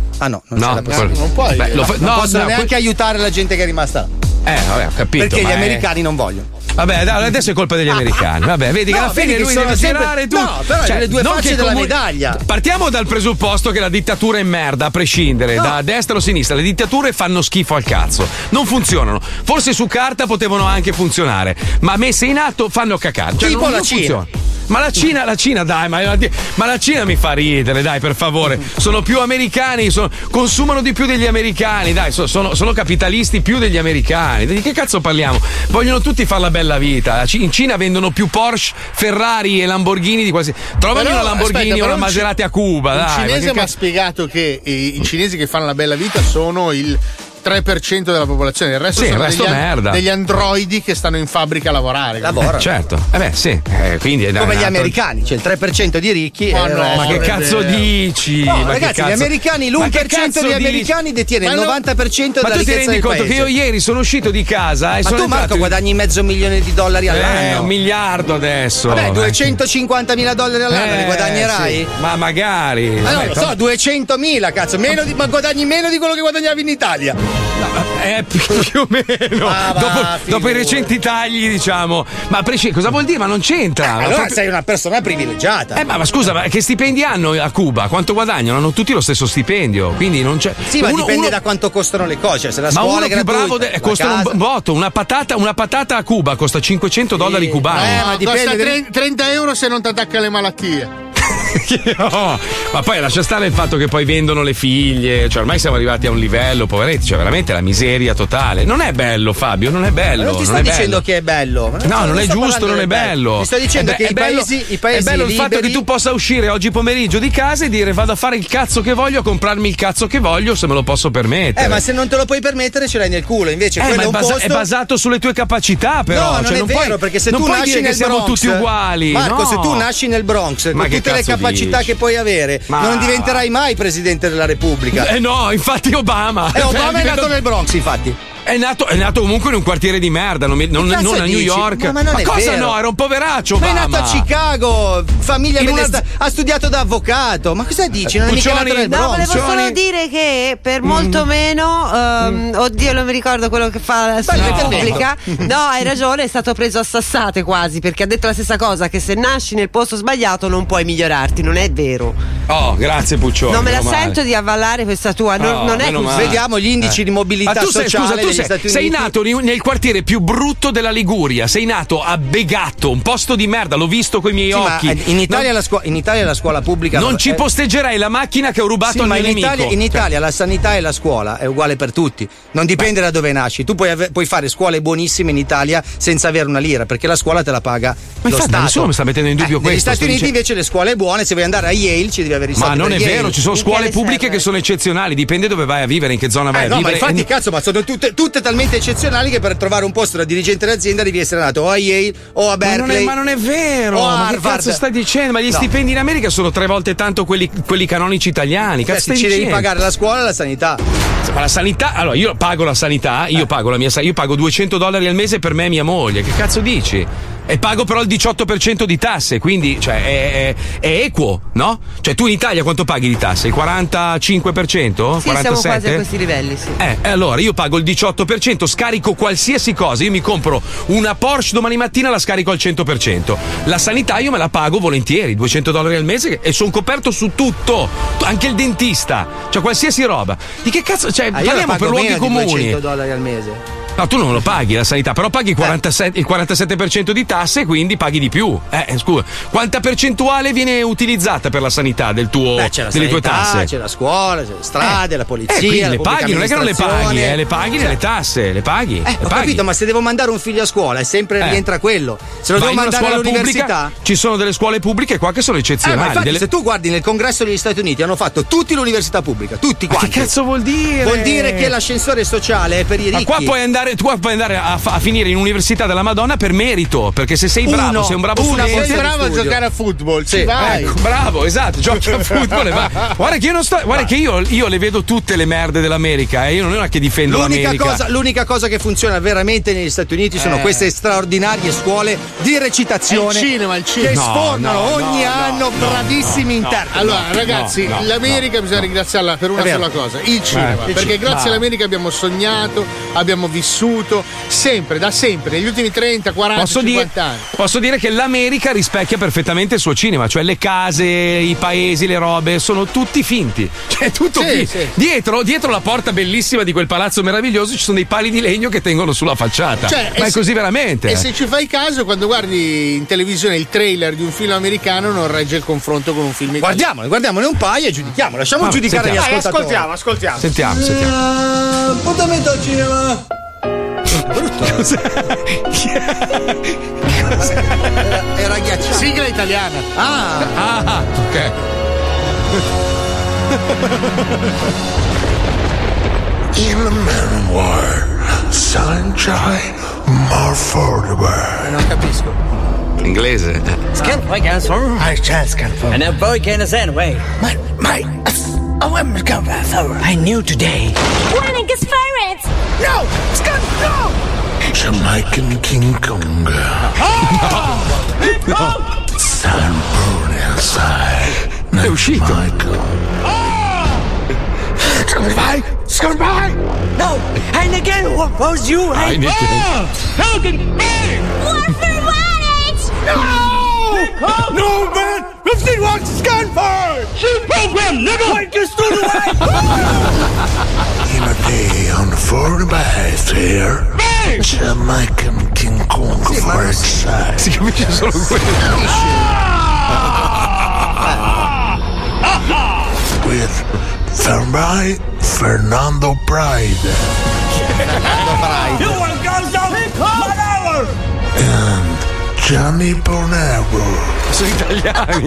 Speaker 5: Non puoi.
Speaker 3: Non possono neanche aiutare la gente che è rimasta là.
Speaker 1: Vabbè, ho capito.
Speaker 3: Perché gli americani non vogliono.
Speaker 1: Vabbè, adesso è colpa degli americani. Vabbè, vedi che alla fine lui deve tirare tutto.
Speaker 3: No, però le due facce della medaglia.
Speaker 1: Partiamo dal presupposto che la dittatura è merda, a prescindere, da destra o sinistra. Le dittature fanno schifo al cazzo. Non funzionano. Forse su carta potevano anche funzionare, ma messe in atto fanno cacare.
Speaker 3: Tipo la Cina.
Speaker 1: Funziona. Ma la Cina, dai, ma la Cina mi fa ridere, dai, per favore. Sono più americani, consumano di più degli americani, dai, sono capitalisti più degli americani. Di che cazzo parliamo? Vogliono tutti fare la bella vita. In Cina vendono più Porsche, Ferrari e Lamborghini di quasi. Trovami una Lamborghini o una Maserati a Cuba, dai.
Speaker 5: Un cinese mi ha spiegato che i cinesi che fanno la bella vita sono il 3% della popolazione, il resto sono degli androidi che stanno in fabbrica a lavorare.
Speaker 3: Lavorano.
Speaker 1: Certo. Sì. Quindi
Speaker 3: come gli americani, c'è il 3% di ricchi.
Speaker 1: Ma che cazzo dici?
Speaker 3: No, ragazzi, gli americani, l'1% degli americani detiene il 90% della ricchezza del paese. Ma tu ti rendi conto
Speaker 1: che io ieri sono uscito di casa e
Speaker 3: ma tu, Marco, guadagni $500 all'anno?
Speaker 1: $1 miliardo adesso.
Speaker 3: Vabbè, $250.000 all'anno li guadagnerai?
Speaker 1: Sì. Ma magari.
Speaker 3: Non lo so, 200.000, cazzo, ma guadagni meno di quello che guadagnavi in Italia.
Speaker 1: Più o meno. Dopo i recenti tagli, diciamo. Ma cosa vuol dire? Ma non c'entra.
Speaker 3: Allora sei una persona privilegiata.
Speaker 1: Ma scusa, ma che stipendi hanno a Cuba? Quanto guadagnano? Hanno tutti lo stesso stipendio. Quindi non c'è.
Speaker 3: Sì, ma dipende da quanto costano le cose. Se la scuola è gratuita,
Speaker 1: più bravo costano un botto. Una patata a Cuba costa $500 cubani.
Speaker 5: Ma dipende. Costa 30 euro se non ti attacca le malattie.
Speaker 1: No, ma poi lascia stare il fatto che poi vendono le figlie, cioè ormai siamo arrivati a un livello, poveretti, cioè veramente la miseria totale. Non è bello, Fabio, non è bello.
Speaker 3: Ma non ti sto dicendo che è bello.
Speaker 1: No, non è giusto, non è bello.
Speaker 3: Ti sto dicendo che i paesi
Speaker 1: è bello il fatto che tu possa uscire oggi pomeriggio di casa e dire vado a fare il cazzo che voglio, a comprarmi il cazzo che voglio se me lo posso permettere.
Speaker 3: Ma se non te lo puoi permettere ce l'hai nel culo, invece quello è un posto...
Speaker 1: è basato sulle tue capacità, però.
Speaker 3: No, non è vero, perché se tu nasci nel
Speaker 1: siamo
Speaker 3: Bronx,
Speaker 1: tutti uguali.
Speaker 3: Marco, se tu nasci nel Bronx con tutte le capacità che puoi avere, non diventerai mai presidente della Repubblica.
Speaker 1: No, infatti Obama.
Speaker 3: Obama è nato nel Bronx, infatti.
Speaker 1: È nato comunque in un quartiere di merda, non a New York.
Speaker 3: Ma non è
Speaker 1: cosa
Speaker 3: vero.
Speaker 1: No? Era un poveraccio.
Speaker 3: Ma
Speaker 1: Obama.
Speaker 3: è nato a Chicago, famiglia ha studiato da avvocato. Ma cosa dici? Non è mica nato nel Bronx.
Speaker 15: Volevo solo dire che per molto meno, oddio, non mi ricordo quello che fa la Repubblica. No, hai ragione, è stato preso a sassate quasi, perché ha detto la stessa cosa, che se nasci nel posto sbagliato non puoi migliorarti. Non è vero.
Speaker 1: Oh, grazie Puccioni.
Speaker 15: Non me la sento di avvallare questa tua. Non è così.
Speaker 3: Vediamo gli indici di mobilità sociale.
Speaker 1: Sei nato nel quartiere più brutto della Liguria, sei nato a Begatto, un posto di merda, l'ho visto coi miei occhi.
Speaker 3: In Italia la scuola pubblica
Speaker 1: non ci posteggerai la macchina che ho rubato al mio nemico.
Speaker 3: In Italia la sanità e la scuola è uguale per tutti, non dipende da dove nasci. Tu puoi fare scuole buonissime in Italia senza avere una lira, perché la scuola te la paga lo Stato.
Speaker 1: Nessuno mi sta mettendo in dubbio questo.
Speaker 3: Negli Stati Uniti invece le scuole buone, se vuoi andare a Yale ci devi avere i soldi.
Speaker 1: Ma non è
Speaker 3: Yale.
Speaker 1: vero, ci sono scuole pubbliche che sono eccezionali, dipende dove vai a vivere, in che zona vai a vivere.
Speaker 3: Ma infatti cazzo, ma sono tutte talmente eccezionali che per trovare un posto da dirigente d'azienda devi essere nato o a Yale o a Berkeley.
Speaker 1: Ma non è vero,
Speaker 3: o a
Speaker 1: ma
Speaker 3: Harvard.
Speaker 1: Che cazzo stai dicendo? Ma gli stipendi in America sono 3 volte tanto quelli canonici italiani. Cazzo stai dicendo?
Speaker 3: Devi pagare la scuola e la sanità.
Speaker 1: Ma la sanità, allora io pago la sanità, io pago $200 al mese per me e mia moglie. Che cazzo dici? E pago però il 18% di tasse, quindi cioè è equo, no? Cioè tu in Italia quanto paghi di tasse? Il 45%?
Speaker 15: Sì,
Speaker 1: 47%?
Speaker 15: siamo quasi a questi livelli, sì.
Speaker 1: Allora io pago il 18%, scarico qualsiasi cosa, io mi compro una Porsche domani mattina, la scarico al 100%. La sanità io me la pago volentieri, $200 al mese e sono coperto su tutto, anche il dentista, cioè qualsiasi roba. Di che cazzo? Cioè, parliamo per luoghi comuni.
Speaker 3: $200 al mese.
Speaker 1: No, tu non lo paghi la sanità, però paghi il 47% di tasse, quindi paghi di più. Scusa, quanta percentuale viene utilizzata per la sanità delle tue tasse?
Speaker 3: C'è la scuola, c'è le strade, la polizia.
Speaker 1: Quindi le paghi, non è che non le paghi, le paghi nelle tasse, le paghi.
Speaker 3: Ho capito, ma se devo mandare un figlio a scuola è sempre rientra quello. Se lo devo mandare all'università.
Speaker 1: Ci sono delle scuole pubbliche qua che sono eccezionali.
Speaker 3: Ma infatti, se tu guardi nel congresso degli Stati Uniti hanno fatto tutti l'università pubblica, tutti quanti.
Speaker 1: Che cazzo vuol dire?
Speaker 3: Vuol dire che l'ascensore sociale è per i ricchi.
Speaker 1: Ma qua tu puoi andare a finire in università della Madonna per merito, perché se sei bravo, sei un bravo studente.
Speaker 5: Sei bravo a giocare a football, sì, vai.
Speaker 1: Ecco, bravo, esatto, giochi a football e vai. Guarda che io le vedo tutte le merde dell'America e io non è che difendo l'America.
Speaker 3: L'unica cosa che funziona veramente negli Stati Uniti sono queste straordinarie scuole di recitazione che sfornano ogni anno bravissimi interpreti.
Speaker 5: Allora ragazzi, l'America bisogna ringraziarla per una sola cosa, il cinema, perché grazie all'America abbiamo sognato, abbiamo vissuto da sempre, negli ultimi 30, 40, 50 anni.
Speaker 1: Posso dire che l'America rispecchia perfettamente il suo cinema, cioè le case, i paesi, le robe, sono tutti finti. Cioè tutto finto. Sì. Dietro la porta bellissima di quel palazzo meraviglioso ci sono dei pali di legno che tengono sulla facciata. Ma è così veramente.
Speaker 5: E se ci fai caso, quando guardi in televisione il trailer di un film americano non regge il confronto con un film italiano.
Speaker 3: Guardiamone un paio e giudichiamo. Lasciamo giudicare gli ascoltatori.
Speaker 6: Ascoltiamo.
Speaker 1: Sentiamo.
Speaker 3: Appuntamento al cinema. Brutto. Era ghiacciato.
Speaker 5: Sigla italiana.
Speaker 1: Ok.
Speaker 7: Il memoir Sunshine Morfordway.
Speaker 3: Non capisco.
Speaker 1: Inglese.
Speaker 12: And a boy can anyway. I knew today.
Speaker 16: Winning his parents!
Speaker 11: No! Scott, no!
Speaker 7: Jamaican King Kong. Sunburn inside.
Speaker 1: È uscito.
Speaker 7: Michael.
Speaker 11: Come vai? Scarpai!
Speaker 12: No! Heineken! What was you?
Speaker 11: Heineken! Heineken!
Speaker 16: War for Wattage!
Speaker 11: No! No, man! 15 watts is gone for! Shoot program, nigga! Wait, just through the way!
Speaker 9: Timothy on the 45 here. Jamaican King Kong for its side.
Speaker 1: Si capisce solo quello.
Speaker 9: With Fernando Pride.
Speaker 11: You want guns down? Whatever!
Speaker 9: And Gianni Bonero.
Speaker 1: Sono italiani.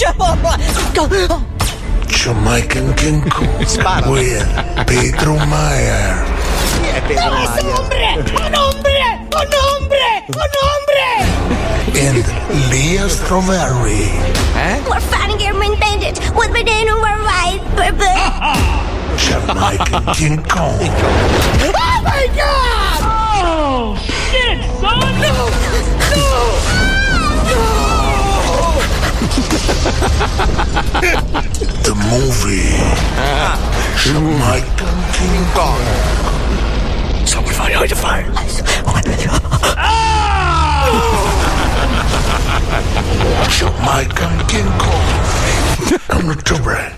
Speaker 9: Jamaican King Kong with Pedro Mayer.
Speaker 11: Chi è Pedro Mayer? Un hombre!
Speaker 9: And Leah Strawberry.
Speaker 16: We're fighting Airman Bandit with banana we're right,
Speaker 9: Jamaican King Kong.
Speaker 11: Oh my God! Oh shit, son! No!
Speaker 9: The movie. Jamaican King Kong.
Speaker 11: Someone find the fire.
Speaker 9: Jamaican King Kong. Ottobre.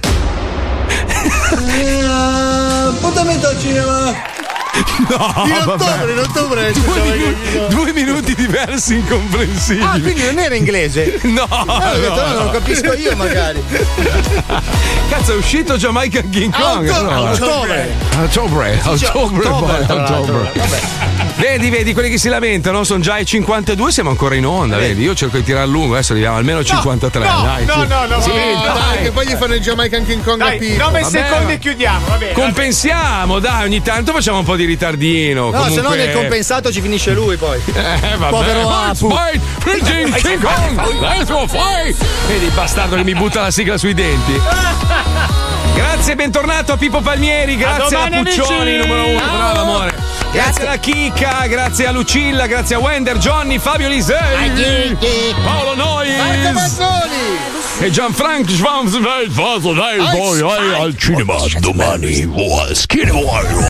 Speaker 3: Appuntamento al cinema.
Speaker 1: No,
Speaker 5: in ottobre
Speaker 1: 2 minuti diversi incomprensibili.
Speaker 3: Ah, quindi non era inglese?
Speaker 1: No,
Speaker 3: non lo capisco io magari.
Speaker 1: Cazzo, è uscito Jamaican King Kong. Ottobre. Vedi, quelli che si lamentano sono già ai 52, siamo ancora in onda, vedi? Io cerco di tirare a lungo, adesso arriviamo almeno ai 53. Dai,
Speaker 5: dai, che poi gli fanno il Jamaican King Kong a Pippo.
Speaker 6: 9 secondi e chiudiamo, va bene.
Speaker 1: Compensiamo, dai, ogni tanto facciamo un po' di ritardino.
Speaker 3: No,
Speaker 1: comunque...
Speaker 3: se no nel compensato ci finisce lui poi.
Speaker 1: Vabbè.
Speaker 3: Povero Apu.
Speaker 1: King Kong. Vedi il bastardo che mi butta la sigla sui denti. Grazie, bentornato a Pippo Palmieri, grazie a Puccioni, numero 1, bravo amore. Grazie alla Chicca, grazie a Lucilla, grazie a Wender, Johnny, Fabio Lisei, Paolo Nois,
Speaker 11: Marco Mazzoli
Speaker 1: e Gianfranco Schwanz. Al cinema domani.